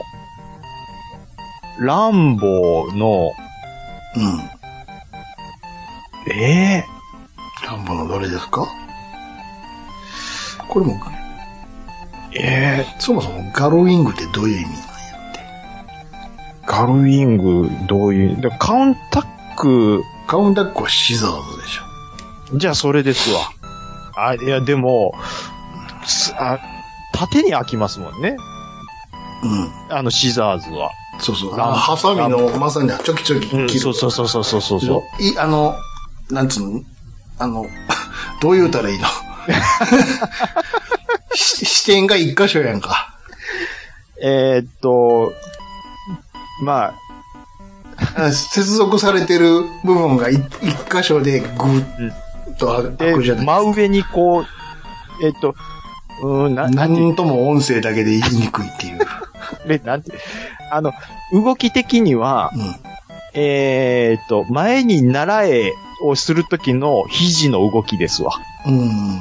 ランボーの、 うん。 ええー、ランボーのどれですか？これも、 ええー、 そもそもガルウィングってどういう意味なんやって。 ガルウィング、どういう、カウンタック。 カウンタックはシザーズでしょ。じゃあそれですわ。あ、いや、でも、あ、縦に開きますもんね。 うん。 あの、シザーズは。 そうそう。あの、ハサミのまさにちょきちょき切る。 うん、そうそうそうそうそうそう。 い、あの、なんつうのあの、どう言うたらいいの視点が一箇所やんか。 えー、っと、まあ、接続されてる部分が一箇所でぐーっと開くじゃないですか。 真上にこう、えー、っと、うーん、な、 なんとも音声だけで言いにくいっていう。 え、なんて、あの、動き的には、 うん、 えー、っと、前に習えをするときの肘の動きですわ。 うーん。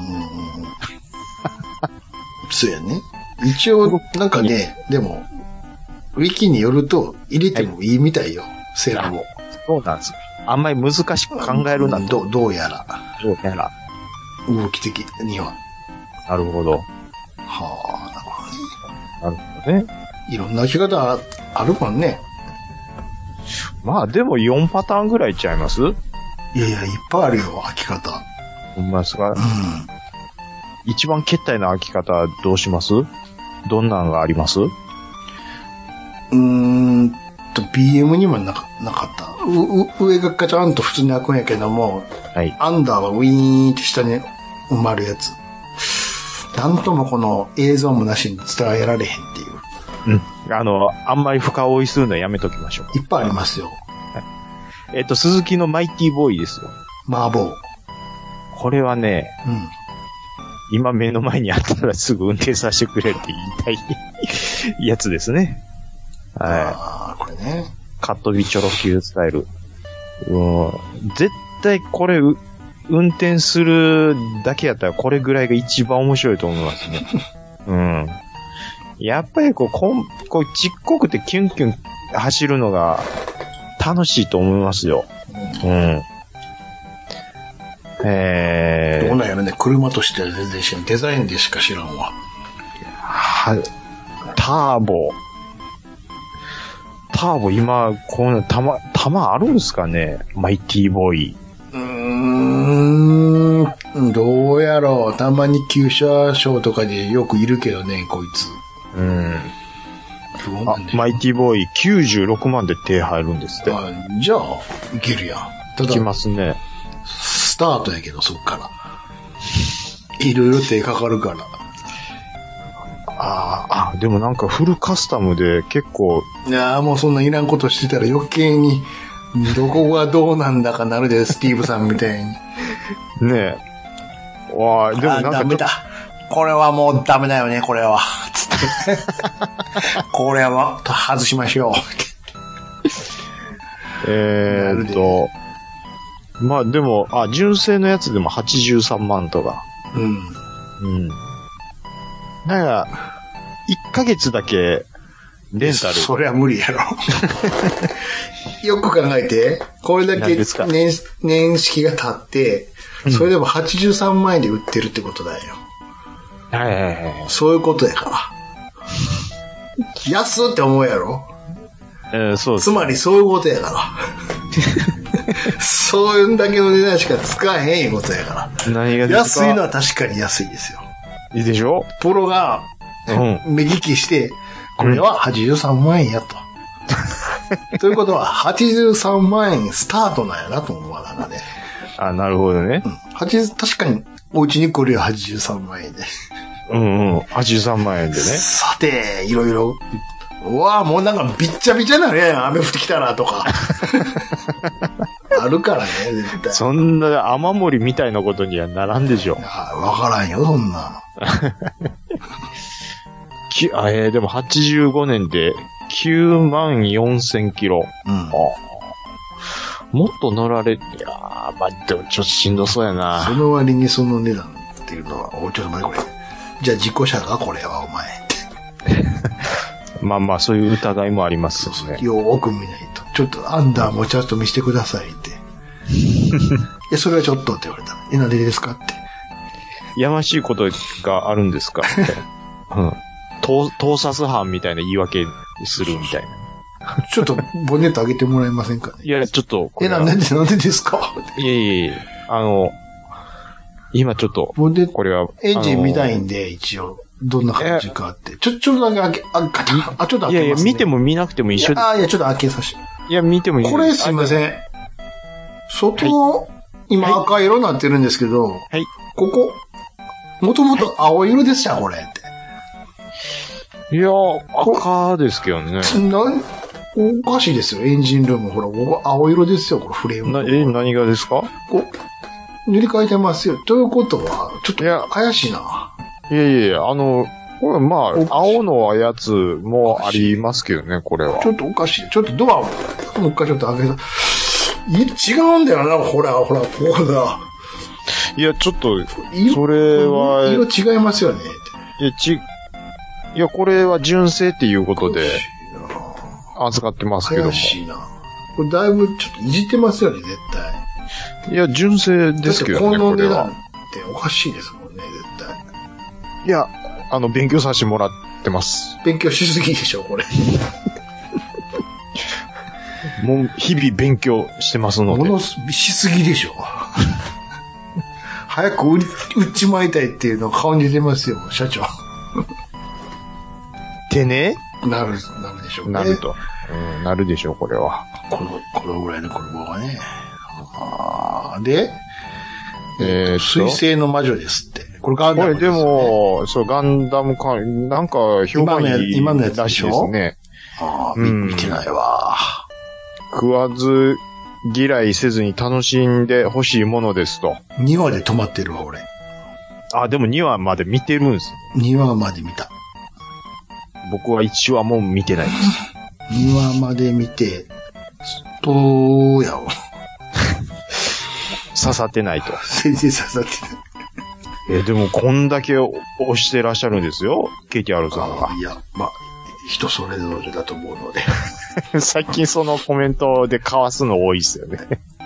そうやね。一応、なんかね、でも、ウィキによると入れてもいいみたいよ、はい、セラを。 そうなんです。あんまり難しく考えるなと。 どどうやら。 どうやら。 動き的には。 なるほど。 はあ、なるほどね。 なるほどね。 いろんな開き方あるもんね。 まあでもよんパターンぐらいちゃいます？ いやいや、いっぱいあるよ、開き方。 ほんまですか？ うん。 一番決体な開き方どうします？どんなのがあります？ うーんと、ビーエム にもなか、なかった。う、う、上がちゃんと普通に開くんやけども、 はい。 アンダーはウィーンって下に埋まるやつ。なんともこの映像もなしに伝えられへんっていう。 うん。あの、あんまり深追いするのやめときましょう。 いっぱいありますよ。 はい、えっと、鈴木のマイティボーイですよ。 麻婆。 これはね、 うん。 今目の前にあったらすぐ運転させてくれって言いたいやつですね。はい。 ああ、これね。 カットビチョロ級スタイル。うん。絶対これ、運転するだけやったらこれぐらいが一番面白いと思いますね。うん。やっぱりこう、こん、こう、ちっこくてキュンキュン走るのが楽しいと思いますよ。うん。えー。 どうなんやろね。車としては全然知らん。デザインでしか知らんわ。 は、ターボ。ターボ今、こういうの、たま、たまあるんですかね？マイティボーイ。 うーん、どうやろう。たまに旧車ショーとかでよくいるけどね、こいつ。 うん。 どうなんでしょう。 マイティボーイきゅうじゅうろくまんで手入るんですって。 あ、じゃあ、いけるやん。ただ、 いきますね。 スタートやけど、そっから。いろいろ手かかるから。 ああ、でもなんかフルカスタムで結構。 いやーもうそんないらんことしてたら余計に、どこがどうなんだかなるで、スティーブさんみたいに。 ねえ。わあ、でもなんか。 ダメだ。これはもうダメだよね、これは。つって。これは、外しましょう。 えーっと。まあでも、あ、純正のやつでもはちじゅうさんまんとか。 うん。 うん。なんか、いっかげつだけ、レンタル。 そりゃ無理やろ。よく考えて、これだけ年、年式が経って、それでもはちじゅうさんまんえんで売ってるってことだよ。 はいはいはい。 そういうことやから。安って思うやろ。 えー、そうです。 つまりそういうことやから。そういうだけの値段しか使えへんことやから。 何がですか？ 安いのは確かに安いですよ。 いいでしょ？ プロが、うん、目利きして、これははちじゅうさんまんえんやと。ということは、はちじゅうさんまんえんスタートなんやなと思うわなね。 あ、なるほどね。 うん。はちじゅう確かに、お家に来るよ、はちじゅうさんまんえんで。 うんうん。はちじゅうさんまんえんでね。 さて、いろいろ、うわぁ、もうなんかびっちゃびちゃなるやん、雨降ってきたらとか。あるからね、絶対。 そんな雨漏りみたいなことにはならんでしょ。 わからんよ、そんな。 きあえー、でもはちじゅうごねんできゅうまんよんせんキロ。 うん。 あもっと乗られ、いやー、まあ、でもちょっとしんどそうやな。 その割にその値段っていうのは、おい、ちょっと待ってこれ。じゃあ事故車がこれはお前って。 まあまあ、そういう疑いもありますよね。 そうそう。よーく見ないと。ちょっとアンダーもちゃんと見せてくださいって。いや、それはちょっとって言われたら。え、なんでですかって。 やましいことがあるんですかって。うん。盗、盗撮犯みたいな言い訳するみたいな。 ちょっとボンネット上げてもらえませんかね。 いや、ちょっと。 え、なんで、なんでですかいえいえいえ。あの、今ちょっと、 ボンネット、 これは。 エンジン見たいんで、一応、どんな感じかって。ちょ、ちょっとだけ開け、あ、かあ、ちょっと開けます、ね。 いやいや、見ても見なくても一緒で。あ、いや、ちょっと開けさせて。 いや、見てもいい。 これすいません。外の、はい、今赤色になってるんですけど、はい。ここ、もともと青色でした、これって。 いや、赤ですけどね。 なんおかしいですよ、エンジンルーム。ほら、僕青色ですよ、これフレーム。 な、え、何がですか？ こう、塗り替えてますよ。ということは、ちょっと怪しいな。 いやいやいや、あの、これまあ、青のやつもありますけどね、これは。 ちょっとおかしい。ちょっとドアを、もう一回ちょっと開けた。違うんだよな、ほら、ほら、ここだ。 いや、ちょっと、それは。 色違いますよね。 いや、ち、いや、これは純正っていうことで、扱ってますけども。 怪しいな。これだいぶちょっといじってますよね、絶対。 いや、純正ですけどね、 この値段っこれは。 ておかしいですもんね、絶対。 いや、あの、勉強させてもらってます。 勉強しすぎでしょ、これ。 もう、日々勉強してますので。 ものす、しすぎでしょ。早く売り、売っちまいたいっていうの顔に出てますよ、社長。 てねなる、なるでしょうね。 なると。うん、なるでしょう、これは。 この、このぐらいの車がね。あで、 えー、 水星の魔女ですって。これガンダこれムですよ、ね。 でも、そう、ガンダムか、なんか、評判いい今のやつらしいですね。 ああ、 うん、 見てないわ。 食わず嫌いせずに楽しんでほしいものですと。 にわで止まってるわ、俺。 あ、でもにわまで見てるんです。 にわまで見た。 僕はいちわも見てないです。 にわまで見て、どうやろ。 刺さってないと。 全然刺さってない。え、でもこんだけ押してらっしゃるんですよ、ケーティーアール さんが。 いや、まあ、人それぞれだと思うので。 最近そのコメントで交わすの多いですよね。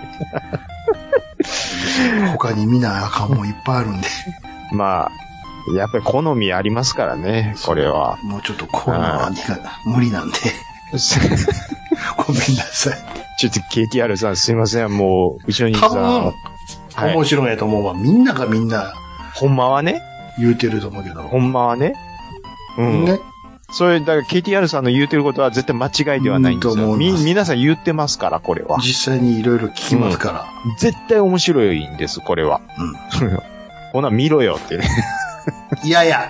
他に見なあかんもんいっぱいあるんで。 まあ、やっぱり好みありますからね、これは。 もうちょっとこういうのは無理なんで。ごめんなさい。 ちょっと ケーティーアール さんすいません、もう、後ろにさ、 多分、面白いやと思うわ。みんながみんな、 ほんまはね。 言うてると思うけど。 ほんまはね。うん。ね。それ、だから ケーティーアール さんの言うてることは絶対間違いではないんですよ。み、皆さん言ってますから、これは。 実際にいろいろ聞きますから、 うん。絶対面白いんです、これは。うん。ほな、見ろよってね。 いやいや。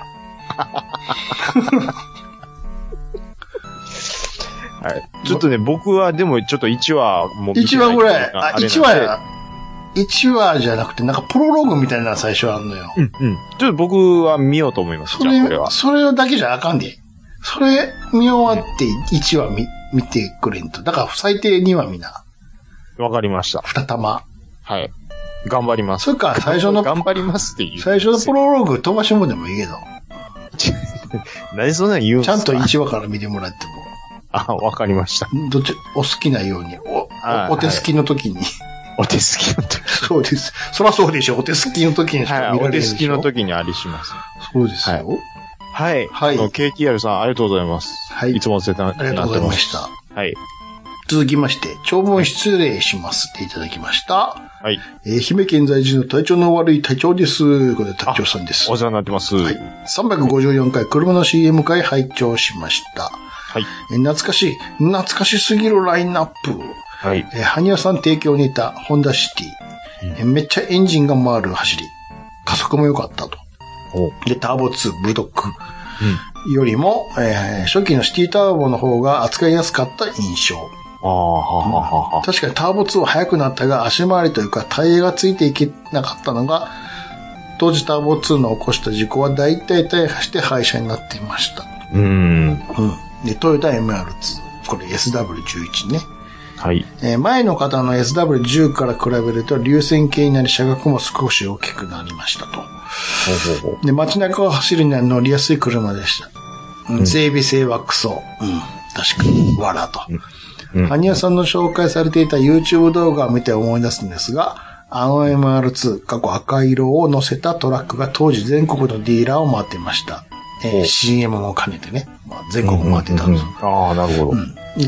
はい。ちょっとね、僕はでもちょっといちわもういちわぐらい。あ、いちわや。いちわじゃなくて、なんかプロローグみたいなの最初あんのよ。 うんうん。ちょっと僕は見ようと思います。 それ、じゃあこれは。それだけじゃあかんで。それ見終わっていちわ見、見てくれんと。だから最低にわ見な。 わかりました。 二玉。 はい。頑張ります。 それか、最初の。 頑張りますって言う。 最初のプロローグ飛ばしてもでもいいけど。 何そんな言うんすか？ ちゃんといちわから見てもらっても。 あ、わかりました。 どっち、お好きなように。お、お, お手すきの時に。はい、 お手すきの時。 そうです。そらそうでしょ。お手すきの時にしか見られないでしょ。 はい、お手すきの時にありします。 そうですよ。 はい。はい。ケーティーアール さん、ありがとうございます。はい。いつもお世話になってます。 ありがとうございました。 はい。 続きまして、長文失礼しますっていただきました。 はい。 えー、愛媛県在住の体調の悪い隊長です。これ、隊長さんです。 お世話になってます。はい。 さんびゃくごじゅうよんかい、車の シーエム 回拝聴しました。はい。えー、懐かしい、懐かしすぎるラインナップ。はい。えー、羽生さん提供にいたホンダシティ。うん、えー、めっちゃエンジンが回る走り。加速も良かったと。で、ターボツー、ブルドック。うん、よりも、えー、初期のシティターボの方が扱いやすかった印象。あははは確かにターボツーは速くなったが足回りというかタイヤがついていけなかったのが当時ターボツーの起こした事故は大体大破して廃車になっていました。うん。うん。で、トヨタ エムアールツー。これ エスダブリューじゅういち ね。はい。えー、前の方の エスダブリューじゅう から比べると流線形になり車額も少し大きくなりましたと。ほうほうほうで、街中を走るには乗りやすい車でした。うん、整備性はクソ。うん。確かに。わらと。うんうん、羽生さんの紹介されていた YouTube 動画を見て思い出すんですが、あの エムアールツー、過去赤色を乗せたトラックが当時全国のディーラーを回っていました。えー、シーエム も兼ねてね、まあ、全国回ってたんです。うんうんうん、ああ、なるほど、うん。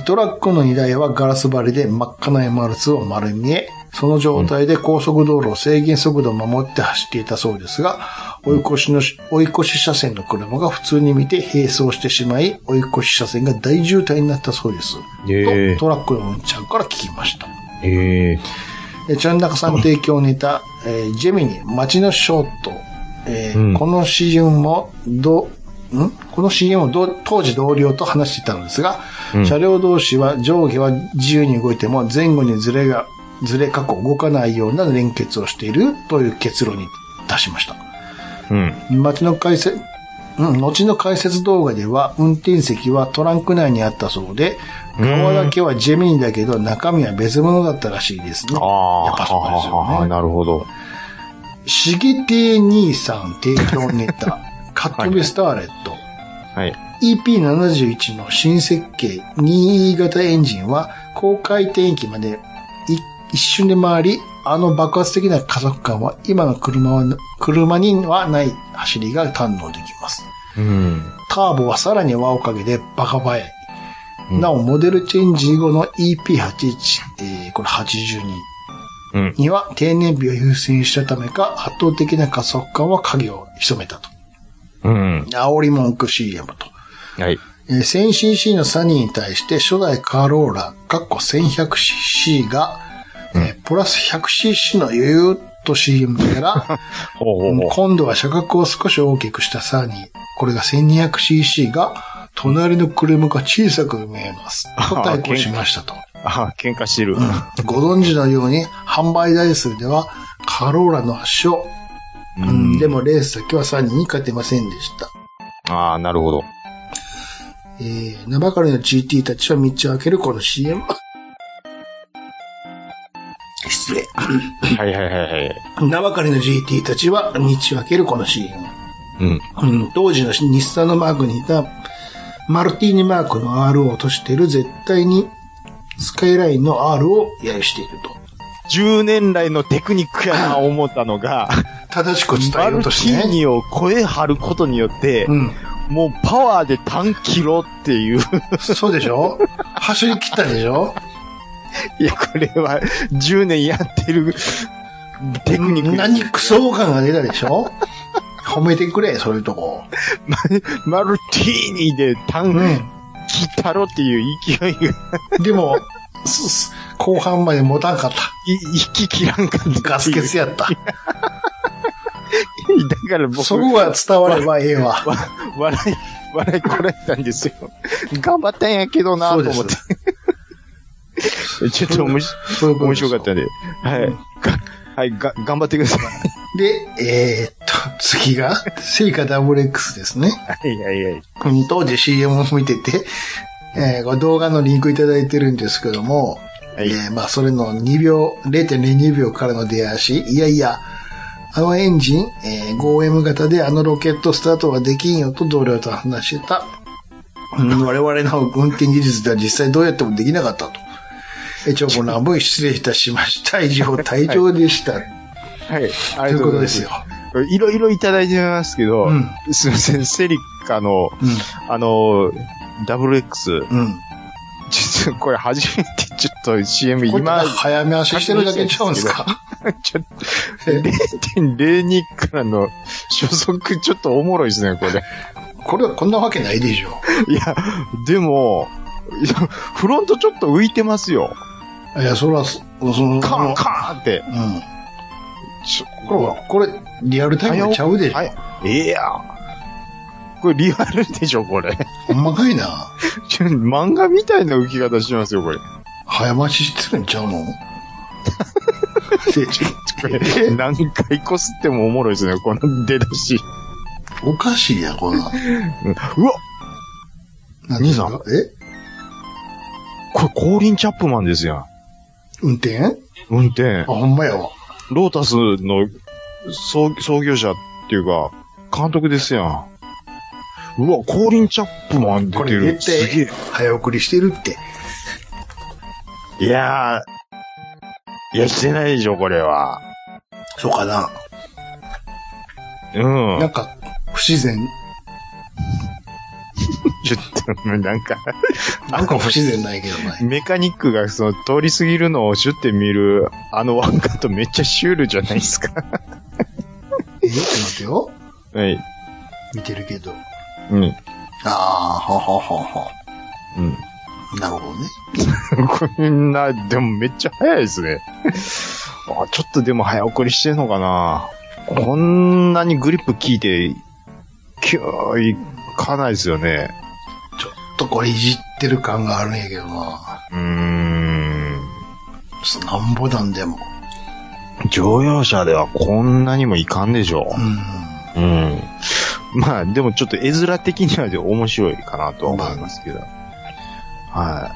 トラックの荷台はガラス張りで真っ赤な エムアールツーを丸見え、その状態で高速道路を制限速度を守って走っていたそうですが、追い越しの、追い越し車線の車が普通に見て並走してしまい、追い越し車線が大渋滞になったそうです。えー、と、トラックのうんちゃんから聞きました。えー、チャンナカさん提供にいた、えー、ジェミニ、街のショート、えーうん、この詩順も、ど、 んこの シーエム をど当時同僚と話していたのですが、 うん、 車両同士は上下は自由に動いても前後にズレが、ズレ過去動かないような連結をしているという結論に達しました。 うん。 街の解説、うん、後の解説動画では運転席はトランク内にあったそうで、側だけはジェミニだけど中身は別物だったらしいですね。 ああ。 やっぱそうですよね。 なるほど。 しげてー兄さん提供ネタ、カットベスターレット。 はい。 イーピーななじゅういち の新設計に型エンジンは高回転域まで一瞬で回り、あの爆発的な加速感は今の車は、車にはない走りが堪能できます。 うん、 ターボはさらに輪をかけてバカ速い。 うん、 なお、モデルチェンジ後の イーピーはちじゅういち、えー、これはちじゅうに、うん、には低燃費を優先したためか圧倒的な加速感は影を潜めたと。 うん、煽り文句 シーエム と。 はい。 えー、せんシーシー のサニーに対して初代カーローラ、かっこ せんひゃくシーシー が、うんえー、プラス ひゃくシーシー の余裕と シーエム からほうほうほう、 今度は車格を少し大きくしたサニー。これが せんにひゃくシーシー が隣の車が小さく見えます。と対抗しましたと。 ああ、喧嘩してる、うん。 ご存知のように販売台数ではカローラの発祥。うん、でもレース先はサニーに勝てませんでした。 ああ、なるほど。 えー、名ばかりの ジーティー たちは道を開けるこの シーエム。失礼。 はいはいはいはい。 名ばかりの ジーティー たちは道を開けるこの シーエム。 うんうん、当時の日産のマークにいたマルティーニマークの アール を落としている絶対にスカイラインの アール を揶揄していると。 じゅうねん来のテクニックやな思ったのが、 正しく伝えようとしてね。 マルティーニを声張ることによって、うん、もうパワーで単キロっていう。 そうでしょ走り切ったでしょいや、これはじゅうねんやってるテクニック。 何クソ感が出たでしょ褒めてくれ、そういうとこ。 マルティーニで単、うん、切ったろっていう勢いが。 でも、後半まで持たんかった。 息切らんかった。 ガス欠やった。だから僕。 そこが伝わればええわ。 わ笑い、笑いこらえたんですよ。頑張ったんやけどなと思って。ちょっと面白かったんで。はい。はい、が、頑張ってください。 で、えー、っと、次が、セイカ ダブリューエックス ですね。 はいはいはい。 当時 シーエム を見てて、えー、これ動画のリンクいただいてるんですけども、はい、えー、まあ、それのにびょう、れいてんぜろにびょうからの出足、いやいや、あのエンジン、えー、ごエム 型であのロケットスタートはできんよと同僚と話してた。うん、我々の運転技術では実際どうやってもできなかったと。え、長文乱文失礼いたしました。以上、退場でした。はい。 はい、 ありがとうございます。ということですよ。いろいろいただいてますけど、うん、すみません、セリカの、うん、あの、ダブリューエックス、うん、実はこれ初めてちょっと シーエム 今、 早め足してるだけちゃうんですかちょっと、れいてんぜろに からの初速ちょっとおもろいですね、これ。 これはこんなわけないでしょ。 いや、でも、いやフロントちょっと浮いてますよ。 いや、それは、その、 カーンカーンって。 うん。これ、これ、リアルタイムちゃうでしょ。 ええや。これリアルでしょ、これ。 ほんまかいな。 漫画みたいな浮き方しますよ、これ。 早待ちしてるんちゃうのこれ何回こすってもおもろいですね、この出だし。 おかしいや、こんな。 うわ兄さん。 えこれ、コーリン・チャップマンですやん。 運転運転。 あ、ほんまやわ。 ロータスの創創業者っていうか、監督ですやん。うわ、コーリン・チャップマン出てる。 これ絶対、早送りしてるって。 いやー、いや、してないでしょ、これは。 そうかな。 うん。 なんか、不自然。 ちょっと、なんか、 なんか不自然ないけどね。 メカニックがその通り過ぎるのをシュッて見る、あのワンカットめっちゃシュールじゃないですか。 え、ちょっと待ってよ。 はい。 見てるけど。 うん。 ああ、ほほほほ。 うん。 なるほどね。 こんな、でもめっちゃ早いですね。あ、ちょっとでも早送りしてんのかな。こんなにグリップ効いて、キューいかないですよね。 ちょっとこれいじってる感があるんやけどな。 うーん。 なんぼなんでも。 乗用車ではこんなにもいかんでしょう。うん。うん。まあ、でもちょっと絵面的には面白いかなとは思いますけど。まあ、はい。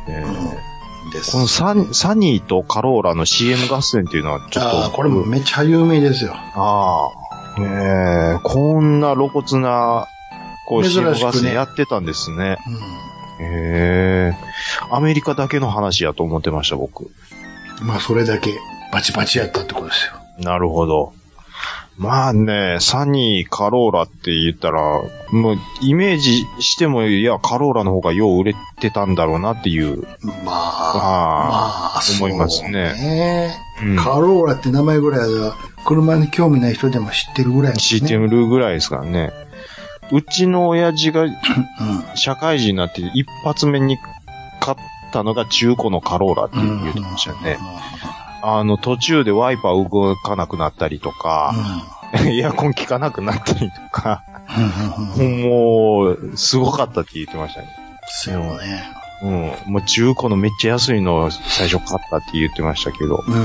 えーうん、です。このササニーとカローラの シーエム 合戦っていうのはちょっと。 ああ、これもめっちゃ有名ですよ。 ああ。えー、こんな露骨な、こう シーエム 合戦やってたんですね。うん、へえ。アメリカだけの話やと思ってました、僕。 まあ、それだけバチバチやったってことですよ。 なるほど。まあね、サニー、カローラって言ったら、もう、イメージしても、いや、カローラの方がよう売れてたんだろうなっていう。 まあ、まあ、 思いますね。 ねうん、カローラって名前ぐらいは、車に興味ない人でも知ってるぐらい、ね、 知ってるぐらいですからね。うちの親父が、社会人になって一発目に買ったのが中古のカローラって言ってましたね。あの、途中でワイパー動かなくなったりとか、うん、エアコン効かなくなったりとか、もう、すごかったって言ってましたね。 そうね。 うん。もう中古のめっちゃ安いのを最初買ったって言ってましたけど。うん。うん。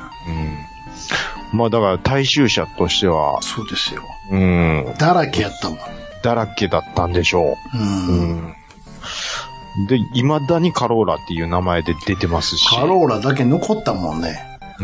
まあだから大衆車としては。 そうですよ。 うん。 だらけやったもん。 だらけだったんでしょう。うん。うんで、未だにカローラっていう名前で出てますし。 カローラだけ残ったもんね。 うん。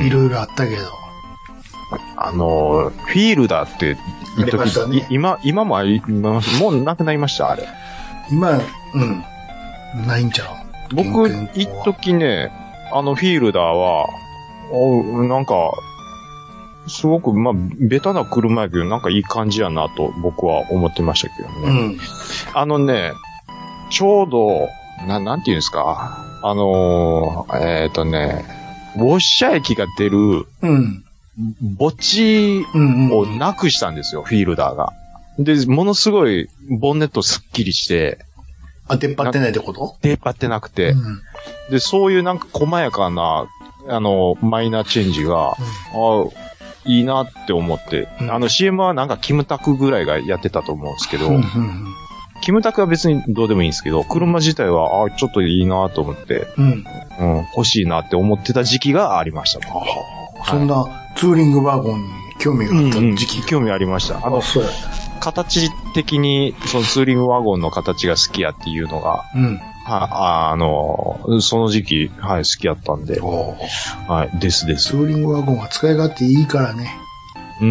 いろいろあったけど。 あの、フィールダーって言った時、ね、今、今もあります。もうなくなりました、あれ。 今、うん。ないんちゃう僕、一時ね、あのフィールダーは、おなんか、すごく、まあ、ベタな車やけど、なんかいい感じやなと僕は思ってましたけどね。うん。あのね、ちょうど、な、なんていうんですかあのー、えっ、ー、とね、ウォッシャー液が出る、うん。墓地をなくしたんですよ、うんうん、フィールダーが。で、ものすごい、ボンネットスッキリして、 あ、出っ張ってないってこと？ 出っ張ってなくて、うん。で、そういうなんか細やかな、あの、マイナーチェンジが、うん、あいいなって思って、うん、あの シーエム はなんかキムタクぐらいがやってたと思うんですけど、うんうんうん、キムタクは別にどうでもいいんですけど、車自体は、あちょっといいなと思って、うん、うん、欲しいなって思ってた時期がありました。 はい、そんなツーリングワゴンに興味があった時期、 うんうん、興味ありました。あの、そう形的に、そのツーリングワゴンの形が好きやっていうのが、うん、はあ、あの、その時期、はい、好きやったんで、はい、ですです。 ツーリングワゴンは使い勝手いいからね。 うん、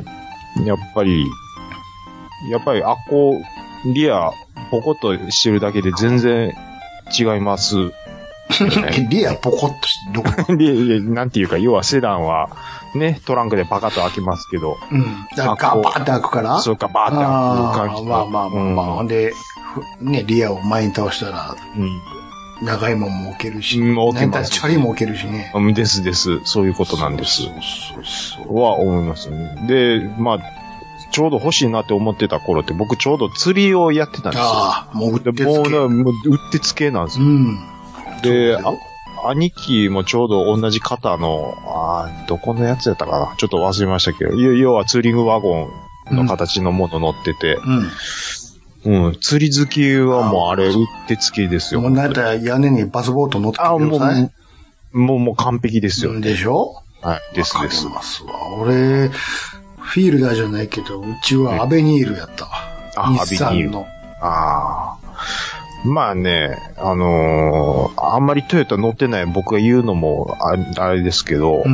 やっぱり、やっぱり、あっこ、リア、ポコッとしてるだけで全然違います、ね。 リアポコッとしてどこリア、なんていうか、要はセダンは、ね、トランクでパカッと開きますけど。 うん。だからガバーって開くからそうか、バーって開く感じ。 まあまあまあまあ。ほ、うんで、ね、リアを前に倒したら、うん、長いもんも置けるし、うん、置けます。チャリも置けるしね。 ですです。そういうことなんです。そうそうそう。は思いますね。で、まあ、ちょうど欲しいなって思ってた頃って、僕ちょうど釣りをやってたんですよ。ああ、もううってつけ。もう、 もううってつけなんですよ。うん。で、あ、兄貴もちょうど同じ型の、あどこのやつやったかなちょっと忘れましたけど、要はツーリングワゴンの形のもの乗ってて、うん。うん。釣り好きはもうあれ、うってつけですよ。 もうなんだ屋根にバスボート乗ってください。あ、 もう、もう、もう完璧ですよ。 でしょ？ はい、ですです。 わかりますわ。俺、フィールダーじゃないけど、うちはアベニールやったわ。 あ、日産の。ああ。まあね、あのー、あんまりトヨタ乗ってない僕が言うのもああれですけど、うん、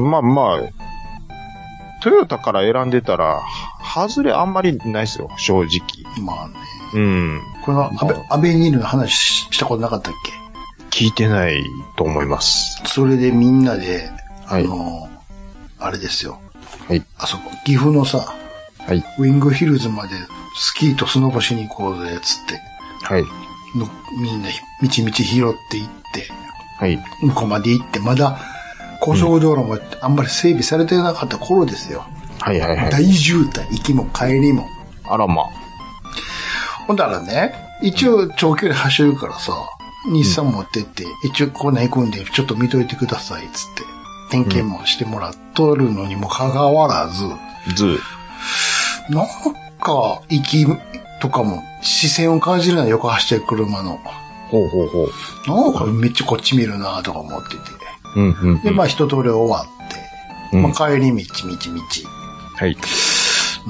まあまあ、トヨタから選んでたら、外れあんまりないですよ、正直。 まあね。 うん。 このアベ、アベニールの話したことなかったっけ？聞いてないと思います。 それでみんなで、あのー、はい、あれですよ。はい。あそこ、岐阜のさ、はい。ウィングヒルズまでスキーとスノボしに行こうぜ、つって。はい。のみんな、みちみち拾って行って、はい。向こうまで行って、まだ、高速道路もあんまり整備されてなかった頃ですよ。 はいはいはい。 大渋滞、行きも帰りも。 あらま。 ほんだらね、一応長距離走るからさ、日産持ってって、うん、一応こんなん行くんで、ちょっと見といてください、つって。点検もしてもらっとるのにもかかわらず、 ず、 なんか、息とかも、視線を感じるのは横走ってる車の。 ほうほうほう。 なんかめっちゃこっち見るなとか思ってて。 うんうんうん、 で、まあ一通り終わって、まあ帰り道、道、道。 はい。 うん、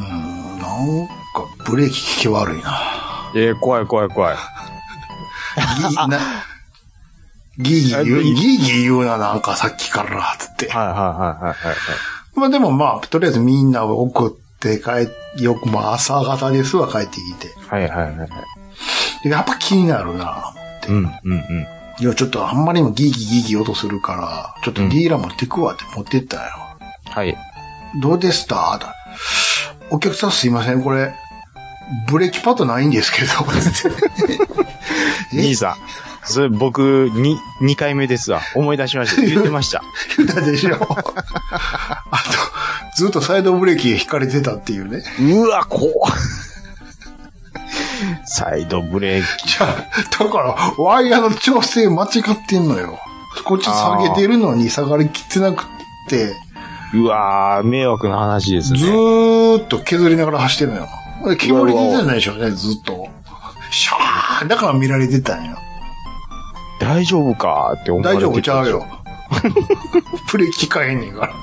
なんかブレーキ効き悪いな。 えー、怖い怖い怖い。 ギー、な、ギーギー言う、ギーギー言うな、なんかさっきからつって。 はいはいはいはいはい。 まあでもまあ、とりあえずみんなを送って帰っ、よくまあ朝方ですわ、帰ってきて。 はいはいはいはい。 やっぱ気になるなって。 うんうんうん。 いや、ちょっとあんまりにもギーギーギーギー音するから、ちょっとディーラー持ってくわって持ってったよ。 はい。 どうでしたお客さんすいません、これ、ブレーキパッドないんですけど。 兄さん、それ僕、に、二回目ですわ。思い出しました。言ってました。 言ったでしょ。あと、ずっとサイドブレーキが引かれてたっていうね。 うわ、怖っ。サイドブレーキ。 じゃあ、だから、ワイヤーの調整間違ってんのよ。こっち下げてるのに下がりきってなくって、 うわー、迷惑な話ですね。 ずーっと削りながら走ってるのよ。煙出てたんでしょうね、ずっと。シャーだから見られてたんよ。 大丈夫かって思われてた。 大丈夫ちゃうよ。ブレーキ変えんねんから。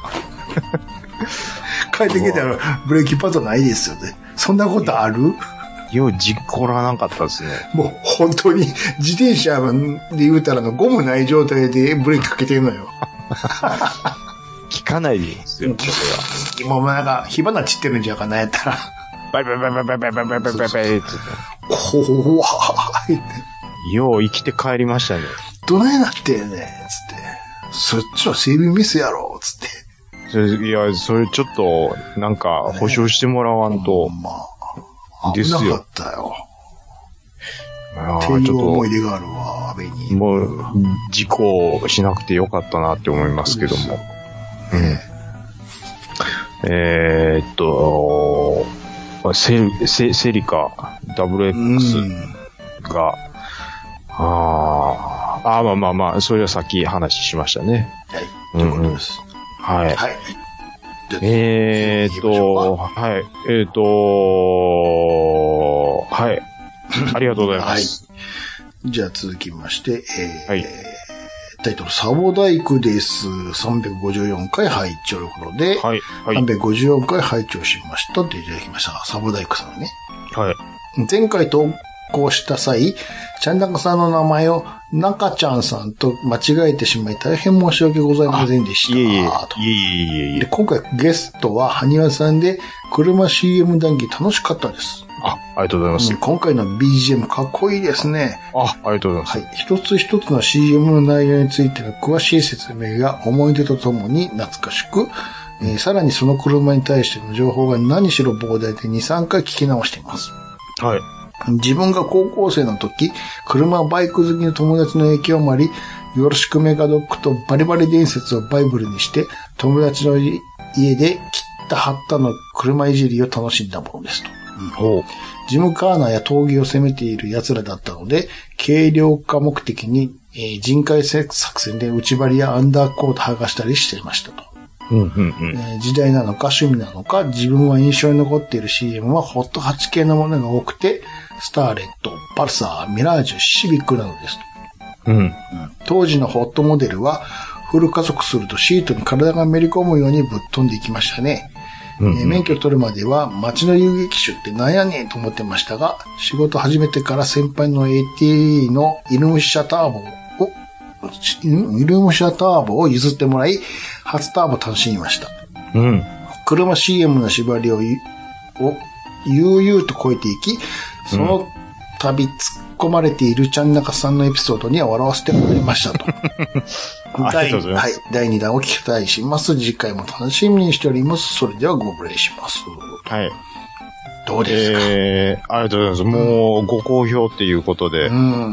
帰ってきたらブレーキパッドないですよね。そんなことある？ よう事故らなかったですね。 もう本当に自転車で言うたらのゴムない状態でブレーキかけてんのよ。 効かないですよ、これは。もうなんか火花散ってるんじゃうかなやったら。 バイバイバイバイバイバイバイバイバイバイバイって。 怖いって。 よう生きて帰りましたね。 どないなってんねん、つって。そっちは整備ミスやろ、つって。 それいや、それちょっと、なんか、保証してもらわんと。 まあ、危なかったよ。っていう思い出があるわ、安倍に。 もう、事故しなくてよかったなって思いますけども。うん、えーっと、セリ、セセリカ ダブルエックス が、ああ、あまあまあまあ、それはさっき話しましたね。 はい。ということです。 はい。 はい。 えーっと、はい。えーっと、はい。ありがとうございます。 はい。じゃあ続きまして、えー、 はい。 タイトル、サボダイクです。さんびゃくごじゅうよんかい拝聴ということで、はい。はい。さんびゃくごじゅうよんかい拝聴しましたっていただきました。サボダイクさんね。 はい。 前回投稿した際、ちゃんなかさんの名前を中ちゃんさんと間違えてしまい大変申し訳ございませんでした。 いえいえ。いえいえいえ。 で、今回ゲストははにわさんで車 シーエム 談義楽しかったです。 あ、ありがとうございます。 今回の ビージーエム かっこいいですね。 あ、ありがとうございます。 はい。一つ一つの シーエム の内容についての詳しい説明が思い出とともに懐かしく、えー、さらにその車に対しての情報が何しろ膨大でに、さんかい聞き直しています。 はい。 自分が高校生の時、車バイク好きの友達の影響もあり、よろしくメガドックとバリバリ伝説をバイブルにして、友達の家で切った貼ったの車いじりを楽しんだものですと。 うん、 ジムカーナーや闘技を攻めている奴らだったので、軽量化目的に、えー、人海作戦で内張りやアンダーコート剥がしたりしていましたと。 うんうんうんえー、時代なのか趣味なのか、自分は印象に残っている シーエム はホットはち系のものが多くて、スターレット、パルサー、ミラージュ、シビックなどですと。うん。うん、 当時のホットモデルは、フル加速するとシートに体がめり込むようにぶっ飛んでいきましたね。うんうん、えー、免許取るまでは街の遊撃手ってなんやねんと思ってましたが、仕事始めてから先輩の エーティー のイルムシャターボを、イルムシャターボを譲ってもらい、初ターボ楽しみました。 うん。 車 シーエム の縛りを、を悠々と超えていき、その度突っ込まれているちゃんなかさんのエピソードには笑わせてもらいましたと。第、はい、だいにだんを期待します。次回も楽しみにしております。それではご無礼します。 はい。 どうですか？ えー、ありがとうございます。もうご好評っていうことで、うん、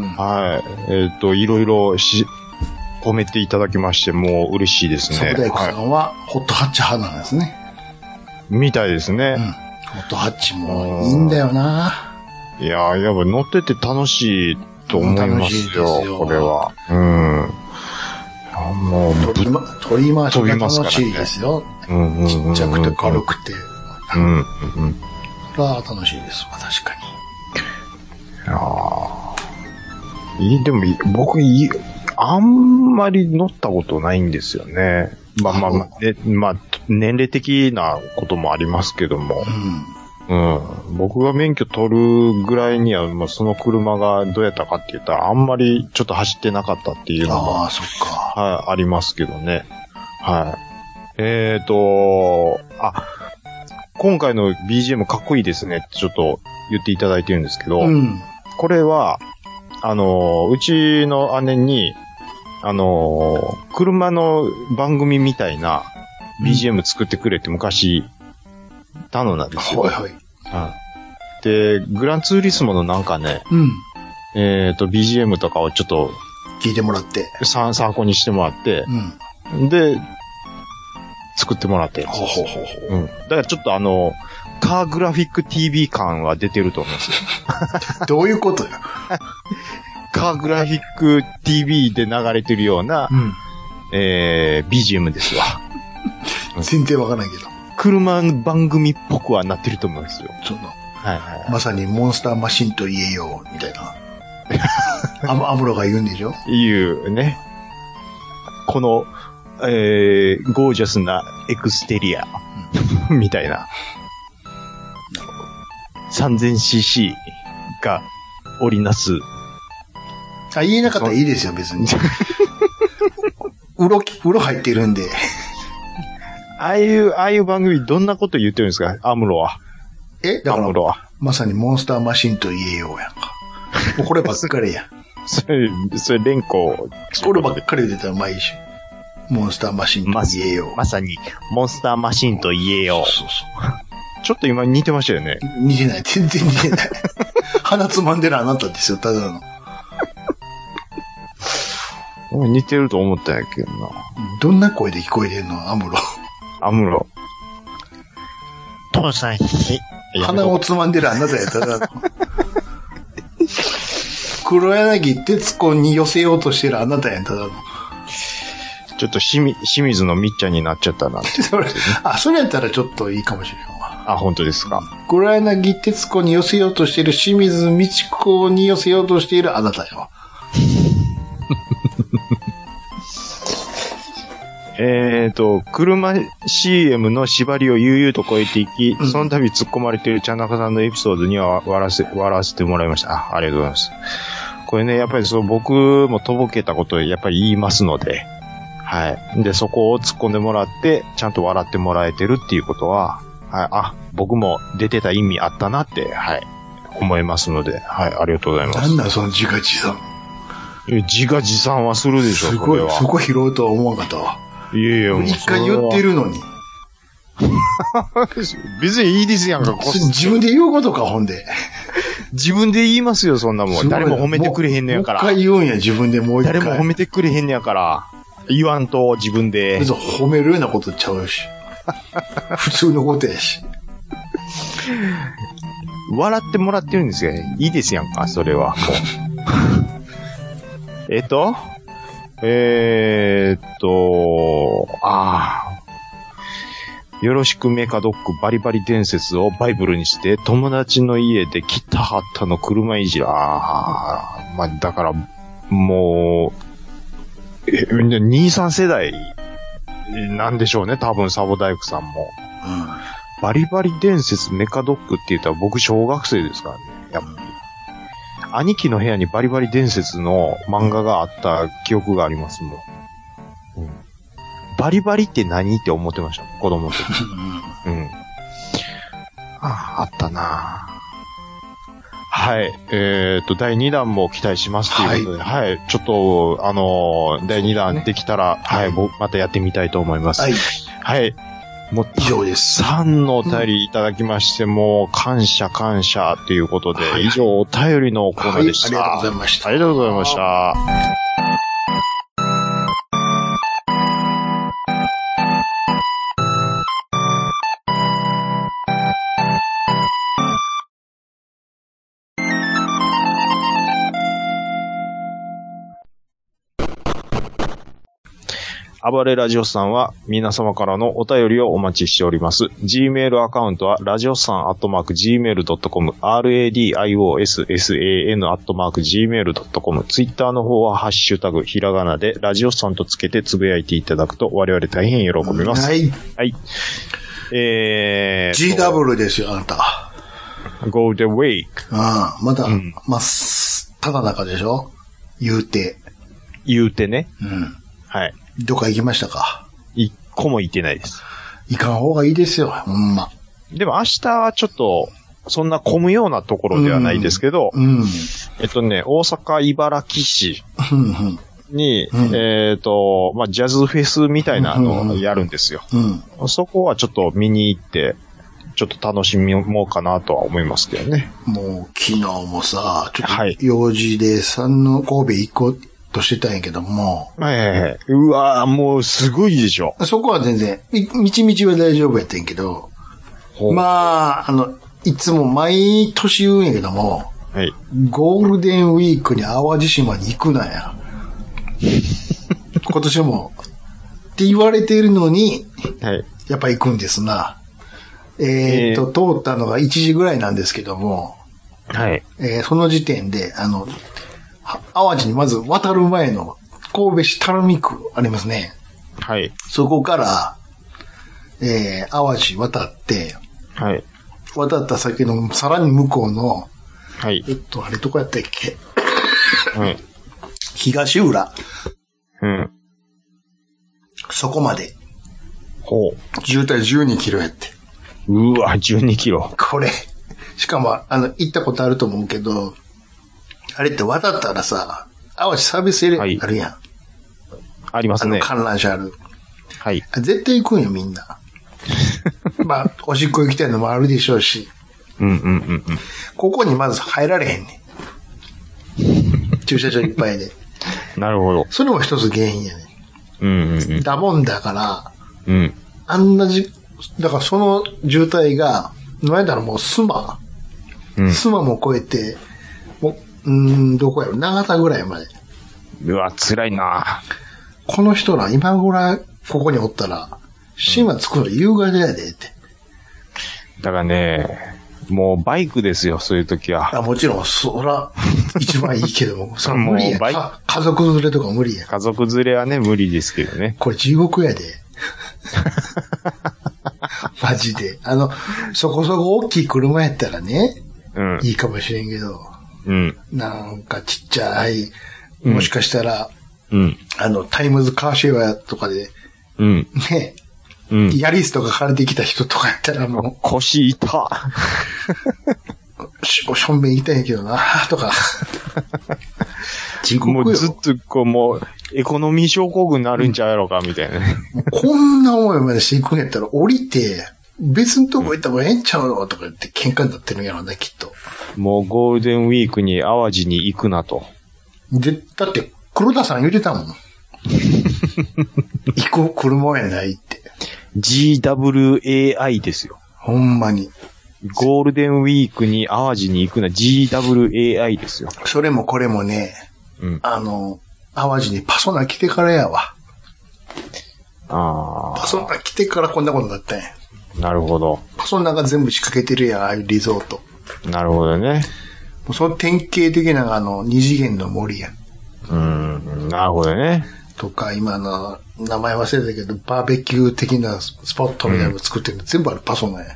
はい。えっと、いろいろし、褒めていただきまして、もう嬉しいですね。 サブダイクさんはホットハッチ派なんですね。 みたいですね。 うん。ホットハッチもいいんだよな。 いやー、やっぱ乗ってて楽しいと思いますよ、よこれは。うん。もう、 飛びま、飛び回しが楽しいですよ。 うんうんうんうん、 ちっちゃくて軽くて。 うんうんうん。 それは楽しいですわ、確かに。 ああ。いい、でも、僕、いい、あんまり乗ったことないんですよね。まあまあまあ、えまあ、年齢的なこともありますけども。うん。うん。僕が免許取るぐらいには、まあ、その車がどうやったかって言ったら、あんまりちょっと走ってなかったっていうのも。 ああ、そっか。 はい、ありますけどね。はい。えーと、あ、今回の ビージーエム かっこいいですねってちょっと言っていただいてるんですけど、うん、これは、あの、うちの姉に、あの、車の番組みたいな ビージーエム 作ってくれって昔頼んだんですよ。はいはい。はい。で、グランツーリスモのなんかね、うん、えーと、ビージーエム とかをちょっと聞いてもらって。 参考にしてもらって、うん、で、作ってもらってるんですよ。ほうほうほう。うん。だからちょっとあの、カーグラフィック ティーブイ 感は出てると思うんですよ。 どういうことよ。 カーグラフィック ティーブイ で流れてるような、うん、えー、ビージーエム ですわ。 全然わからないけど。 車の番組っぽくはなってると思うんですよ。 その、はいはいはい、まさにモンスターマシンと言えよう、みたいな。ア, アムロが言うんでしょ？ 言うね。この、えー、ゴージャスなエクステリア、うん、みたいな。さんぜんシーシー が織りなす。 あ、言えなかったらいいですよ、別に。うろ、うろ入ってるんで。 ああいう、ああいう番組どんなこと言ってるんですか、アムロは。 えだから、アムロは。まさにモンスターマシンと言えようやんか。もうこればっかりや。 それ、それ連呼。 こればっかり出たら毎週。モンスターマシンと言えよう。 ま、まさに、モンスターマシンと言えよう。そうそう。ちょっと今似てましたよね。 似てない。全然似てない。鼻つまんでるあなたですよ、ただの。 似てると思ったんやけどな。 どんな声で聞こえてんの、アムロ。 アムロ。父さん、 鼻をつまんでるあなたや、ただの。黒柳徹子に寄せようとしてるあなたやん、ただの。 ちょっとしみ、清水のみっちゃんになっちゃったなって、ね。 それ、あ、それやったらちょっといいかもしれんわ。 あ、本当ですか。 黒柳徹子に寄せようとしてる清水美智子に寄せようとしているあなたやわ。 えっと、車 シーエム の縛りを悠々と超えていき、うん、その度突っ込まれている茶中さんのエピソードには笑わせ、笑わせてもらいました。あ、ありがとうございます。これね、やっぱりそう、僕もとぼけたことをやっぱり言いますので、はい。で、そこを突っ込んでもらって、ちゃんと笑ってもらえてるっていうことは、はい、あ、僕も出てた意味あったなって、はい、思いますので、はい、ありがとうございます。 なんだその自画自賛。 自画自賛はするでしょ、 すごい、そこ拾うとは思わなかったわ。 いやいや、もう。 一回言ってるのに。 別にいいですやんか、 自分で言うことか、ほんで。 自分で言いますよ、そんなもん。誰も褒めてくれへんねやから。 もう一回言うんや、自分でもう一回。 誰も褒めてくれへんねやから。言わんと、自分で。 別に褒めるようなことちゃうし。普通のことやし。 笑ってもらってるんですよね。いいですやんか、それは。もう。えっとえー、っと、ああ。よろしくメカドックバリバリ伝説をバイブルにして、友達の家で切ったはったの車いじら。ああ、まあ、だから、もう、え、に、さん世代なんでしょうね、多分サボ大工さんも。うん。バリバリ伝説メカドックって言ったら僕小学生ですからね。やっぱり。兄貴の部屋にバリバリ伝説の漫画があった記憶がありますもん。うん、バリバリって何って思ってました、子供の時。うん。あ、あったなはい。えっと、だいにだんも期待しますということで、はい、はい。ちょっと、あのー、だいにだんできたら、はい、はい、僕、またやってみたいと思います。はい。はい。もう、以上です。さんのお便りいただきまして、うん、もう、感謝感謝ということで、はい、以上、お便りのコーナーでした、 はい。ありがとうございました。 ありがとうございました。 暴れラジオスさんは皆様からのお便りをお待ちしております。Gmail アカウントはラジオスさんアットマーク ジーメールドットコム、ラディオスサン アットマーク ジーメールドットコム、Twitter の方はハッシュタグひらがなでラジオスさんとつけてつぶやいていただくと我々大変喜びます。 はい。 はい。えー。 ジーダブリュー ですよ、あなた。 ゴールデンウィーク。 ああ、まだ、 うん、 まあ、ただ中でしょ言うて。 言うてね。 うん。 はい。 どっか行きましたか？ 一個も行ってないです。 行かん方がいいですよ、ほんま。 でも明日はちょっと、そんな混むようなところではないですけど、 うん。うん、 えっとね、大阪茨木市に、 うんうん、 えっと、まあ、ジャズフェスみたいなのをやるんですよ。 うんうん、 そこはちょっと見に行って、ちょっと楽しみもうかなとは思いますけどね。 もう昨日もさ、ちょっと用事で三の神戸行こうとしてたんやけども。 はいはいはい。うわぁ、もうすごいでしょ。 そこは全然、みちみちは大丈夫やってんけど、まあ、あの、いつも毎年言うんやけども、 はい、 ゴールデンウィークに淡路島に行くなや。今年も。って言われているのに、はい、やっぱ行くんですな。えー、っと、えー、通ったのがいちじぐらいなんですけども、 はい。 えー、その時点で、あの、淡路にまず渡る前の神戸市垂水区ありますね。 はい。 そこから、えー、淡路渡って、 はい。 渡った先のさらに向こうの、 はい。 えっと、あれどこやったっけ？ はい。 東浦。 うん。 そこまで。 ほう。 渋滞じゅうにキロやって。 うわ、じゅうにキロ。 これ。しかも、あの、行ったことあると思うけど、あれって渡ったらさ、淡路サービスエリアあるやん。はい、 ありますね。 あの観覧車ある。 はい。 絶対行くんよ、みんな。まあ、おしっこ行きたいのもあるでしょうし。 うんうんうんうん。 ここにまず入られへんねん。駐車場いっぱいで。 なるほど。 それも一つ原因やね。 うんうんうん。 だもんだから、 うん。 あんなじ、だからその渋滞が、なんだろう、もうスマ、うん、スマも超えて、もう、うーん、どこやろ、長田ぐらいまで。 うわ、辛いな。 この人ら、今ぐらい、ここにおったら、島着くの夕方やで、って。 だからね、もうバイクですよ、そういう時は。 あ、もちろん、そら、一番いいけども、それ無理や。もうか家族連れとか無理や。 家族連れはね、無理ですけどね。 これ地獄やで。マジで。あの、そこそこ大きい車やったらね、うん、いいかもしれんけど、 うん、 なんかちっちゃい、もしかしたら、 うん、 あの、タイムズカーシェアとかで、 うん、 ね、うん、ヤリスとか借りてきた人とかやったらもう、 腰痛し、しょんべん痛いんやけどな、とか。 地獄よ。もうずっとこうもう、エコノミー症候群になるんちゃうやろか、みたいなね。 こんな思いまでしていくんやったら降りて、別のとこ行った方がええんちゃうのとか言って喧嘩になってるんやろね、きっと。 もうゴールデンウィークに淡路に行くなと。 で、だって黒田さん言ってたもん。行く車やないって。 ジーダブリューエーアイ ですよ。 ほんまに。 ゴールデンウィークに淡路に行くな ジーダブリューエーアイ ですよ。 それもこれもね、うん、あの、淡路にパソナ来てからやわ。 ああ。 パソナ来てからこんなことになったんや。 なるほど。 パソナが全部仕掛けてるやん、ああいうリゾート。 なるほどね。 もうその典型的なあの、二次元の森やん。 うん、なるほどね。 とか、今の、名前忘れたけど、バーベキュー的なスポットみたいなの作ってるの、うん、全部あるパソナや。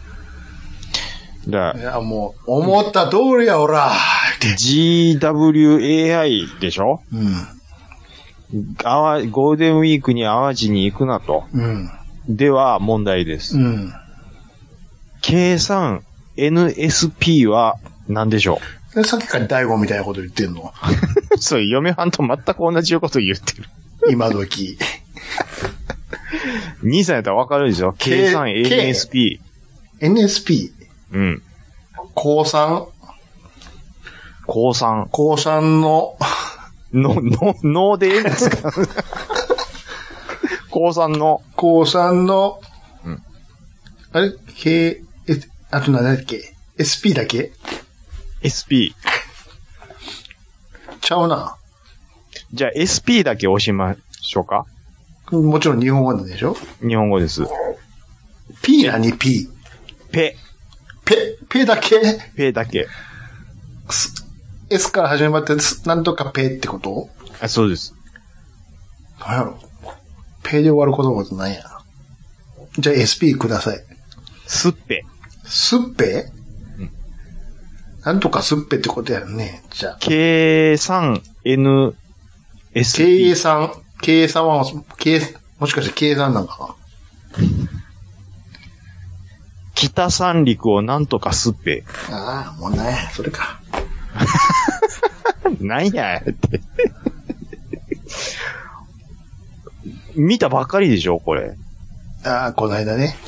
だいや、もう、思った通りや、おらって。 ジーダブリューエーアイ でしょ？うん。あわ、ゴールデンウィークに淡路に行くなと。 うん。 では、問題です。 うん。 計算 エヌエスピー は何でしょう？さっきから大悟みたいなこと言ってんの？ そう、嫁はんと全く同じこと言ってる。 今時。 兄さんやったらわかるでしょ？計算 エヌエスピー。エヌエスピー？ うん。 高三高三。 高三の、 の、の、のでいいんですか？高三の。 高三の、 うん。 あれ ?K、え、あと何だっけ ?エスピー だけエスピー。 ちゃうな。 じゃあ エスピー だけ押しましょうか？ もちろん日本語でしょ？ 日本語です。 P 何 P？ ペ。 ペ、ペだけ？ ペだけ。 S から始まって、なんとかペってこと？ あ、そうです。 なんやろ？ペで終わる言葉って何や？じゃあ エスピー ください。 スッペ。 スッペ？ うん。 なんとかスッペってことやんね。じゃあ。 計算 エヌエスピー。 計算、計算は、計、もしかして計算なんかな？ 北三陸をなんとかスッペ。 ああ、もうなんや、それか。 なんやって。見たばっかりでしょ、これ。 ああ、この間ね。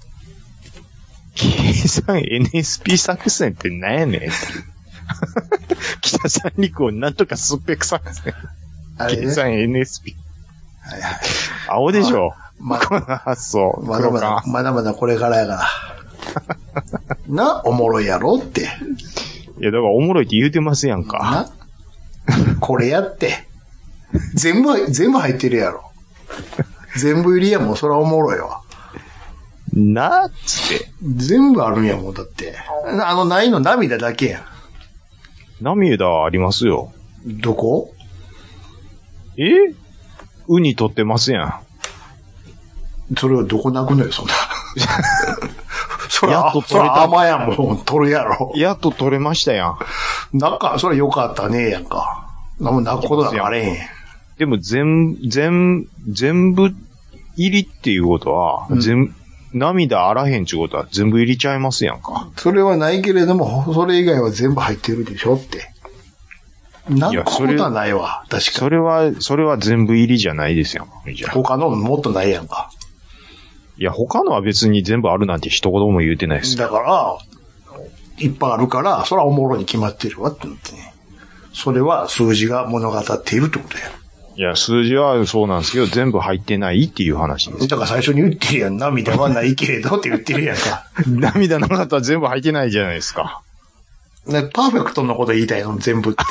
計算 エヌエスピー 作戦って何やねんっていう。北三陸をなんとかスッペク作戦。 あれね、 計算 エヌエスピー。 はいはい。 青でしょ、 ま、 この発想。 まだまだ、まだまだこれからやから。な、おもろいやろって。 いや、だからおもろいって言うてますやんか。 な、これやって。全部、全部入ってるやろ。全部入りやもん、そらおもろいわ。 なっつって。 全部あるんやもん、だって。あの、ないの涙だけやん。 涙ありますよ。 どこ？ え？ウニ取ってますやん。 それはどこ泣くのよ、そんな。そら、 やっとそら甘やもん、取るやろ。 やっと取れましたやん。 なんか、それよかったね、やんか。なんも泣くことがあれへん。 でも全、全、全部入りっていうことは、うん、全、涙あらへんちゅうことは全部入りちゃいますやんか。 それはないけれども、それ以外は全部入ってるでしょって。泣くことはないわ、確かに。 それは、それは全部入りじゃないですよ。 他のもっとないやんか。 いや、他のは別に全部あるなんて一言も言うてないですよ。 だから、いっぱいあるから、それはおもろに決まってるわって言ってね。それは数字が物語っているってことや。 いや、数字はそうなんですけど、全部入ってないっていう話です。 だから最初に言ってるやん。涙はないけれどって言ってるやんか。 涙なかったら全部入ってないじゃないですか。 ね、パーフェクトのこと言いたいの、全部って。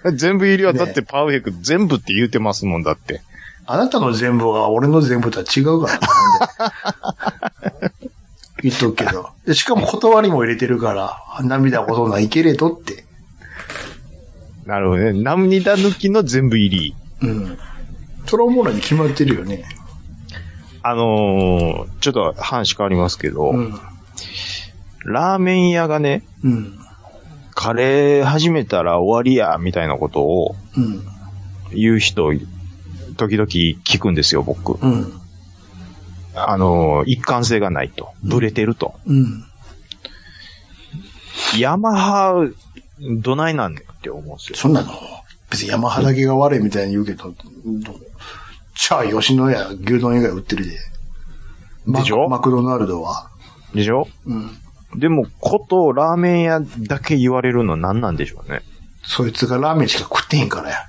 全部入りはだってパーフェクト、ね、全部って言うてますもんだって。 あなたの全部は俺の全部とは違うからな。言っとくけど。でしかも断りも入れてるから、涙こそないけれどって。 なるほどね。涙抜きの全部入り。 うん。それはおもろに決まってるよね。 あのー、ちょっと話変わりますけど、うん、ラーメン屋がね、うん、カレー始めたら終わりや、みたいなことを、言う人、時々聞くんですよ、僕。うん、あのー、一貫性がないと。ブレてると。うん、ヤマハ、どないなんねんって思うんですよ。 そんなの別にヤマハだけが悪いみたいに言うけど、チャー吉野家牛丼以外売ってるで。 でしょ？ マクドナルドは。 でしょ？うん。でも、ことラーメン屋だけ言われるの何なんでしょうね。 そいつがラーメンしか食ってへんからや。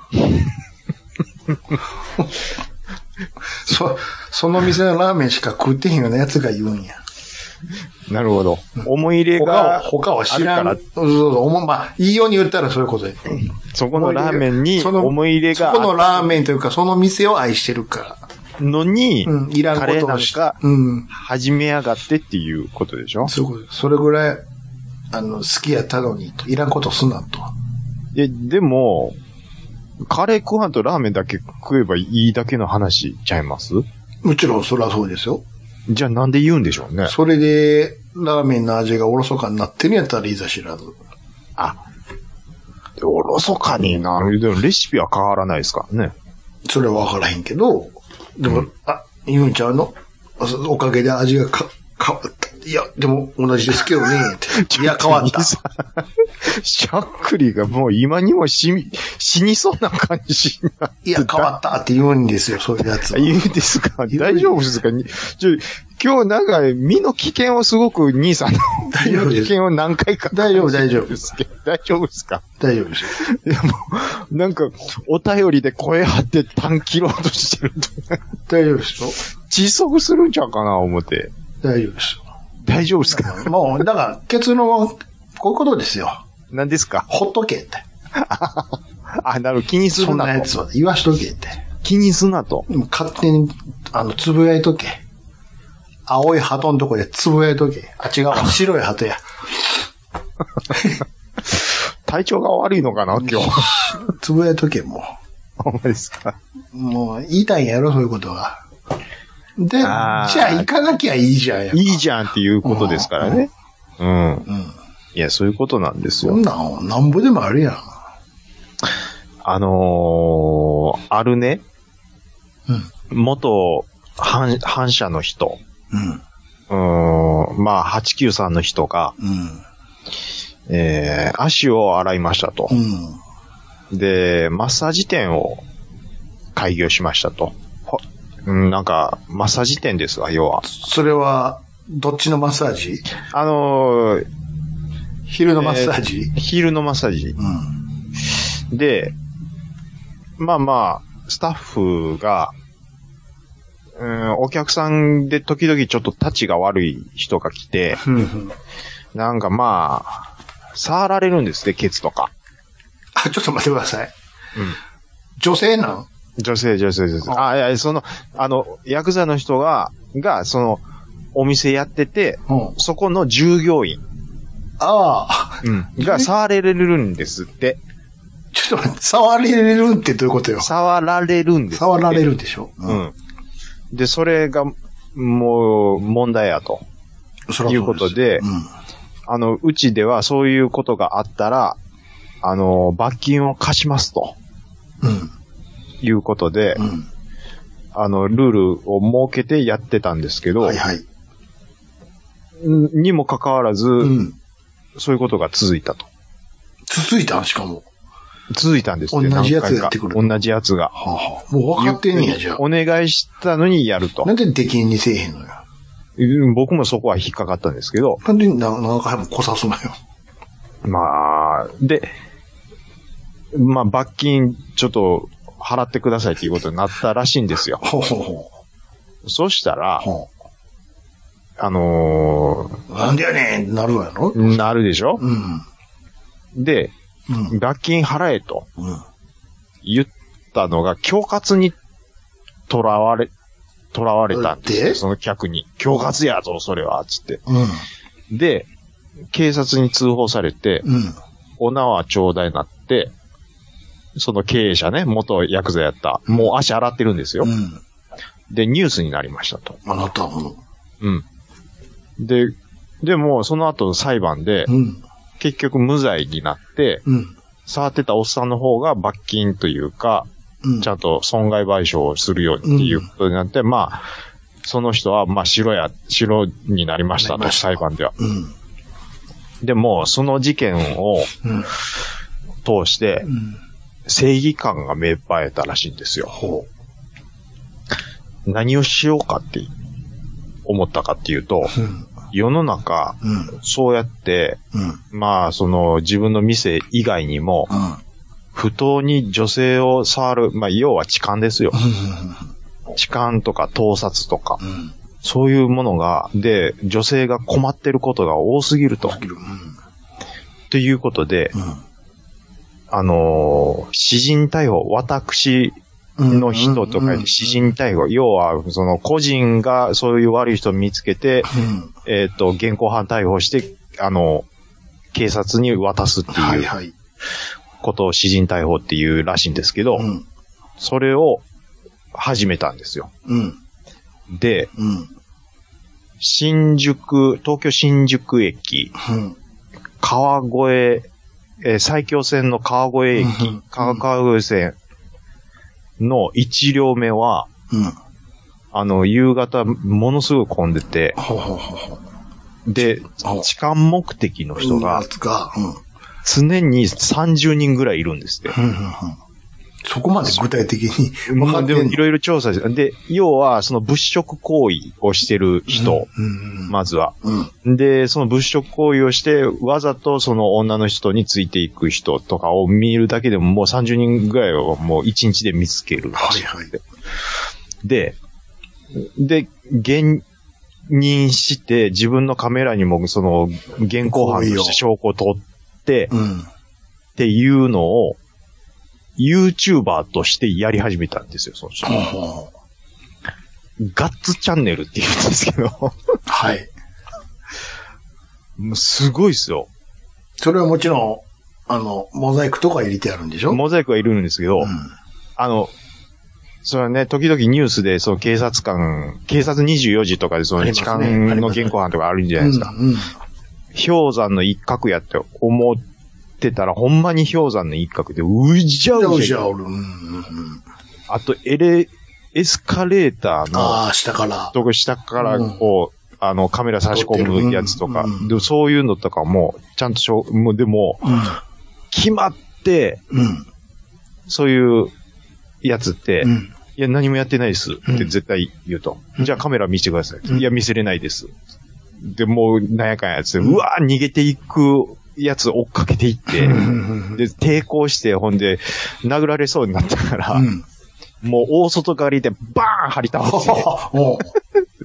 そ、その店のラーメンしか食ってへんようなやつが言うんや。 なるほど。思い入れが。 他は知らん。そうそうそう。まあ、いいように言ったらそういうことで。 そこのラーメンに思い入れが。 そこのラーメンというか、その店を愛してるから。 のに、 うん、いらんことをしか、うん。始めやがってっていうことでしょ？ そういうこと。それぐらい、あの、好きやったのに、いらんことすんなと。 え、でも、カレー食わんとラーメンだけ食えばいいだけの話ちゃいます？ もちろん、それはそうですよ。 じゃあなんで言うんでしょうね。 それで、ラーメンの味がおろそかになってるんやったらいざ知らず。 あ、おろそかになる。でもレシピは変わらないですからね。それはわからへんけど、でも、うん、あ、言うんちゃうの？おかげで味がか、変わった。いや、でも同じですけどね。いや、変わった。しゃっくりがもう今にも死に、死にそうな感じになって。 いや、変わったって言うんですよ、そういうやつは。 言うんですか？大丈夫ですか？ちょ今日なんか、身の危険をすごく兄さんの身の危険を何回か。 大丈夫、大丈夫。 大丈夫ですか？ 大丈夫ですよ。 いやもう、なんか、お便りで声張って短切ろうとしてると。 大丈夫ですよ。 窒息するんちゃうかな、思って。 大丈夫ですよ。 大丈夫ですか？ もう、だから、結論は、こういうことですよ。 何ですか？ ほっとけって。 あ、なる、気にするな。 そんなやつは言わしとけって。 気にすなと。 勝手に、あの、つぶやいとけ。青い鳩のとこでつぶやいとけ。あ、違うわ。白い鳩や。 体調が悪いのかな、今日。 つぶやいとけ、もう。ほんまですか。 もう、言いたいんやろ、そういうことが。で、じゃあ行かなきゃいいじゃんや。 いいじゃんっていうことですからね。うん。うん。うん、いや、そういうことなんですよ。 そんなん、なんぼでもあるやん。 あのー、あるね。うん。元反、反社の人。うん。うん。まあ、はちきゅうさんの人が、うん。えー、足を洗いましたと。うん。で、マッサージ店を開業しましたと。うん、なんか、マッサージ店ですわ、要は。 それは、どっちのマッサージ？ あのー、 昼のマッサージ？ えー、昼のマッサージ。うん。で、まあまあ、スタッフが、うん、お客さんで時々ちょっとタチが悪い人が来て、なんかまあ、触られるんですね、ケツとか。 あ、ちょっと待ってください。うん。女性なん女性、女性です。あ、いや、その、あの、ヤクザの人が、が、その、お店やってて、うん、そこの従業員。 ああ。 うん。が触れるんですって。 ちょっと待って、触れるってどういうことよ？ 触られるんです。 触られるでしょ？ うん。うん。で、それが、もう、問題やと。そういうことで、うん、あの、うちではそういうことがあったら、あの、罰金を課しますと。うん。いうことで、うん、あの、ルールを設けてやってたんですけど、はいはい。にもかかわらず、うん、そういうことが続いたと。 続いたんしかも。 続いたんですって。 同じやつやってくる。 同じやつが。 はあはあ、もう分かってんねや、じゃあ。 お願いしたのにやると。 なんで出禁にせえへんのよ。 僕もそこは引っかかったんですけど。 なんでな、なんかこさすなよ。 まあ、で、まあ、罰金、ちょっと、払ってくださいっていうことになったらしいんですよ。ほうほうほう。そしたら、ほうあのー、なんでやねんってなるわやろ？ なるでしょ？うん。で、うん、罰金払えと、うん、言ったのが、恐喝に囚われ、囚われたんですよ。その客に。恐喝やぞ、それは、つって。うん、で、警察に通報されて、うん、お縄ちょうだいなって、その経営者ね、元ヤクザやった。もう足洗ってるんですよ。うん、で、ニュースになりましたと。 あなたも。 うん。で、でも、その後裁判で、うん、結局無罪になって、うん、触ってたおっさんの方が罰金というか、うん、ちゃんと損害賠償をするようにっていうことになって、うん、まあ、その人は、まあ、白や、白になりましたと、裁判では。うん、でも、その事件を通して、うん正義感が芽生えたらしいんですよ。ほう何をしようかって思ったかっていうと、うん、世の中、うん、そうやって、うん、まあ、その自分の店以外にも、うん、不当に女性を触る、まあ、要は痴漢ですよ。痴漢とか盗撮とか、うん、そういうものが、で、女性が困ってることが多すぎると。うん、ということで、うんあのー、私人逮捕、私の人とか、私人逮捕、要は、その個人がそういう悪い人を見つけて、うん、えっと、現行犯逮捕して、あの、警察に渡すっていうことを私人逮捕っていうらしいんですけど、うん、それを始めたんですよ。うん、で、うん、新宿、東京新宿駅、うん、川越、えー、埼京線の川越駅、うん、川越線の一両目は、うん、あの、夕方、ものすごい混んでて、ほうほうほうで、痴漢目的の人が、常にさんじゅうにんぐらいいるんですって。うんうんうんそこまで具体的に分かってんの。でもいろいろ調査して、で、要はその物色行為をしてる人、うんうん、まずは、うん。で、その物色行為をして、わざとその女の人についていく人とかを見るだけでももうさんじゅうにんぐらいをもういちにちで見つける。はいはい。で、で、現認して自分のカメラにもその現行犯として証拠を取って、うん、っていうのを、 YouTuber としてやり始めたんですよ、その人。ガッツチャンネルって言うんですけど。 はい。 もうすごいっすよ。 それはもちろん、あの、モザイクとか入れてあるんでしょ？ モザイクはいるんですけど、うん、あの、それはね、時々ニュースで、その警察官、警察にじゅうよじとかでその痴漢の現行犯とかあるんじゃないですか。うんうん、氷山の一角やって思ってたら、ほんまに氷山の一角で、うじゃうじゃう。うんうんうん、あと、エレ、エスカレーターの、 ああ、下から。 とこ下からこう、うん、あの、カメラ差し込むやつとか、うんうん、でそういうのとかも、ちゃんとしょ、もうでも、うん、決まって、うん、そういうやつって、うん、いや、何もやってないですって絶対言うと。うん、じゃあカメラ見せてください。うん、いや、見せれないです。で、もう、なんやかんやつで、うん、うわー逃げていくやつ追っかけていって、うん、で、抵抗して、ほんで、殴られそうになったから、うん、もう大外刈りでバーン張り倒して、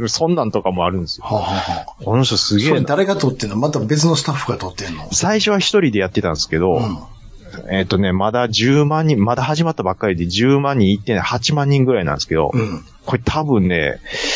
そんなんとかもあるんですよ。はあはあ、この人すげえ。それ誰が撮ってんの？また別のスタッフが撮ってんの？ 最初は一人でやってたんですけど、うん、えっ、ー、とね、まだじゅうまんにん、まだ始まったばっかりでじゅうまんにんいってない、はちまんにんぐらいなんですけど、うん、これ多分ね、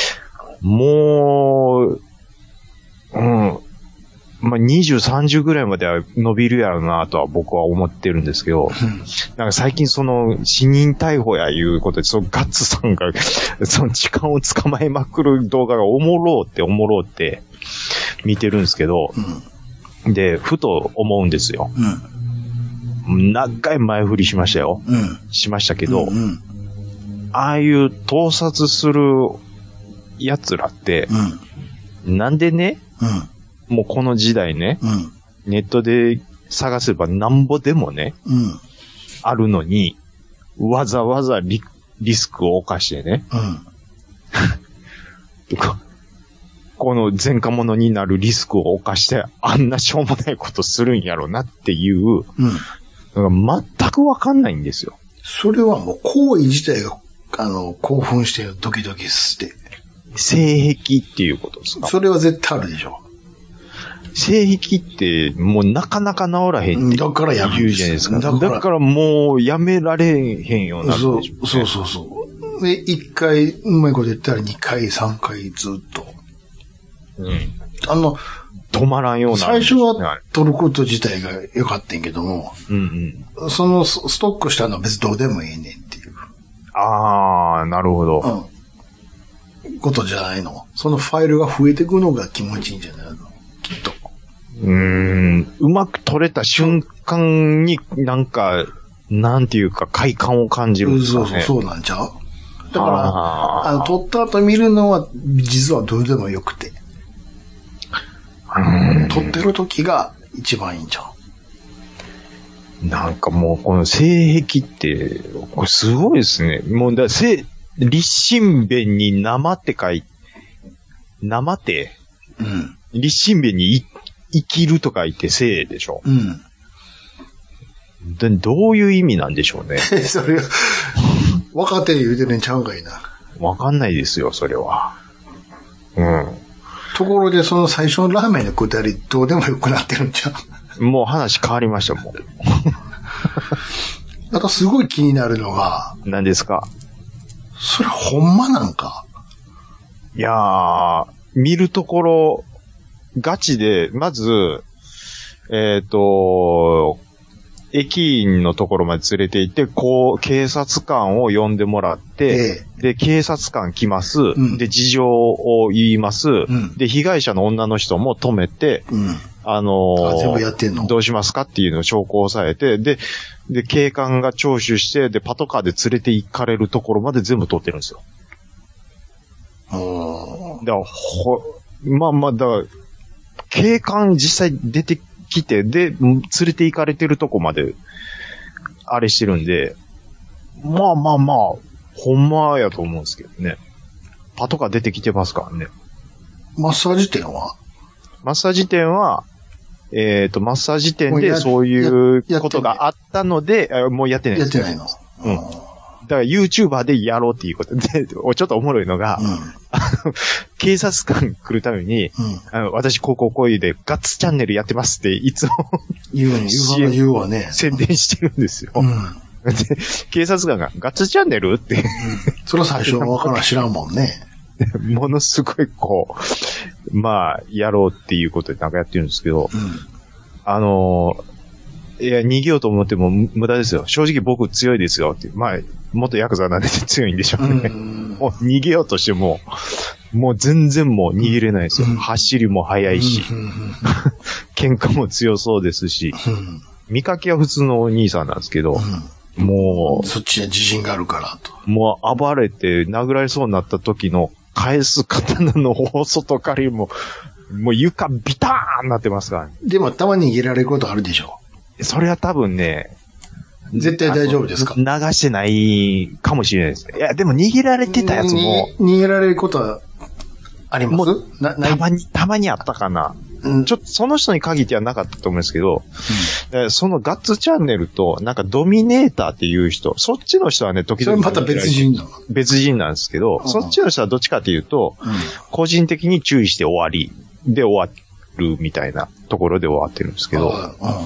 もう、うん、まあ、にじゅう、さんじゅうぐらいまでは伸びるやろなとは僕は思ってるんですけど、うん、なんか最近その死人逮捕やいうことで、そのガッツさんがその痴漢を捕まえまくる動画がおもろうっておもろうって見てるんですけど、うん、で、ふと思うんですよ。うん、長い前振りしましたよ。うん、しましたけど、うんうん、ああいう盗撮する奴らって、うん、なんでね、うんもうこの時代ね、うん、ネットで探せばなんぼでもね、うん、あるのに、わざわざ リ, リスクを冒してね、うん、この前科者になるリスクを冒してあんなしょうもないことするんやろなっていう、うん、全くわかんないんですよ。 それはもう行為自体があの興奮してドキドキして。 性癖っていうことですか？ それは絶対あるでしょ。 性癖ってもうなかなか治らへんって言うじゃないですか。だから、だからもうやめられへんようになるでしょ、ね。 そうそうそうそう。で、一回うまいこと言ったら二回、三回ずっと。うん。あの、 止まらんような、 ね。最初は取ること自体が良かったんけども、うんうん。そのストックしたのは別にどうでもいいねんっていう。 あー、なるほど。 うん。ことじゃないの。そのファイルが増えていくのが気持ちいいんじゃないのきっと。 うーん、うまく撮れた瞬間になんか、なんていうか快感を感じるんですかね。 そうそう、そうなんちゃう？だから、ああの、撮った後見るのは実はどうでもよくて。撮ってる時が一番いいんちゃう？なんかもうこの性癖って、これすごいですね。もうだ、性、立身弁に生って書いて、生って、うん。立身弁にい生きるとか言って性でしょ。うん。でどういう意味なんでしょうね。 それ、分かって言うてるんちゃうんかいな。 わかんないですよ、それは。うん。 ところで、その最初のラーメンのくだり、どうでもよくなってるんちゃう？もう話変わりましたもん。 あとすごい気になるのが。 何ですか？ それほんまなんか？ いやー、見るところ、ガチで、まず、えっと、駅員のところまで連れて行って、こう、警察官を呼んでもらって、ええ、で、警察官来ます、うん、で、事情を言います、うん、で、被害者の女の人も止めて、うん、あのー、 全部やってんの？ どうしますかっていうのを証拠を押さえて、で、で、警官が聴取して、で、パトカーで連れて行かれるところまで全部撮ってるんですよ。だから、ほ、まあまあ、だから、警官実際出てきて、で、連れて行かれてるとこまで、あれしてるんで、まあまあまあ、ほんまやと思うんですけどね。パトカー出てきてますからね。 マッサージ店は？ マッサージ店は、えっと、マッサージ店でそういうことがあったので、もうやってないです。 やってないの。 うん。だから YouTuber でやろうっていうことで、ちょっとおもろいのが、うん、あの警察官来るために、うん、あの私こうこうこういうでガッツチャンネルやってますっていつも言うね、言うわね。 宣伝してるんですよ。うん、 で、警察官が、ガッツチャンネルって。うん、 それは最初はわからん知らんもんね。 ものすごいこう、まあ、やろうっていうことでなんかやってるんですけど、うん、あのー、いや、逃げようと思っても無駄ですよ。正直僕強いですよって。まあ、元ヤクザなんで強いんでしょうね。うん、もう逃げようとしても、もう全然もう逃げれないですよ。うん、走りも速いし、うん、喧嘩も強そうですし、うん、見かけは普通のお兄さんなんですけど、うん、もう、 そっちに自信があるからと。 もう暴れて殴られそうになった時の返す刀の大外刈りも、もう床ビターンなってますからね。 でもたまに逃げられることあるでしょ。 それは多分ね、 絶対大丈夫ですか？ 流してないかもしれないです。いや、でも逃げられてたやつも。 逃げられることはありますなたまに、たまにあったかな。うん、ちょっとその人に限ってはなかったと思うんですけど、うん、そのガッツチャンネルと、なんかドミネーターっていう人、そっちの人はね、時々。 それまた別人なの？ 別人なんですけど、うん、そっちの人はどっちかというと、うん、個人的に注意して終わりで終わるみたいなところで終わってるんですけど、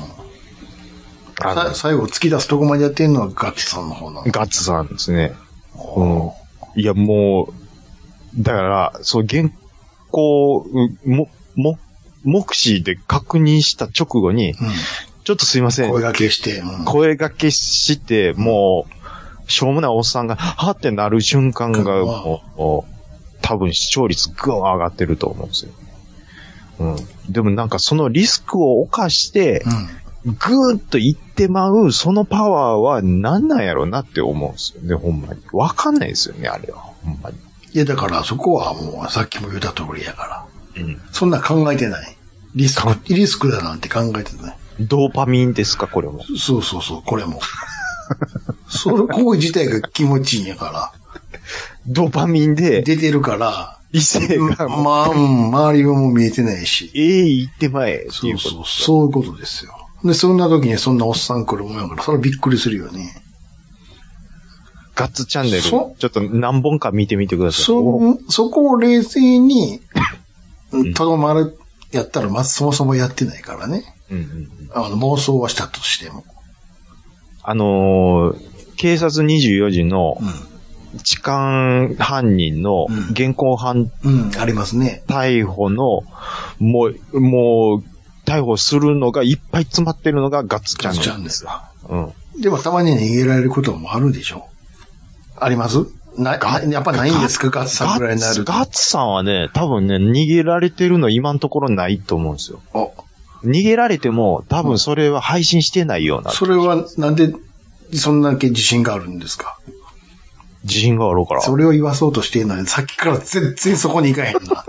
さ最後突き出すとこまでやってるのはガッツさんの方なの？ ガッツさんですね。うん、いや、もう、だから、そう、原稿、も、も、目視で確認した直後に、うん、ちょっとすいません。 声掛けして。 うん、声掛けして、もう、しょうもないおっさんが、はってなる瞬間が、もう、もう多分視聴率ぐん上がってると思うんですよ。うん。でもなんかそのリスクを冒して、うん、ぐーっといってまう、そのパワーは何なんやろうなって思うんですよね、ほんまに。わかんないですよね、あれは。ほんまに。 いや、だからそこはもう、さっきも言った通りやから。うん。そんな考えてない。リスク、リスクだなんて考えてない。 ドーパミンですか、これも。 そうそうそう、これも。その行為自体が気持ちいいんやから。 ドーパミンで。 出てるから。 異性が。 まあ、うん、周りがもう見えてないし。 ええー、言ってまえ。っていうこと。 そうそう、そういうことですよ。で、そんな時にそんなおっさん来るもんやから、それはびっくりするよね。 ガッツチャンネル、ちょっと何本か見てみてください。 そ、そこを冷静に、とどまる、やったら、まずそもそもやってないからね。うんうんうん、あの妄想はしたとしても。 あのー、警察にじゅうよじの、痴漢犯人の現行犯、 うんうん、ありますね。 逮捕の、もう、もう、逮捕するのがいっぱい詰まってるのがガッツチャンネル。ガッツチャンネルだ。 うん。でもたまに逃げられることもあるでしょ。ありますな、やっぱないんですか？ガッツさんぐらいになると。 ガッツさんはね、多分ね、逃げられてるの今のところないと思うんですよ。逃げられても、多分それは配信してないような。 それはなんで、そんだけ自信があるんですか？ 自信があるから。 それを言わそうとしているのに、さっきから全然そこに行かへんな。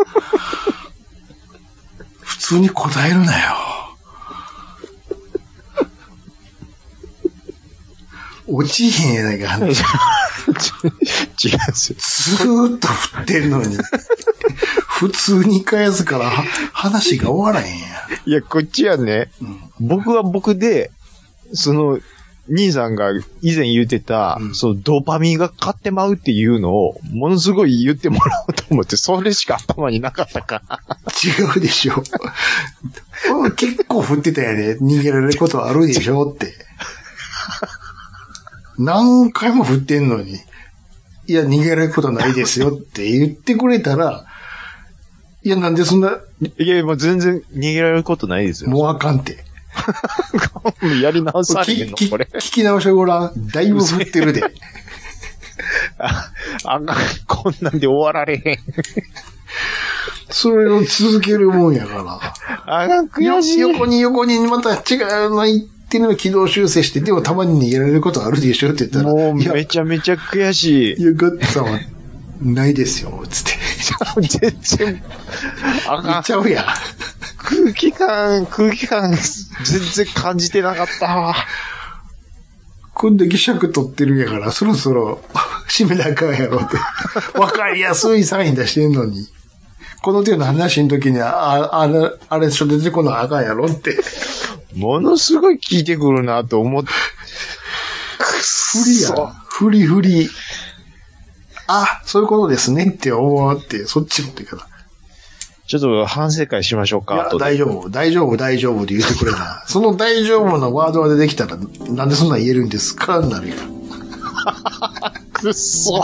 普通に答えるなよ。落ちへんやないか、話。 違うんですよ。 ずーっと振ってんのに。普通に返すから話が終わらへんや。 いや、こっちはね、うん、僕は僕で、その、兄さんが以前言ってた、うん、そのドーパミンが勝ってまうっていうのを、ものすごい言ってもらおうと思って、それしか頭になかったから。 違うでしょ。結構振ってたやね。逃げられることあるでしょって。何回も振ってんのに、いや、逃げられることないですよって言ってくれたら、いや、なんでそんな。 いや、もう全然逃げられることないですよ。 もうあかんて。 やり直されへんのこれ。 聞き直してごらん。だいぶ振ってるで。 あ、あかん、こんなんで終わられへん。 それを続けるもんやから。 あかん、悔しい。 横に横にまた違うの言ってるの軌道修正して、でもたまに逃げられることあるでしょって言ったら。 もうめちゃめちゃ悔しい。 いや、ガッツさんはないですよ、つって。 全然、あかん。 言っちゃうやん。 空気感、空気感、全然感じてなかったわ。 こんだけ尺取ってるやから、そろそろ締めなあかんやろって。わかりやすいサイン出してんのに。この手の話の時には、あ、あれ、あれ、それ出てこなあかんやろって。 ものすごい聞いてくるなと思って。 ふりや。ふりふり。あ、そういうことですねって思って、そっち持ってから。 ちょっと反省会しましょうか。 いや、大丈夫、大丈夫、大丈夫って言ってくれな。その大丈夫なワードが出てきたら、なんでそんなん言えるんですかになるよ。 くっそ。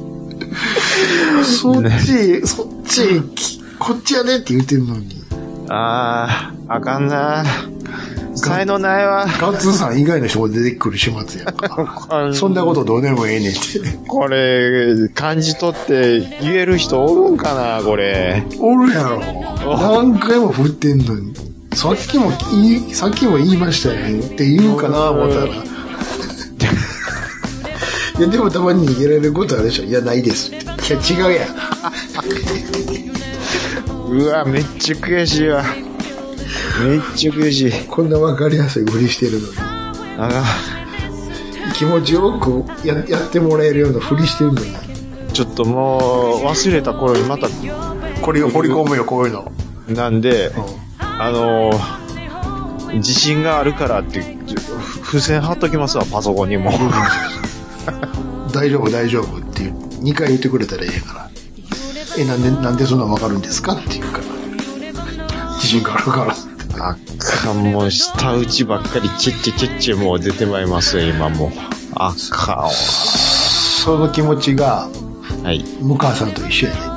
そっち、そっち、こっちやでって言ってんのに。 ああ、あかんな。才能ないわ。 ガッツーさん以外の人が出てくる始末やんか。そんなことどうでもええねんって。 これ、感じ取って言える人おるんかな、これ。 おるやろ。何回も振ってんのに。さっきも言い、さっきも言いましたよねって言うかな思ったら。いや、でもたまに逃げられることあるでしょ。いや、ないですって。いや、違うやん。 うわ、めっちゃ悔しいわ。めっちゃ悔しい。 こんなわかりやすいふりしてるのに。 あ気持ちよく や, やってもらえるようなふりしてるのに。 ちょっともう、忘れた頃にまた、 これを掘り込むよ、こういうの。 なんで、 うん、 あのー、自信があるからって、付箋貼っときますわ、パソコンにも。 大丈夫、大丈夫ってにかい言ってくれたらええから。え、なんで、なんでそんなわかるんですかって言うから。自信があるから。 あかん、もう下打ちばっかりチェッチェチェッチェもう出てまいりますよ、今もう。あかんわ。 その気持ちが、 はい。 向川さんと一緒やねんって。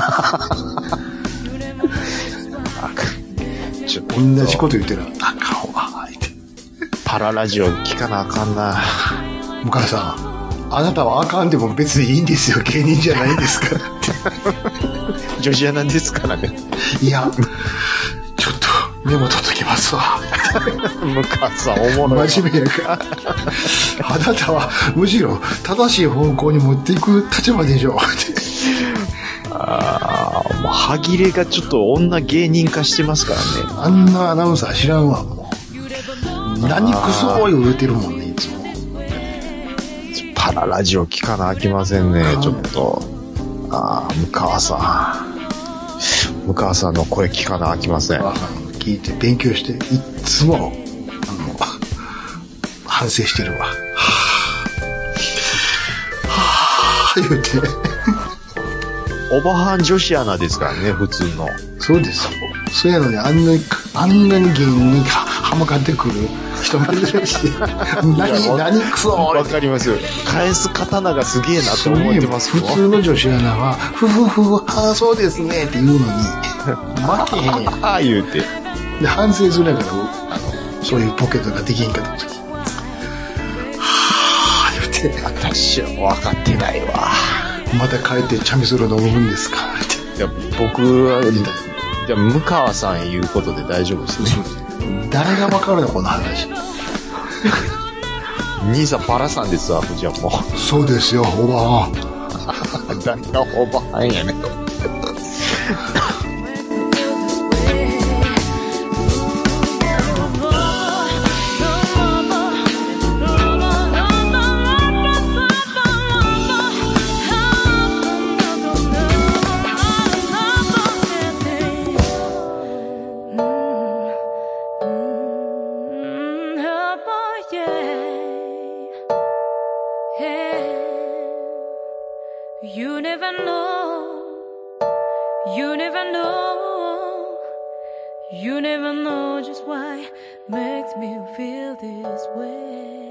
あかん。ちょっと。 同じこと言ってる。あかんわ、って。 パララジオ聞かなあかんな。 向川さん、あなたはあかんでも別にいいんですよ。芸人じゃないんですからって。 女子アナですからね。 いや、ちょっとメモ取っときますわ。 向川さんおもろい。 真面目やから。あなたはむしろ正しい方向に持っていく立場でしょう。 ああ、もう歯切れがちょっと女芸人化してますからね。 あんなアナウンサー知らんわ、もう。何クソ言うてるもんね、いつも。 パララジオ聞かなあきませんね、ちょっと。ああ、向川さん。向川さんの声聞かなあきません。 聞いて勉強して、いっつも、あの、反省してるわ。はぁ、はぁ、言うて。 おばはん女子アナですからね、普通の。 そうですよ。そうやのに、あんなに、あんなに芸人にはまかってくる人珍しい。何、何クソわかりますよ。返す刀がすげえなと思ってますもん。普通の女子アナは、ふふふ、ああ、そうですねって言うのに、負けへんやん。 ああ、言うて。 で、反省するから、あの、そういうポケットができんかった時。はぁ、言うて。 私は分かってないわ。 また帰ってチャミスル飲むんですかって。 いや、僕は、じゃあ、向川さん言うことで大丈夫ですね。 誰が分かるのこの話。 兄さんパラさんですわ、じゃあもう。 そうですよ、おばはん。 誰がおばはんやねん。 You never know, you never know, you never know just why makes me feel this way.